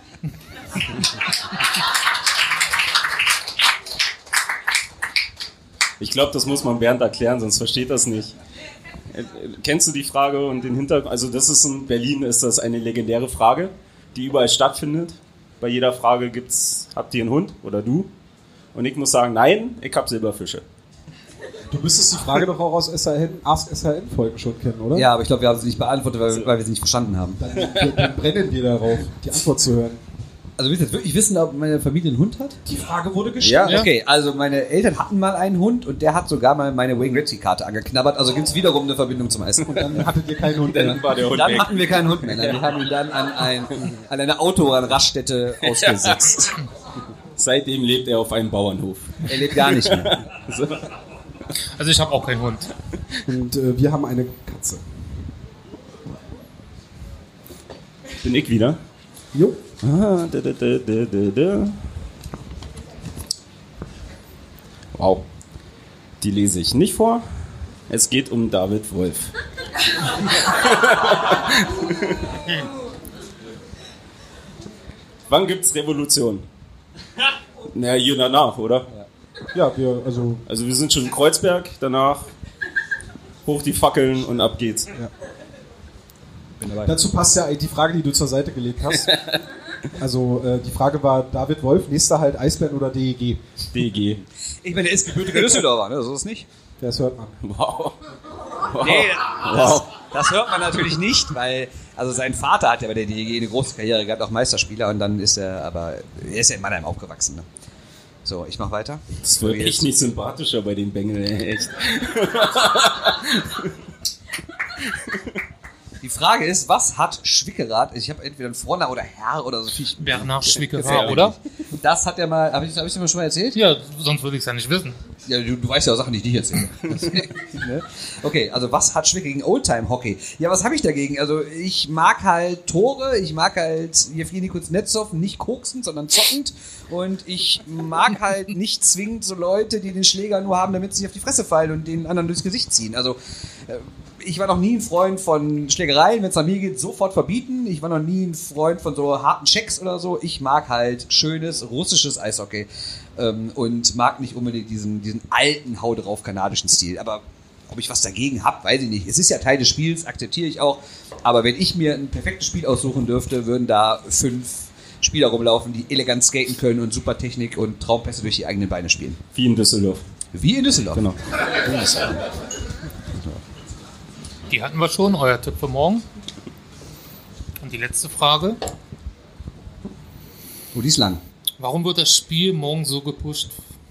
Ich glaube, das muss man Bernd erklären, sonst versteht das nicht. Kennst du die Frage und den Hintergrund? Also das ist in Berlin ist das eine legendäre Frage, die überall stattfindet. Bei jeder Frage gibt's, habt ihr einen Hund oder du? Und ich muss sagen, nein, ich habe Silberfische. Du müsstest die Frage doch auch aus Ask SRN-Folgen schon kennen, oder? Ja, aber ich glaube, wir haben sie nicht beantwortet, weil wir sie nicht verstanden haben. Dann brennen wir darauf, die Antwort zu hören. Also willst du jetzt wirklich wissen, ob meine Familie einen Hund hat? Die Frage wurde gestellt. Ja, okay. Also meine Eltern hatten mal einen Hund und der hat sogar mal meine Wayne Gretzky-Karte angeknabbert. Also gibt es wiederum eine Verbindung zum Eis. Und dann hattet ihr keinen Hund mehr. Dann war der Hund Dann weg. hatten wir keinen Hund mehr. Wir haben ihn dann an eine Autoraststätte ausgesetzt. Seitdem lebt er auf einem Bauernhof. Er lebt gar nicht mehr. So. Also ich habe auch keinen Hund. Und wir haben eine Katze. Bin ich wieder? Jo. Ah, Wow. Die lese ich nicht vor. Es geht um David Wolf. Wann gibt's Revolution? Na, hier danach, oder? Ja, Also wir sind schon in Kreuzberg, danach hoch die Fackeln und ab geht's. Ja. Dazu passt ja die Frage, die du zur Seite gelegt hast. Also die Frage war, David Wolf, nächster Halt Eisbären oder DEG? DEG. Ich meine, er ist gebürtiger Düsseldorfer, ne? So ist es nicht. Das hört man. Wow. Nee, das hört man natürlich nicht, weil also sein Vater hat ja bei der DEG eine große Karriere gehabt, auch Meisterspieler, und dann ist er ist ja in Mannheim aufgewachsen. Ne? So, ich mach weiter. Das wird echt nicht sympathischer bei den Bengel, echt. Die Frage ist, was hat Schwickerath? Ich habe entweder einen Vornamen oder Herr oder so. Bernhard Schwickerath, oder? Das hat er mal, habe ich dir mal schon mal erzählt? Ja, sonst würde ich es ja nicht wissen. Ja, du weißt ja auch Sachen, die ich nicht erzähle. Ne? Okay, also was hat Schwick gegen Oldtime-Hockey? Ja, was habe ich dagegen? Also ich mag halt Tore, ich mag halt Jevgeni Kuznetsov nicht koksend, sondern zockend, und ich mag halt nicht zwingend so Leute, die den Schläger nur haben, damit sie sich auf die Fresse fallen und den anderen durchs Gesicht ziehen. Also ich war noch nie ein Freund von Schlägereien, wenn es nach mir geht, sofort verbieten. Ich war noch nie ein Freund von so harten Checks oder so. Ich mag halt schönes russisches Eishockey und mag nicht unbedingt diesen alten Hau drauf kanadischen Stil. Aber ob ich was dagegen habe, weiß ich nicht. Es ist ja Teil des Spiels, akzeptiere ich auch. Aber wenn ich mir ein perfektes Spiel aussuchen dürfte, würden da 5 Spieler rumlaufen, die elegant skaten können und super Technik und Traumpässe durch die eigenen Beine spielen. Wie in Düsseldorf. Wie in Düsseldorf. Genau. Die hatten wir schon, euer Tipp für morgen. Und die letzte Frage. Oh, die ist lang. Warum wird das Spiel morgen so gepusht?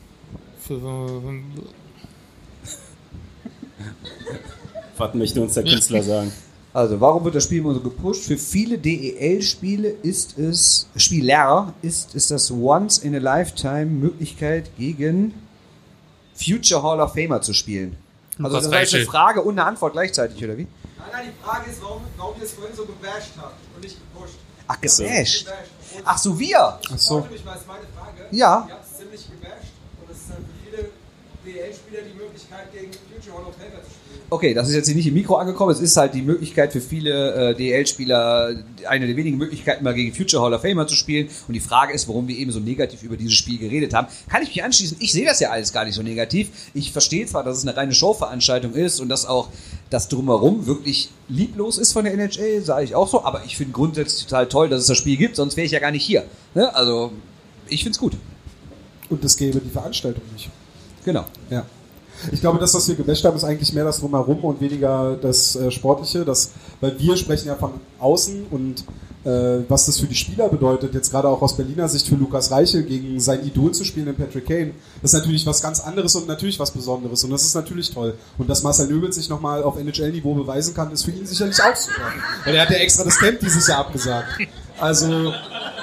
Was möchte uns der Künstler sagen? Also, warum wird das Spiel immer so gepusht? Für viele DEL-Spieler ist es das Once-in-a-Lifetime-Möglichkeit, gegen Future Hall of Famer zu spielen. Also das heißt eine Frage und eine Antwort gleichzeitig, oder wie? Nein, die Frage ist, warum ihr es vorhin so gebasht habt und nicht gepusht. Ach, gebasht? Ach so, wir? Ach so. Mich mal, ist meine Frage. Ja. Ihr habt es ziemlich gebasht und es ist dann für viele DL-Spieler die Möglichkeit, gegen Future Hall of Famer zu spielen. Okay, das ist jetzt hier nicht im Mikro angekommen. Es ist halt die Möglichkeit für viele DL-Spieler, eine der wenigen Möglichkeiten, mal gegen Future Hall of Famer zu spielen. Und die Frage ist, warum wir eben so negativ über dieses Spiel geredet haben. Kann ich mich anschließen? Ich sehe das ja alles gar nicht so negativ. Ich verstehe zwar, dass es eine reine Showveranstaltung ist und dass auch das Drumherum wirklich lieblos ist von der NHL, sage ich auch so. Aber ich finde grundsätzlich total toll, dass es das Spiel gibt, sonst wäre ich ja gar nicht hier. Ne? Also, ich finde es gut. Und es gäbe die Veranstaltung nicht. Genau. Ja. Ich glaube, das, was wir gebasht haben, ist eigentlich mehr das Drumherum und weniger das Sportliche. Weil wir sprechen ja von außen und was das für die Spieler bedeutet, jetzt gerade auch aus Berliner Sicht für Lukas Reichel gegen sein Idol zu spielen, den Patrick Kane, das ist natürlich was ganz anderes und natürlich was Besonderes und das ist natürlich toll. Und dass Marcel Nöbel sich nochmal auf NHL-Niveau beweisen kann, ist für ihn sicherlich auch super. Weil er hat ja extra das Camp dieses Jahr abgesagt. Also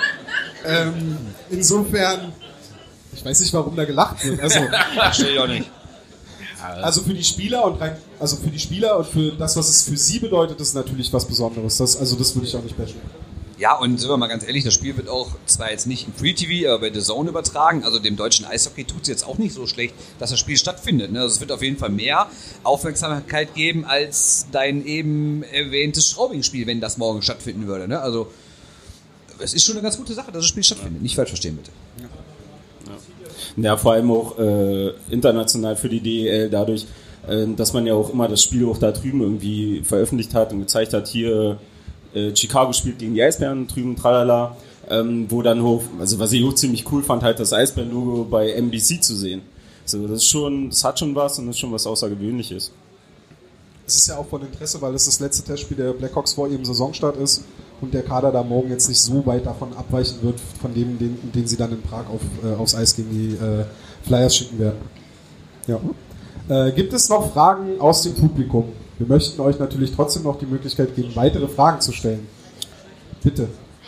insofern, ich weiß nicht, warum da gelacht wird. Also, Verstehe ich auch nicht. Also für die Spieler und für das, was es für sie bedeutet, ist natürlich was Besonderes. Das würde ich auch nicht bashen. Ja, und sind wir mal ganz ehrlich, das Spiel wird auch zwar jetzt nicht im Free TV, aber bei The Zone übertragen. Also dem deutschen Eishockey tut es jetzt auch nicht so schlecht, dass das Spiel stattfindet. Ne? Also es wird auf jeden Fall mehr Aufmerksamkeit geben als dein eben erwähntes Straubing-Spiel, wenn das morgen stattfinden würde. Ne? Also es ist schon eine ganz gute Sache, dass das Spiel stattfindet. Nicht falsch verstehen, bitte. Ja, vor allem auch international für die DEL dadurch, dass man ja auch immer das Spiel auch da drüben irgendwie veröffentlicht hat und gezeigt hat, hier Chicago spielt gegen die Eisbären drüben, tralala, wo dann hoch, also was ich auch ziemlich cool fand, halt das Eisbären-Logo bei NBC zu sehen. Also das hat schon was und das ist schon was Außergewöhnliches. Es ist ja auch von Interesse, weil es das letzte Testspiel der Blackhawks vor ihrem Saisonstart ist und der Kader da morgen jetzt nicht so weit davon abweichen wird, von dem, den sie dann in Prag aufs Eis gegen die Flyers schicken werden. Ja. Gibt es noch Fragen aus dem Publikum? Wir möchten euch natürlich trotzdem noch die Möglichkeit geben, weitere Fragen zu stellen. Bitte.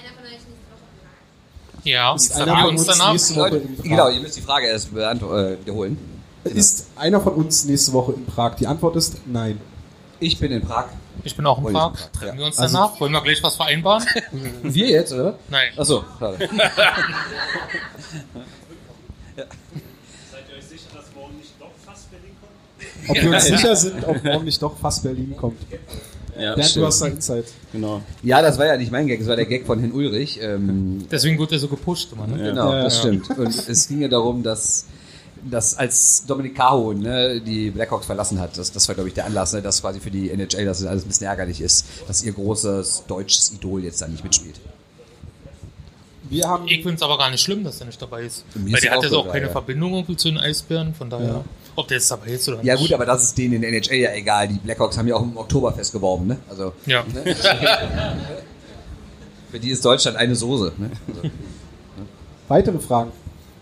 Ja, Ist sagen einer wir von uns uns danach. nächste Woche in Prag? Genau, ihr müsst die Frage erst wiederholen. Ist einer von uns nächste Woche in Prag? Die Antwort ist nein. Ich bin in Prag. Ich bin auch in Wollte Prag. ich in Prag, Treffen ja. wir uns Also- danach? Wollen wir gleich was vereinbaren? Wir jetzt, oder? Nein. Achso, schade. Seid ihr euch sicher, dass morgen nicht doch fast Berlin kommt? Ob wir uns sicher sind, ob morgen nicht doch fast Berlin kommt. Ja, Bernd, du stimmt. hast da Insight. Genau. Ja, das war ja nicht mein Gag, das war der Gag von Herrn Ulrich. Deswegen wird er so gepusht immer, ne? Genau, Ja, das ja. stimmt. Und es ging ja darum, dass als Dominik Cajo die Blackhawks verlassen hat, das war, glaube ich, der Anlass, ne, dass quasi für die NHL, dass es alles ein bisschen ärgerlich ist, dass ihr großes deutsches Idol jetzt da nicht mitspielt. Wir haben Ich finde es aber gar nicht schlimm, dass er nicht dabei ist. Mir Weil ist der hat auch jetzt so auch keine egal, ja. Verbindung irgendwie zu den Eisbären, von daher. Ob der jetzt dabei ist oder Ja nicht. gut, aber das ist denen in der NHL ja egal. Die Blackhawks haben ja auch im Oktoberfest geworben, ne? Also Ja. für die ist Deutschland eine Soße. Ne? Also, Weitere Fragen?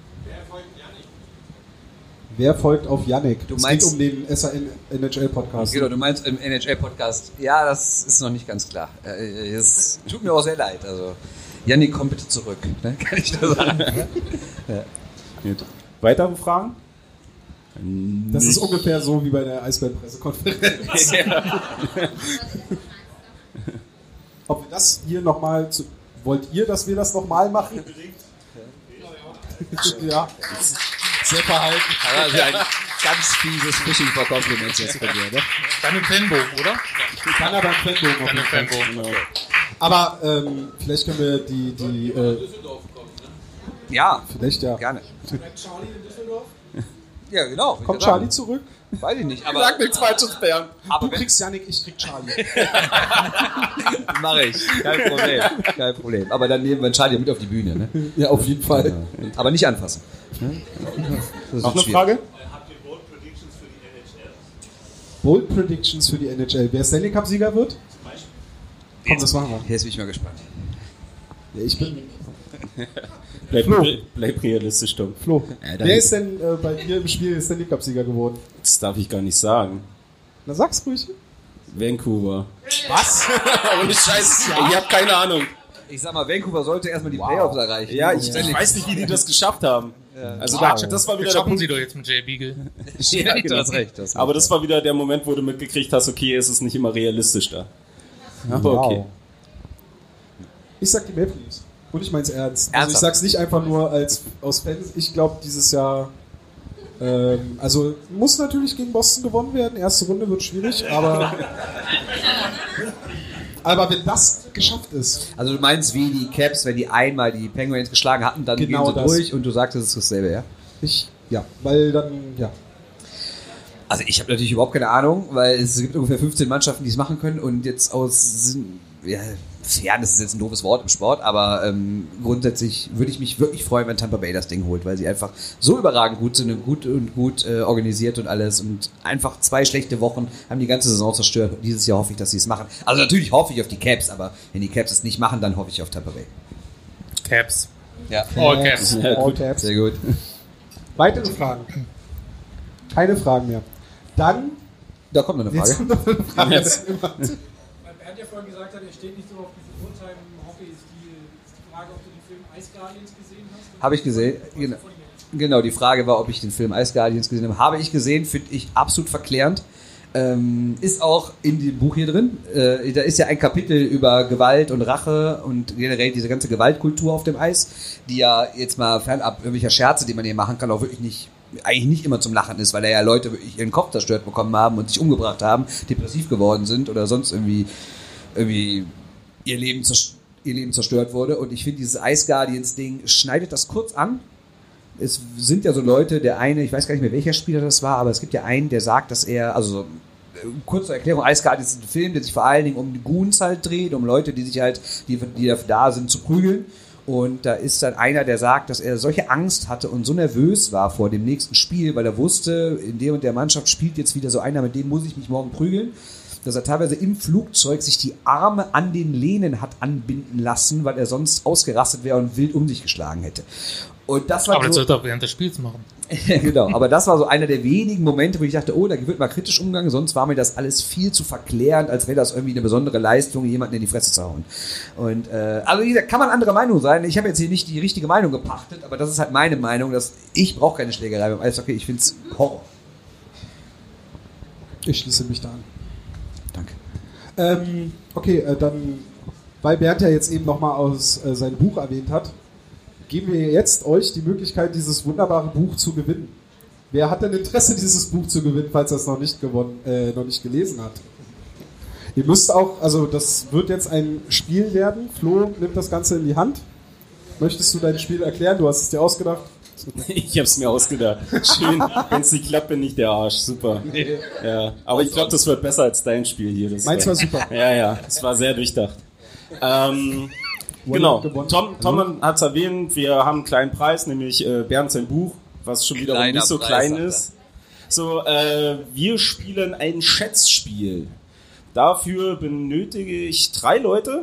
Wer folgt auf Yannick? Du Es meinst- geht um den SAN NHL-Podcast. genau, du meinst im NHL-Podcast. Ja, das ist noch nicht ganz klar. Es tut mir auch sehr leid. Also, Yannick, komm bitte zurück. Ne? Kann ich nur sagen. Gut. Weitere Fragen? Das ist ungefähr so wie bei der Eisbären-Pressekonferenz. Ob wir das hier nochmal... Wollt ihr, dass wir das nochmal machen? Ja. Sehr verhalten. Also ein ganz fieses Fishing for Compliments jetzt von dir, ne? Dann im Fanbogen, oder? Kann aber ein Fanbogen auf Dann jeden im Fall. Fanbogen. Aber vielleicht können wir die Ja, vielleicht ja. gerne. Charlie in Düsseldorf? Ja, genau. Kommt Charlie zurück? Weiß ich nicht, aber Sag nichts Falsches, Bernd. Aber Du wenn- kriegst Yannick, ich krieg Charlie. mache ich. Kein Problem. Kein Problem. Aber dann nehmen wir Charlie mit auf die Bühne, ne? Ja, auf jeden Fall. Aber nicht anfassen. Ne? Das Noch eine schwierig. Frage? Habt ihr Bold Predictions für die NHL? Bold Predictions für die NHL. Wer Stanley Cup-Sieger wird? Komm, das machen wir. Jetzt bin ich mal gespannt. Ja, ich bin Bleib realistisch, Tom. Flo. dann- Wer ist denn bei dir im Spiel Stanley Cup-Sieger geworden? Das darf ich gar nicht sagen. Na, sag's ruhig. Vancouver. Was? Ohne Scheiß. Ich habe keine Ahnung. Ich sag mal, Vancouver sollte erstmal die Playoffs erreichen. Ja, ich weiß nicht, wie die das geschafft haben. Also das war wieder Das der schaffen Punkt. sie doch jetzt mit Jay Beagle. Ja, genau. du hast recht. Das Aber das war wieder der Moment, wo du mitgekriegt hast, okay, es ist nicht immer realistisch da. Aber okay. Ich sag die Maple Leafs. Und ich mein's ernst. Also ich Ernsthaft? sag's nicht einfach nur aus Fans. Ich glaube, dieses Jahr also muss natürlich gegen Boston gewonnen werden. Erste Runde wird schwierig, aber wenn das geschafft ist, Also du meinst wie die Caps, wenn die einmal die Penguins geschlagen hatten, dann Genau gehen sie das. durch und du sagst, es ist dasselbe, ja? weil dann, ja. Also ich habe natürlich überhaupt keine Ahnung, weil es gibt ungefähr 15 Mannschaften, die es machen können und jetzt aus Fairness ist jetzt ein doofes Wort im Sport, aber grundsätzlich würde ich mich wirklich freuen, wenn Tampa Bay das Ding holt, weil sie einfach so überragend gut sind und gut organisiert und alles und einfach 2 schlechte Wochen haben die ganze Saison zerstört. Dieses Jahr hoffe ich, dass sie es machen. Also natürlich hoffe ich auf die Caps, aber wenn die Caps es nicht machen, dann hoffe ich auf Tampa Bay. Caps. Ja, All Caps. All Caps. sehr gut. Weitere Fragen? Keine Fragen mehr. Dann, Da kommt noch eine jetzt Frage. kommt noch eine Frage. Jetzt. Weil Bernd ja vorhin gesagt hat, er steht nicht so auf diese Fulltime-Hockey, ist die Frage, ob du den Film Ice Guardians gesehen hast? Habe ich gesehen. Genau, die Frage war, ob ich den Film Ice Guardians gesehen habe. Habe ich gesehen, finde ich absolut verklärend. Ist auch in dem Buch hier drin. Da ist ja ein Kapitel über Gewalt und Rache und generell diese ganze Gewaltkultur auf dem Eis, die ja jetzt mal fernab irgendwelcher Scherze, die man hier machen kann, auch wirklich eigentlich nicht immer zum Lachen ist, weil da ja Leute wirklich ihren Kopf zerstört bekommen haben und sich umgebracht haben, depressiv geworden sind oder sonst irgendwie ihr Leben zerstört wurde. Und ich finde, dieses Ice Guardians-Ding schneidet das kurz an. Es sind ja so Leute, der eine, ich weiß gar nicht mehr, welcher Spieler das war, aber es gibt ja einen, der sagt, dass er, also kurze Erklärung, Ice Guardians ist ein Film, der sich vor allen Dingen um die Goons halt dreht, um Leute, die sich halt, die dafür da sind, zu prügeln. Und da ist dann einer, der sagt, dass er solche Angst hatte und so nervös war vor dem nächsten Spiel, weil er wusste, in der und der Mannschaft spielt jetzt wieder so einer, mit dem muss ich mich morgen prügeln, dass er teilweise im Flugzeug sich die Arme an den Lehnen hat anbinden lassen, weil er sonst ausgerastet wäre und wild um sich geschlagen hätte. Und das war Aber das so, sollte er während des Spiels machen. genau, aber das war so einer der wenigen Momente, wo ich dachte, oh, da wird mal kritisch umgegangen, sonst war mir das alles viel zu verklärend, als wäre das irgendwie eine besondere Leistung, jemanden in die Fresse zu hauen. Und also wie gesagt, kann man anderer Meinung sein. Ich habe jetzt hier nicht die richtige Meinung gepachtet, aber das ist halt meine Meinung, dass ich brauche keine Schlägerei beim Eishockey, ich finde es Horror. Ich schließe mich da an. Danke. Okay, dann, weil Bernd ja jetzt eben nochmal aus sein Buch erwähnt hat, geben wir jetzt euch die Möglichkeit, dieses wunderbare Buch zu gewinnen. Wer hat denn Interesse, dieses Buch zu gewinnen, falls er es noch nicht gelesen hat? Ihr müsst auch, also das wird jetzt ein Spiel werden. Flo nimmt das Ganze in die Hand. Möchtest du dein Spiel erklären? Du hast es dir ausgedacht. Ich hab's mir ausgedacht. Schön. Wenn es nicht klappt, bin ich der Arsch. Super. Ja. Aber ich glaube, das wird besser als dein Spiel hier. Das Meins war super. Ja. Das war sehr durchdacht. Genau. Tom hat es erwähnt. Wir haben einen kleinen Preis, nämlich Bernd sein Buch, was schon wieder Kleiner nicht so Preis, klein sagt er. ist. So, wir spielen ein Schätzspiel. Dafür benötige ich 3 Leute.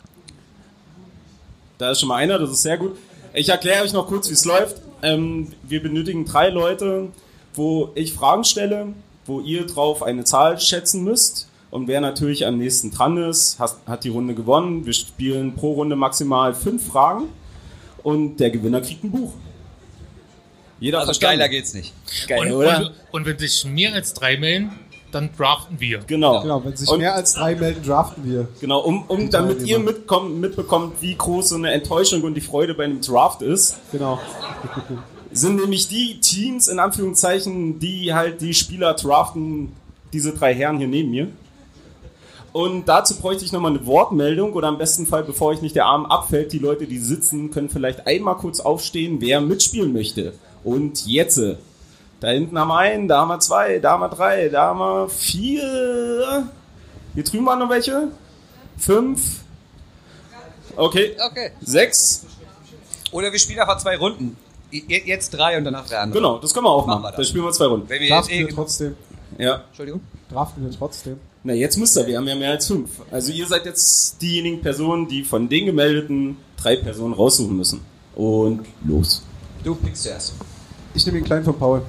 Da ist schon mal einer, das ist sehr gut. Ich erkläre euch noch kurz, wie es läuft. Wir benötigen 3 Leute, wo ich Fragen stelle, wo ihr drauf eine Zahl schätzen müsst. Und wer natürlich am nächsten dran ist, hat die Runde gewonnen. Wir spielen pro Runde maximal 5 Fragen. Und der Gewinner kriegt ein Buch. Jeder Also verstanden? geiler geht's nicht. Geil, oder? Und wenn sich mehr als 3 melden, dann draften wir. Genau. Genau, wenn sich Und- mehr als 3 melden, draften wir. Genau, damit ihr mitbekommt, wie groß so eine Enttäuschung und die Freude bei einem Draft ist, Genau. sind nämlich die Teams, in Anführungszeichen, die halt die Spieler draften, diese 3 Herren hier neben mir. Und dazu bräuchte ich nochmal eine Wortmeldung oder im besten Fall, bevor euch nicht der Arm abfällt, die Leute, die sitzen, können vielleicht einmal kurz aufstehen, wer mitspielen möchte. Und jetzt. Da hinten haben wir 1, da haben wir 2, da haben wir 3, da haben wir 4. Hier drüben waren noch welche. 5. Okay. Okay. 6. Oder wir spielen einfach 2 Runden. Jetzt 3 und danach 3 andere. Genau, das können wir auch Machen machen. wir Da das. spielen wir 2 Runden. Wenn wir jetzt Draften wir trotzdem. Ja. Entschuldigung. Draften wir trotzdem. Na, jetzt müsst ihr. Wir haben ja mehr als 5. Also ihr seid jetzt diejenigen Personen, die von den gemeldeten 3 Personen raussuchen müssen. Und los. Du pickst zuerst. Ich nehme den Kleinen von Paul.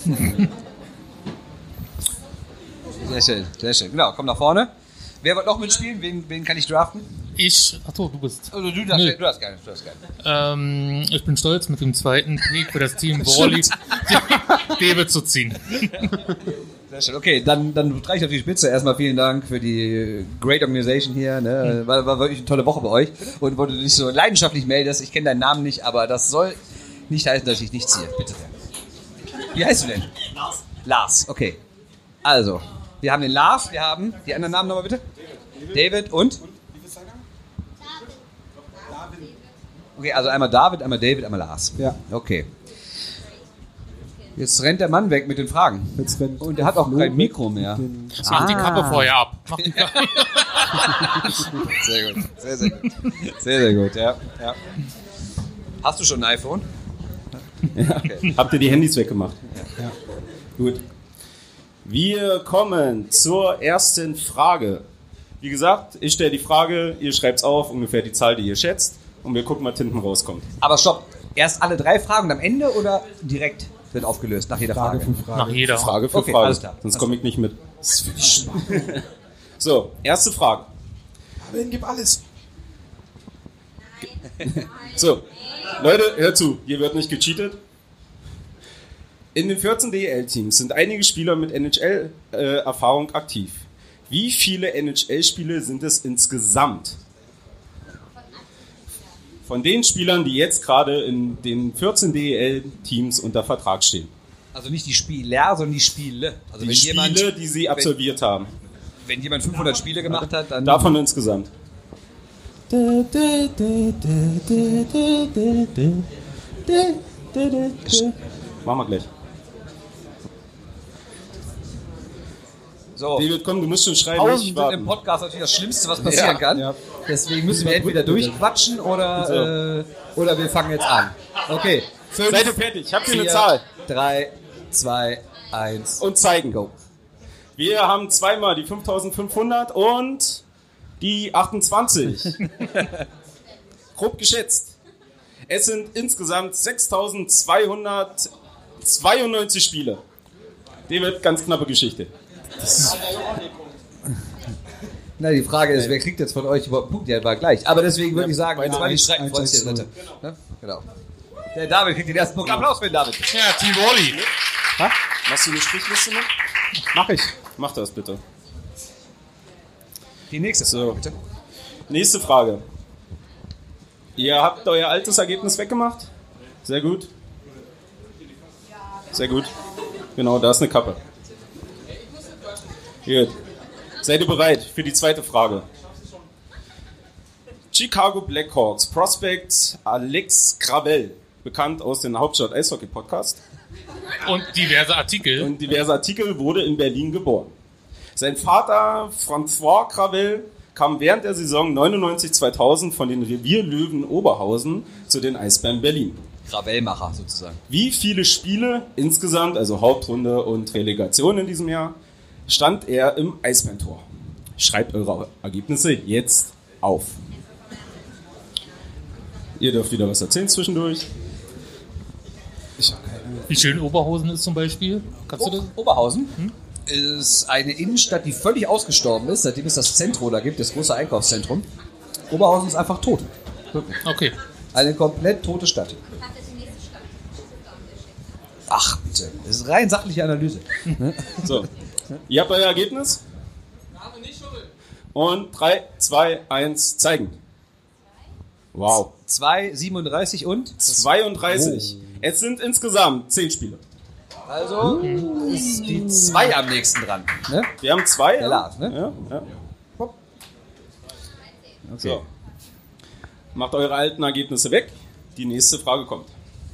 Sehr schön, sehr schön. Genau, komm nach vorne. Wer wird noch mitspielen? Wen kann ich draften? Achso, du bist. Also du hast gerne. Ich bin stolz, mit dem zweiten Pick für das Team Wally David zu ziehen. Sehr schön. Okay, dann trage ich auf die Spitze. Erstmal vielen Dank für die great Organisation hier. Ne? War wirklich eine tolle Woche bei euch. Und wo du dich so leidenschaftlich meldest, ich kenne deinen Namen nicht, aber das soll nicht heißen, dass ich dich nicht ziehe. Bitte sehr. Wie heißt du denn? Lars, okay. Also, wir haben den Lars, wir haben die anderen Namen nochmal bitte. David und? Okay, also einmal David, einmal David, einmal Lars. Ja. Okay. Jetzt rennt der Mann weg mit den Fragen. Jetzt rennt Und der hat auch Flo kein weg Mikro mehr. mit den- Mach die Kappe vorher ab. Mach die Kappe. Sehr gut, sehr gut. Sehr gut, ja. Hast du schon ein iPhone? Okay. Habt ihr die Handys weggemacht? Ja. Gut. Wir kommen zur ersten Frage. Wie gesagt, ich stelle die Frage, ihr schreibt auf, ungefähr die Zahl, die ihr schätzt, und wir gucken, was hinten rauskommt. Aber stopp, erst alle 3 Fragen und am Ende oder direkt wird aufgelöst nach jeder Frage Frage? für Frage. Nach jeder. Frage für Okay, Frage. alles klar. Sonst komme ich nicht mit. Das finde ich spannend. So, erste Frage. Wen gibt alles? So, Leute, hört zu, hier wird nicht gecheatet. In den 14 DEL-Teams sind einige Spieler mit NHL-Erfahrung aktiv. Wie viele NHL-Spiele sind es insgesamt? Von den Spielern, die jetzt gerade in den 14 DEL-Teams unter Vertrag stehen. Also nicht die Spieler, sondern die Spiele. Also Die Spiele, die sie absolviert haben. wenn jemand 500 Spiele gemacht hat, dann... Davon insgesamt. Machen wir gleich. So. David, komm, du musst schon schreiben. Pausen nicht sind warten. im Podcast natürlich das Schlimmste, was passieren kann. Ja. Deswegen müssen wir entweder durchquatschen oder wir fangen jetzt an. Okay. 5, Seid ihr fertig? Habt ihr eine Zahl? 3, 2, 1. Und zeigen. Go. Wir haben zweimal die 5500 und die 28. Grob geschätzt. Es sind insgesamt 6292 Spiele. David, ganz knappe Geschichte. Na, die Frage ist, wer kriegt jetzt von euch überhaupt einen Punkt? Ja, war gleich. Aber deswegen würde ich sagen, Ja, jetzt mal nicht streiten, Freunde, der Dritte. Ne? Genau. Der David kriegt den ersten Punkt. Applaus für den David. Ja, Team Wally. Machst du eine Strichliste mit? Mach ich. Mach das bitte. Die nächste Frage, bitte. Nächste Frage. Ihr habt euer altes Ergebnis weggemacht? Sehr gut. Sehr gut. Genau, da ist eine Kappe. Gut. Seid ihr bereit für die zweite Frage? Chicago Blackhawks Prospect Alex Gravel, bekannt aus dem Hauptstadt Eishockey Podcast Und diverse Artikel. und diverse Artikel, wurde in Berlin geboren. Sein Vater François Gravel kam während der Saison 99-2000 von den Revierlöwen Oberhausen zu den Eisbären Berlin. Krawellmacher sozusagen. Wie viele Spiele insgesamt, also Hauptrunde und Relegation in diesem Jahr, stand er im Eisbärentor? Schreibt eure Ergebnisse jetzt auf. Ihr dürft wieder was erzählen zwischendurch. Ich habe keine. Wie schön Oberhausen ist zum Beispiel. Kannst du das? Oberhausen ist eine Innenstadt, die völlig ausgestorben ist, seitdem es das Zentrum da gibt, das große Einkaufszentrum. Oberhausen ist einfach tot. Wirklich. Okay. Eine komplett tote Stadt. Ach, bitte. Das ist rein sachliche Analyse. So, ihr habt euer Ergebnis? Und 3, 2, 1, zeigen. Wow. 2, 37 und? 32. Es sind insgesamt 10 Spiele. Also ist die 2 am nächsten dran. Ne? Wir haben 2. Der Lars, ne? Ja. Okay. So. Macht eure alten Ergebnisse weg. Die nächste Frage kommt.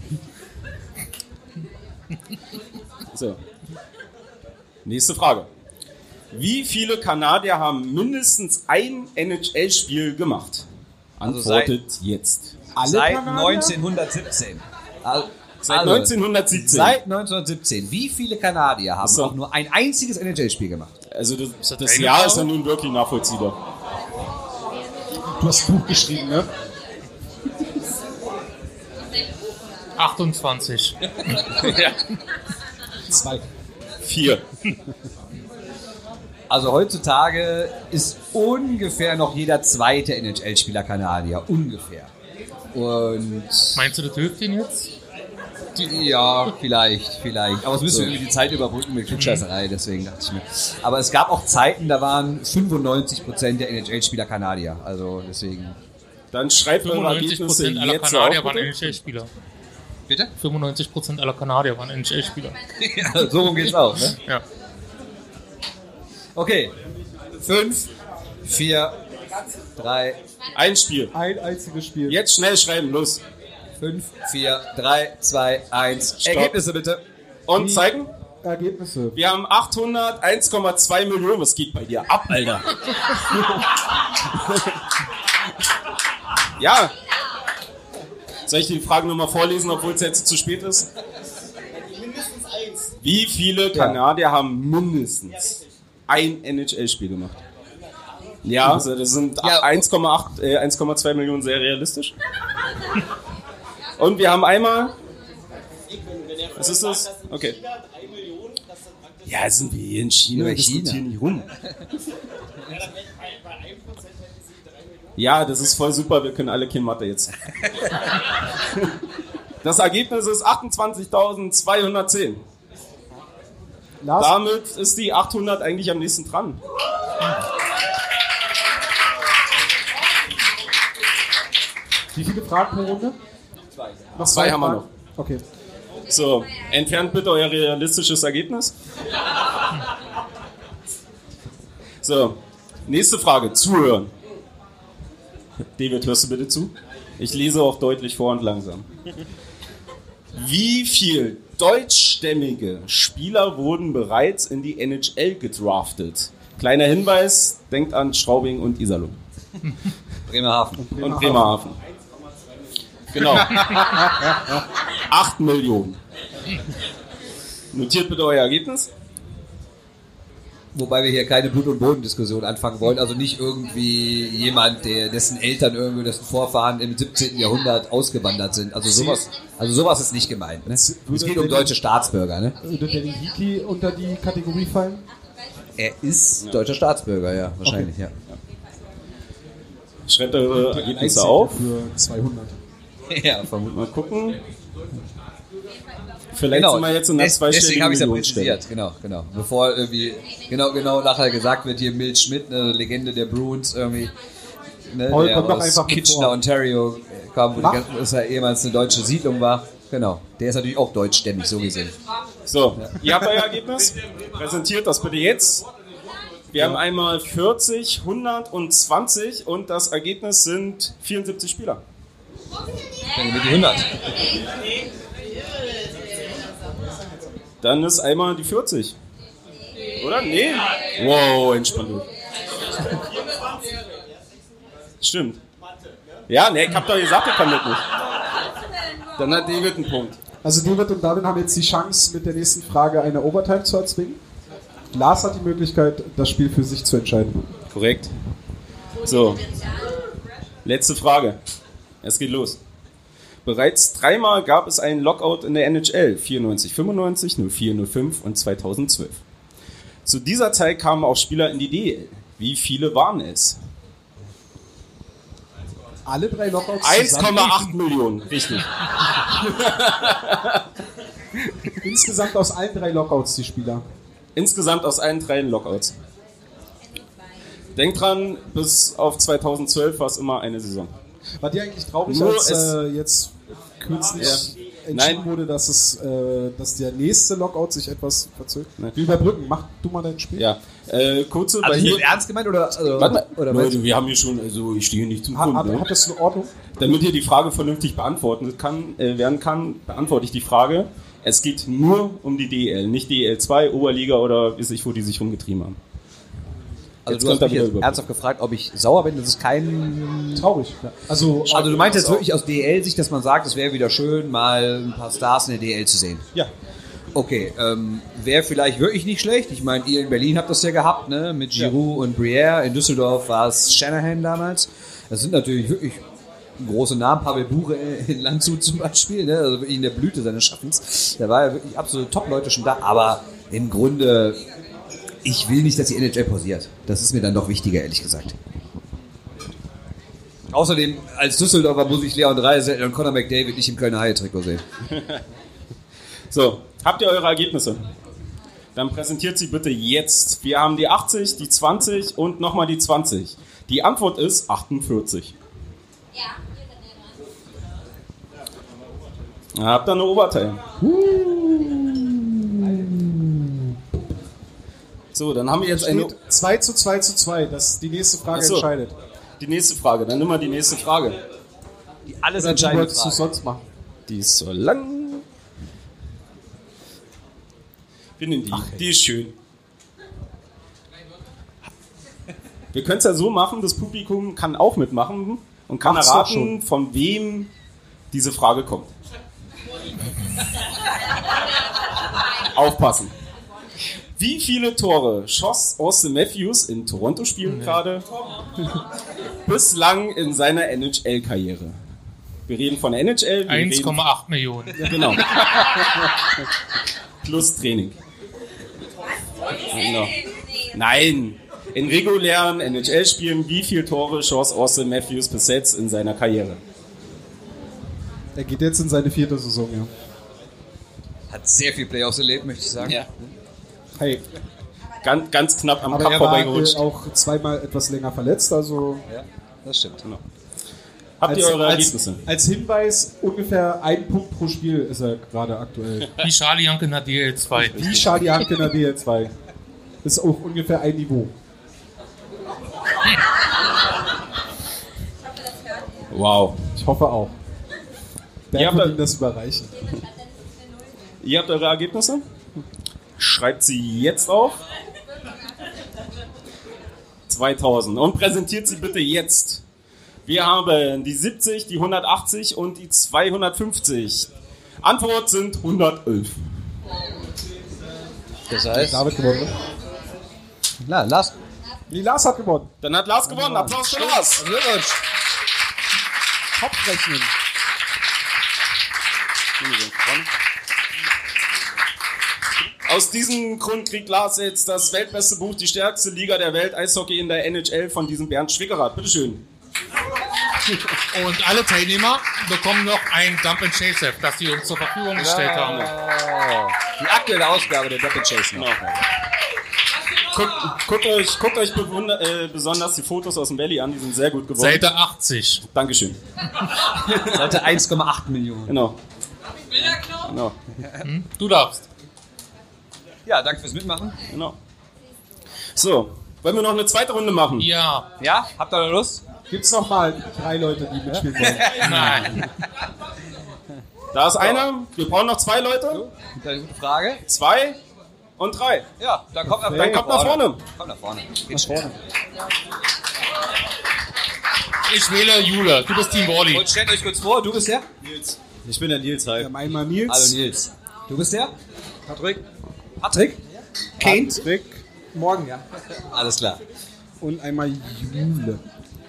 So. Nächste Frage. Wie viele Kanadier haben mindestens ein NHL-Spiel gemacht? Also Antwortet jetzt. Seit Kanadier? 1917. Seit 1917. Seit 1917. Wie viele Kanadier haben So. auch nur ein einziges NHL-Spiel gemacht? Also das deine Jahr Frage? ist ja nun wirklich nachvollziehbar. Du hast ein Buch geschrieben, ne? 28. 2. 4. Also heutzutage ist ungefähr noch jeder zweite NHL-Spieler Kanadier. Ungefähr. Und Meinst du, das hilft Ihnen jetzt? ja, vielleicht. Aber es müssen wir irgendwie die Zeit überbrücken mit Klugscheißerei, deswegen dachte ich mir. Aber es gab auch Zeiten, da waren 95% der NHL-Spieler Kanadier. Also deswegen. Dann schreibt eure Ergebnisse 95% aller jetzt Kanadier auf. waren bitte. NHL-Spieler. Bitte? 95% aller Kanadier waren NHL-Spieler. Ja, so rum geht's auch, ne? Ja. Okay. 5, 4, 3, Ein Spiel. Ein einziges Spiel. Jetzt schnell schreiben, los. 5, 4, 3, 2, 1. Stopp. Ergebnisse bitte. Und zeigen. Ergebnisse. Wir haben 800, 1,2 Millionen. Was geht bei dir ab, Alter? Ja. Soll ich die Fragen nochmal vorlesen, obwohl es jetzt zu spät ist? Wie viele Kanadier haben mindestens ein NHL-Spiel gemacht? Ja, also das sind Ja. 1,2 Millionen sehr realistisch. Und wir haben einmal... Was ist das? Okay. Ja, sind wir hier in China? Ja, Diskutieren nicht rum. Ja, das ist voll super, wir können alle kein Mathe jetzt. Das Ergebnis ist 28.210. Lars, Damit ist die 800 eigentlich am nächsten dran. wie viele Fragen pro Runde? Noch Zwei haben wir Fragen? noch. Okay. So, entfernt bitte euer realistisches Ergebnis. So, nächste Frage. Zuhören. David, hörst du bitte zu? Ich lese auch deutlich vor und langsam. Wie viel deutschstämmige Spieler wurden bereits in die NHL gedraftet? Kleiner Hinweis, denkt an Straubing und Iserlohn. Bremerhaven. Und Bremerhaven. Genau. 8 Millionen. Notiert bitte euer Ergebnis. Wobei wir hier keine Blut- und Bodendiskussion anfangen wollen. Also nicht irgendwie jemand, dessen Eltern irgendwie, dessen Vorfahren im 17. Jahrhundert ausgewandert sind. Also sowas ist nicht gemeint. Ne? Es geht um deutsche Staatsbürger. Ne? Würde der Hiki unter die Kategorie fallen? Er ist deutscher Staatsbürger, ja, wahrscheinlich, ja. Schreibt eure Die Ergebnisse Einzige auf. Für 200. Ja, vermutlich. Mal gucken. Vielleicht sind wir jetzt in der Deswegen zweistelligen habe ich es ja Millionenstelle. präzisiert, genau. Bevor irgendwie, genau nachher gesagt wird, hier Milt Schmidt, eine Legende der Bruins, irgendwie, ne, Paul, der komm doch aus einfach mit Kitchener, vor. Ontario kam, wo Mach. das ja ehemals eine deutsche Siedlung war. Genau, der ist natürlich auch deutschstämmig, so gesehen. So, ihr habt euer Ergebnis. Präsentiert das bitte jetzt. Wir haben einmal 40, 100 und 20 und das Ergebnis sind 74 Spieler. Dann mit die 100. Dann ist einmal die 40. Oder? Nee? Wow, entspannt. Stimmt. Ja, ne, ich hab doch gesagt, ich kann das nicht. Dann hat David einen Punkt. Also David und David haben jetzt die Chance, mit der nächsten Frage eine Overtime zu erzwingen. Lars hat die Möglichkeit, das Spiel für sich zu entscheiden. Korrekt. So, letzte Frage. Es geht los. Bereits 3-mal gab es einen Lockout in der NHL. 94, 95, 04, 05 und 2012. Zu dieser Zeit kamen auch Spieler in die DEL. Wie viele waren es? Alle 3 Lockouts 1,8 Millionen, richtig. Insgesamt aus allen 3 Lockouts die Spieler. Insgesamt aus allen 3 Lockouts. Denkt dran, bis auf 2012 war es immer eine Saison. War die eigentlich traurig, Nur als es- jetzt kürzlich Nein. entschieden wurde, dass der nächste Lockout sich etwas verzögert? Nein. Wir überbrücken. Mach du mal dein Spiel. Ja, kurze Also bei hier hier. ernst gemeint oder? Warte mal, oder Leute, wir haben hier schon, also ich stehe hier nicht zum Grund. Ne? Hat das in Ordnung? Damit hier die Frage vernünftig werden kann, beantworte ich die Frage. Es geht nur um die DEL, nicht DEL 2, Oberliga oder weiß ich, wo die sich rumgetrieben haben. Also Jetzt du hast kommt er mich wieder jetzt über. ernsthaft gefragt, ob ich sauer bin, das ist kein... Traurig. Ja. Also Also du meinst jetzt wirklich aus DL-Sicht, dass man sagt, es wäre wieder schön, mal ein paar Stars in der DL zu sehen? Ja. Okay, wäre vielleicht wirklich nicht schlecht. Ich meine, ihr in Berlin habt das ja gehabt, ne? Mit Giroud und Briere. In Düsseldorf war es Shanahan damals. Das sind natürlich wirklich große Namen. Pavel Bure in Landshut zum Beispiel, ne? Also wirklich in der Blüte seines Schaffens. Da war ja wirklich absolute Top-Leute schon da. Aber im Grunde, ich will nicht, dass die NHL pausiert. Das ist mir dann doch wichtiger, ehrlich gesagt. Außerdem, als Düsseldorfer muss ich Leon Dreiseitel und Conor McDavid nicht im Kölner Haie-Trikot sehen. So, habt ihr eure Ergebnisse? Dann präsentiert sie bitte jetzt. Wir haben die 80, die 20 und nochmal die 20. Die Antwort ist 48. Ja, hier sind wir dran. Habt ihr eine Oberteil? So, dann haben wir jetzt eine... Steht 2:2:2. Das ist die nächste Frage Ach so. entscheidet. Die nächste Frage, dann nimm mal die nächste Frage. Die alles Oder wie entscheidende wolltest du Frage. sonst machen? Die ist so lang. Wir nehmen die. Die ist schön. Wir können es ja so machen, das Publikum kann auch mitmachen und kann Macht's doch erraten, schon. von wem diese Frage kommt. Aufpassen. Wie viele Tore schoss Austin Matthews in Toronto spielen gerade bislang in seiner NHL-Karriere? Wir reden von der NHL. wir reden- 1,8 Millionen. Genau. Plus Training. Genau. Nein. In regulären NHL-Spielen, wie viele Tore schoss Austin Matthews bis jetzt in seiner Karriere? Er geht jetzt in seine 4. Saison, ja. Hat sehr viel Playoffs erlebt, möchte ich sagen. Ja. Hey, Ganz knapp am aber Cup er war vorbeigerutscht. auch zweimal etwas länger verletzt, also Ja, das stimmt. Genau. Habt ihr eure Ergebnisse? als Hinweis, ungefähr 1 Punkt pro Spiel ist er gerade aktuell. Wie Charlie Janke in der DL2. Wie Charlie Hanke in der DL2. Ist auch ungefähr ein Niveau. Wow. Ich hoffe auch. Ihr Wer habt wird da- ihm das überreichen? Ihr habt eure Ergebnisse? Schreibt sie jetzt auf. 2000. Und präsentiert sie bitte jetzt. Wir haben die 70, die 180 und die 250. Antwort sind 111. Das heißt, David gewonnen, ne? na, Lars. Nee, Lars hat gewonnen. Dann hat Lars gewonnen. Applaus für Lars. Glückwunsch. Kopfrechnen. Aus diesem Grund kriegt Lars jetzt das weltbeste Buch, die stärkste Liga der Welt, Eishockey in der NHL von diesem Bernd Schwickerath. Bitteschön. Und alle Teilnehmer bekommen noch ein Dump and Chase Heft, das sie uns zur Verfügung gestellt haben. Die aktuelle Ausgabe der Double Chase noch. Guckt euch besonders die Fotos aus dem Valley an, die sind sehr gut geworden. Seite 80. Dankeschön. Seite 1,8 Millionen. Genau. Genau. Du darfst. Ja, danke fürs Mitmachen. Genau. So, wollen wir noch eine zweite Runde machen? Ja, Ja, habt ihr da Lust? Gibt's noch mal 3 Leute, die mitspielen wollen? nein. Da ist einer, wir brauchen noch 2 Leute. Eine gute Frage. 2 und 3. Ja, dann kommt nach, Dann kommt nach vorne. Kommt nach vorne. Geht schnell. Ich wähle Jule. Du bist Team Wally. Und stellt euch kurz vor, du bist der? Ich bin der Nils, Wir hi. haben einmal Nils. Hallo Nils. Du bist der? Patrick? Patrick? Kane? Patrick Morgen, ja. Alles klar. und einmal Jule.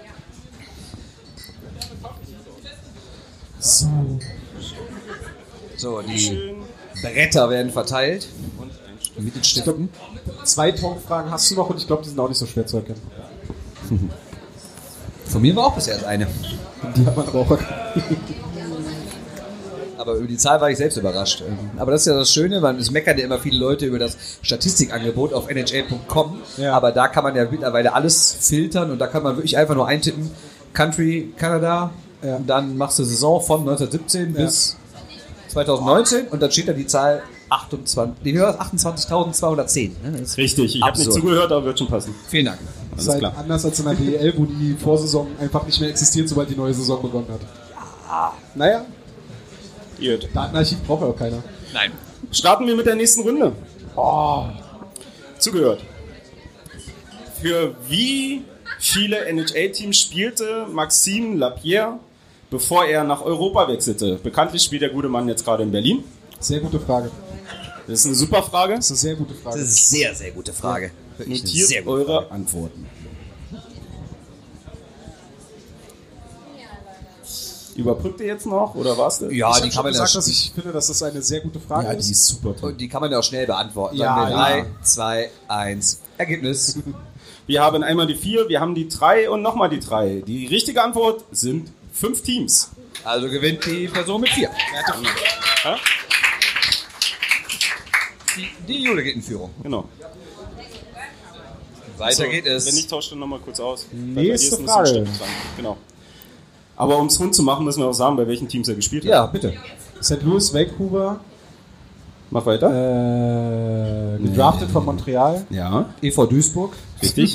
So, die Bretter werden verteilt. Mit den Stiften. 2 Tongfragen hast du noch und ich glaube, die sind auch nicht so schwer zu erkennen. Von mir war auch bisher eine. Die hat man aber auch erkannt. Aber über die Zahl war ich selbst überrascht. Aber das ist ja das Schöne, weil es meckern ja immer viele Leute über das Statistikangebot auf nhl.com. Ja. Aber da kann man ja mittlerweile alles filtern und da kann man wirklich einfach nur eintippen, Country, Kanada, Ja. und dann machst du Saison von 1917 bis 2019 und dann steht da die Zahl 28.210. Ne? Das ist Richtig, ich habe nicht absurd. zugehört, aber wird schon passen. Vielen Dank. Das ist Alles halt klar. anders als in der DEL, wo die Vorsaison einfach nicht mehr existiert, sobald die neue Saison begonnen hat. Naja, Gut. Datenarchiv braucht ja auch keiner. Nein. Starten wir mit der nächsten Runde. Zugehört. Für wie viele NHL-Teams spielte Maxime Lapierre, bevor er nach Europa wechselte? Bekanntlich spielt der gute Mann jetzt gerade in Berlin. Sehr gute Frage. Das ist eine super Frage. Das ist eine sehr gute Frage. Das ist eine sehr, sehr gute Frage. Wirklich eine Notiert sehr gute eure Frage. Antworten. Überbrückt ihr jetzt noch oder war's das? Ja, Ich die habe kann schon man gesagt, ja dass ich finde, dass das eine sehr gute Frage ist. super toll. und die kann man ja auch schnell beantworten. Ja, Sagen wir ja. 3, 2, 1. Ergebnis. Wir haben einmal die 4, wir haben die 3 und nochmal die 3. Die richtige Antwort sind 5 Teams. Also gewinnt die Person mit 4. Ja? Die Jule geht in Führung. Genau. Weiter So, geht es. Wenn nicht, tauscht dann nochmal kurz aus. Nächste Weil bei dir ist ein bisschen Frage. Stift dran. Genau. Aber um es rund zu machen, müssen wir auch sagen, bei welchen Teams er gespielt hat. Ja, bitte. St. Louis, Vancouver, Mach weiter. gedraftet von Montreal. Ja, EV Duisburg. richtig.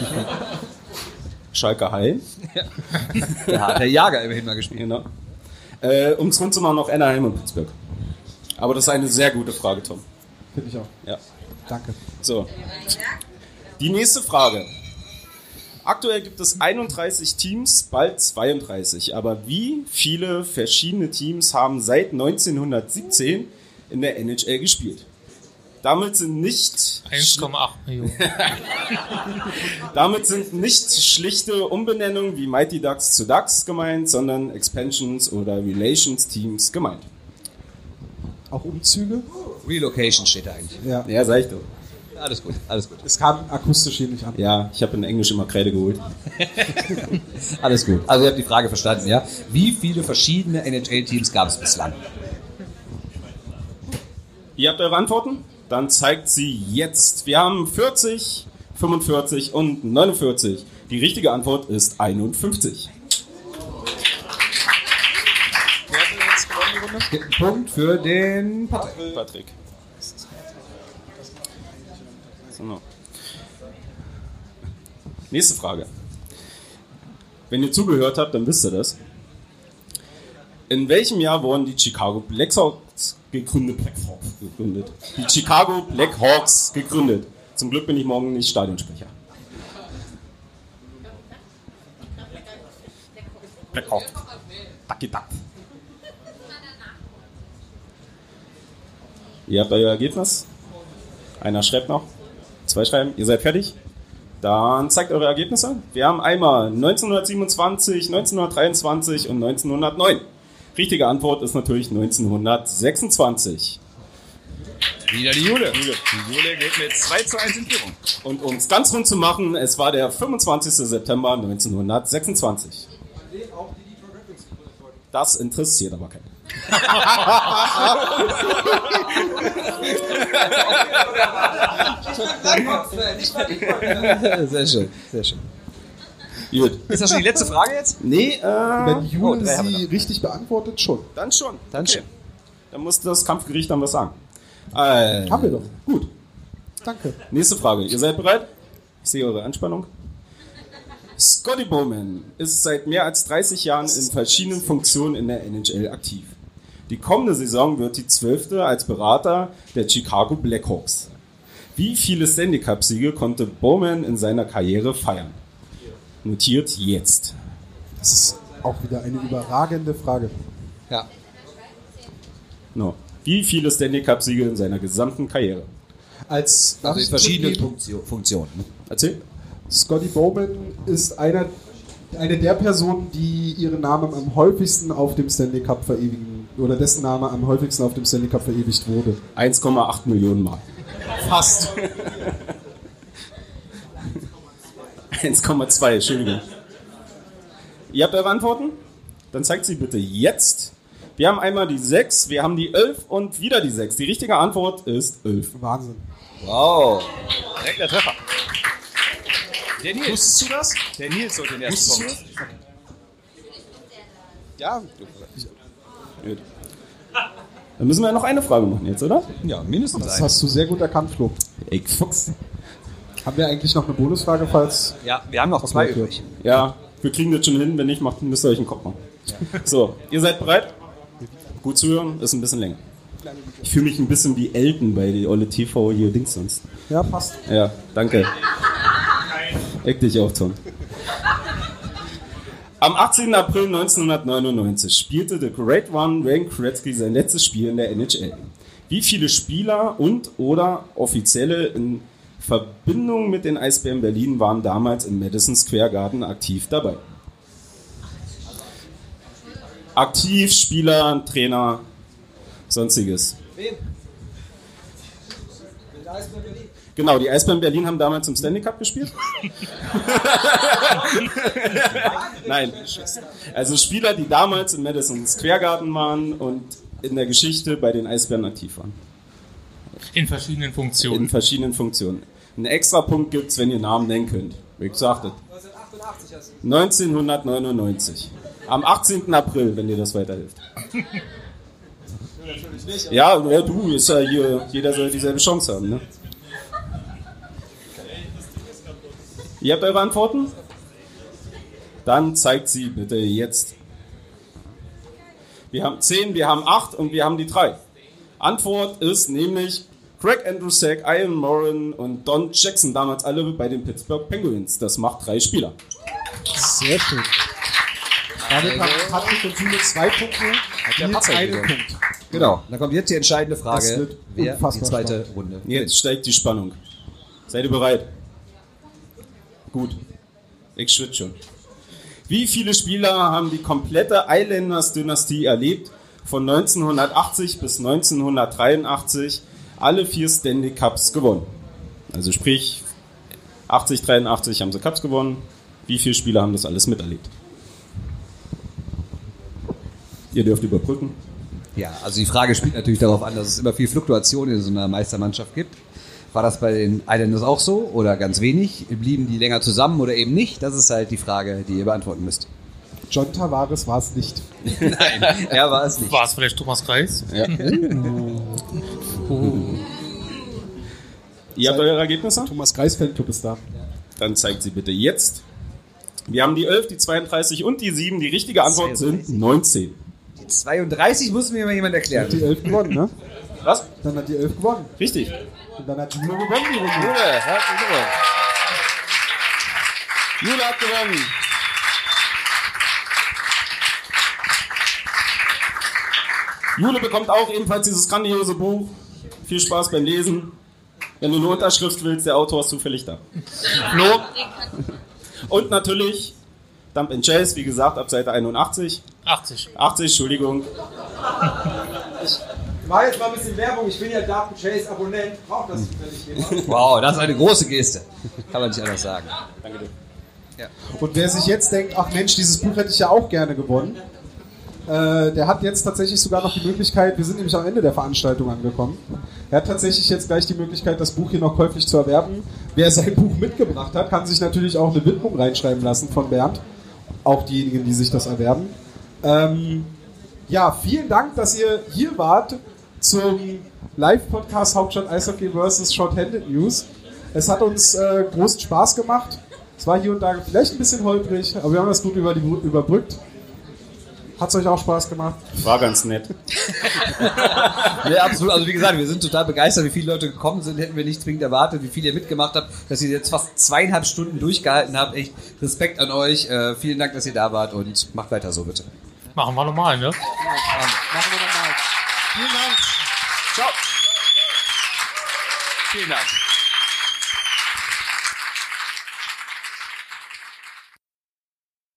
Schalke Heil. Da hat der Jager immerhin mal gespielt. Genau. Um es rund zu machen, noch Anaheim und Pittsburgh. Aber das ist eine sehr gute Frage, Tom. Finde ich auch. Ja. Danke. So. Die nächste Frage. Aktuell gibt es 31 Teams, bald 32. Aber wie viele verschiedene Teams haben seit 1917 in der NHL gespielt? Damit sind nicht 1,8 Millionen. Damit sind nicht schlichte Umbenennungen wie Mighty Ducks zu Ducks gemeint, sondern Expansions oder Relations Teams gemeint. Auch Umzüge? Relocation steht da eigentlich. Ja. Ja, sag ich doch. Alles gut, alles gut. Es kam akustisch hier nicht an. Ja, ich habe in Englisch immer Kreide geholt. Alles gut. Also ihr habt die Frage verstanden, ja? Wie viele verschiedene NHL-Teams gab es bislang? Ihr habt eure Antworten? Dann zeigt sie jetzt. Wir haben 40, 45 und 49. Die richtige Antwort ist 51. Es gibt einen Punkt für den Patrick. Patrick. So. Nächste Frage. Wenn ihr zugehört habt, dann wisst ihr das. In welchem Jahr wurden die Chicago Blackhawks gegründet? Die Chicago Blackhawks gegründet. Zum Glück bin ich morgen nicht Stadionsprecher. Blackhawk. Ducky Duck. Ihr habt euer Ergebnis. Einer schreibt noch. 2 schreiben. Ihr seid fertig. Dann zeigt eure Ergebnisse. Wir haben einmal 1927, 1923 und 1909. Richtige Antwort ist natürlich 1926. Wieder die Jule. Die Jule geht mit 2:1 in Führung. Und um es ganz rund zu machen, es war der 25. September 1926. Das interessiert aber keinen. Sehr schön, sehr schön. Gut. Ist das schon die letzte Frage jetzt? Nee, Wenn Jule drei haben wir sie richtig beantwortet, schon. dann schon. Dann schön. Dann muss das Kampfgericht dann was sagen. Haben wir doch. Gut. Danke. Nächste Frage. Ihr seid bereit? Ich sehe eure Anspannung. Scotty Bowman ist seit mehr als 30 Jahren in verschiedenen Funktionen in der NHL aktiv. Die kommende Saison wird die 12. als Berater der Chicago Blackhawks. Wie viele Stanley Cup-Siege konnte Bowman in seiner Karriere feiern? Notiert jetzt. Das ist auch wieder eine überragende Frage. Ja. No. Wie viele Stanley Cup-Siege in seiner gesamten Karriere? Also in verschiedenen Funktionen. Erzähl. Scotty Bowman ist eine der Personen, die ihren Namen am häufigsten auf dem Stanley Cup verewigen, oder dessen Name am häufigsten auf dem Stanley Cup verewigt wurde. 1,8 Millionen Mal. Fast. 1,2, Entschuldigung. Ihr habt eure Antworten? Dann zeigt sie bitte jetzt. Wir haben einmal die 6, wir haben die 11 und wieder die 6. Die richtige Antwort ist 11. Wahnsinn. Wow. Direkt der Treffer. Der Nils. Wusstest du das? Der Nils sollte den ersten Punkt. Ja. Gut. Dann müssen wir noch eine Frage machen jetzt, oder? Ja, mindestens Das eine. hast du sehr gut erkannt, Flo. Ey, Fuchs. Haben wir eigentlich noch eine Bonusfrage, falls... Ja, wir haben noch zwei Okay. übrig. Ja, wir kriegen das schon hin. Wenn nicht, müsst ihr euch einen Kopf machen. So, ihr seid bereit? Gut zuhören, ist ein bisschen länger. Ich fühle mich ein bisschen wie Elton bei die Olle TV hier Dings sonst. Ja, passt. Ja, danke. Eck dich auf, Tom. Am 18. April 1999 spielte The Great One Wayne Gretzky sein letztes Spiel in der NHL. Wie viele Spieler und oder Offizielle in Verbindung mit den Eisbären Berlin waren damals im Madison Square Garden aktiv dabei? Aktiv, Spieler, Trainer, sonstiges. Wen? Genau, die Eisbären Berlin haben damals im Stanley Cup gespielt. Nein. Also Spieler, die damals im Madison Square Garden waren und in der Geschichte bei den Eisbären aktiv waren. In verschiedenen Funktionen. In verschiedenen Funktionen. Einen extra Punkt gibt es, wenn ihr Namen nennen könnt. Wie gesagt, 1988 hast du. 1999. Am 18. April, wenn dir das weiterhilft. Ja, du, ist ja hier, jeder soll dieselbe Chance haben, ne? Ihr habt eure Antworten? Dann zeigt sie bitte jetzt. Wir haben 10, wir haben 8 und wir haben die 3. Antwort ist nämlich Craig Andrusek, Ian Moran und Don Jackson, damals alle bei den Pittsburgh Penguins. Das macht 3 Spieler. Sehr schön. Damit haben Patrick und Julius 2 Punkte. der Nils Patrick einen gewonnen. Punkt. Genau, dann kommt jetzt die entscheidende Das Frage, wird wer die unfassbar zweite Runde. Jetzt steigt die Spannung. Seid ihr bereit? Gut. Ich schwitze schon. Wie viele Spieler haben die komplette Islanders-Dynastie erlebt, von 1980 bis 1983 alle 4 Stanley Cups gewonnen? Also sprich, 80, 83 haben sie Cups gewonnen. Wie viele Spieler haben das alles miterlebt? Ihr dürft überbrücken. Ja, also die Frage spielt natürlich darauf an, dass es immer viel Fluktuation in so einer Meistermannschaft gibt. War das bei den Islanders auch so oder ganz wenig? Blieben die länger zusammen oder eben nicht? Das ist halt die Frage, die ihr beantworten müsst. John Tavares war es nicht. Nein, er war es nicht. War es vielleicht Thomas Greiss? Ja. Ihr habt eure Ergebnisse? Thomas Greis Fanclub ist da. Dann zeigt sie bitte jetzt. Wir haben die 11, die 32 und die 7. Die richtige Antwort sind 19. Die 32 muss mir mal jemand Hat die erklären. 11 gewonnen, ne? Was? Dann hat die 11 gewonnen. Richtig. Und dann hat Juno gewonnen, die Runde. Jule hat gewonnen. Jule bekommt auch ebenfalls dieses grandiose Buch. Viel Spaß beim Lesen. Wenn du eine Unterschrift willst, der Autor ist zufällig da. Flo? Und natürlich Dump and Chase, wie gesagt, ab Seite 81. 80. 80, Entschuldigung. Ich mache jetzt mal ein bisschen Werbung. Ich bin ja Dark Chase Abonnent. Braucht das zufällig jemand? Wow, das ist eine große Geste. Kann man nicht anders sagen. Danke dir. Und wer sich jetzt denkt, ach Mensch, dieses Buch hätte ich ja auch gerne gewonnen, der hat jetzt tatsächlich sogar noch die Möglichkeit, wir sind nämlich am Ende der Veranstaltung angekommen, er hat tatsächlich jetzt gleich die Möglichkeit, das Buch hier noch käuflich zu erwerben. Wer sein Buch mitgebracht hat, kann sich natürlich auch eine Widmung reinschreiben lassen von Bernd. Auch diejenigen, die sich das erwerben. Ja, vielen Dank, dass ihr hier wart zum Live-Podcast Hauptstadt Eishockey vs. Shorthanded News. Es hat uns großen Spaß gemacht. Es war hier und da vielleicht ein bisschen holprig, aber wir haben das gut überbrückt. Hat es euch auch Spaß gemacht? War ganz nett. Ja, absolut. Also wie gesagt, wir sind total begeistert, wie viele Leute gekommen sind. Hätten wir nicht zwingend erwartet, wie viel ihr mitgemacht habt, dass ihr jetzt fast 2,5 Stunden durchgehalten habt. Echt Respekt an euch. Vielen Dank, dass ihr da wart und macht weiter so, bitte. Machen wir nochmal, ne? Machen wir nochmal. Vielen Dank. Vielen Dank.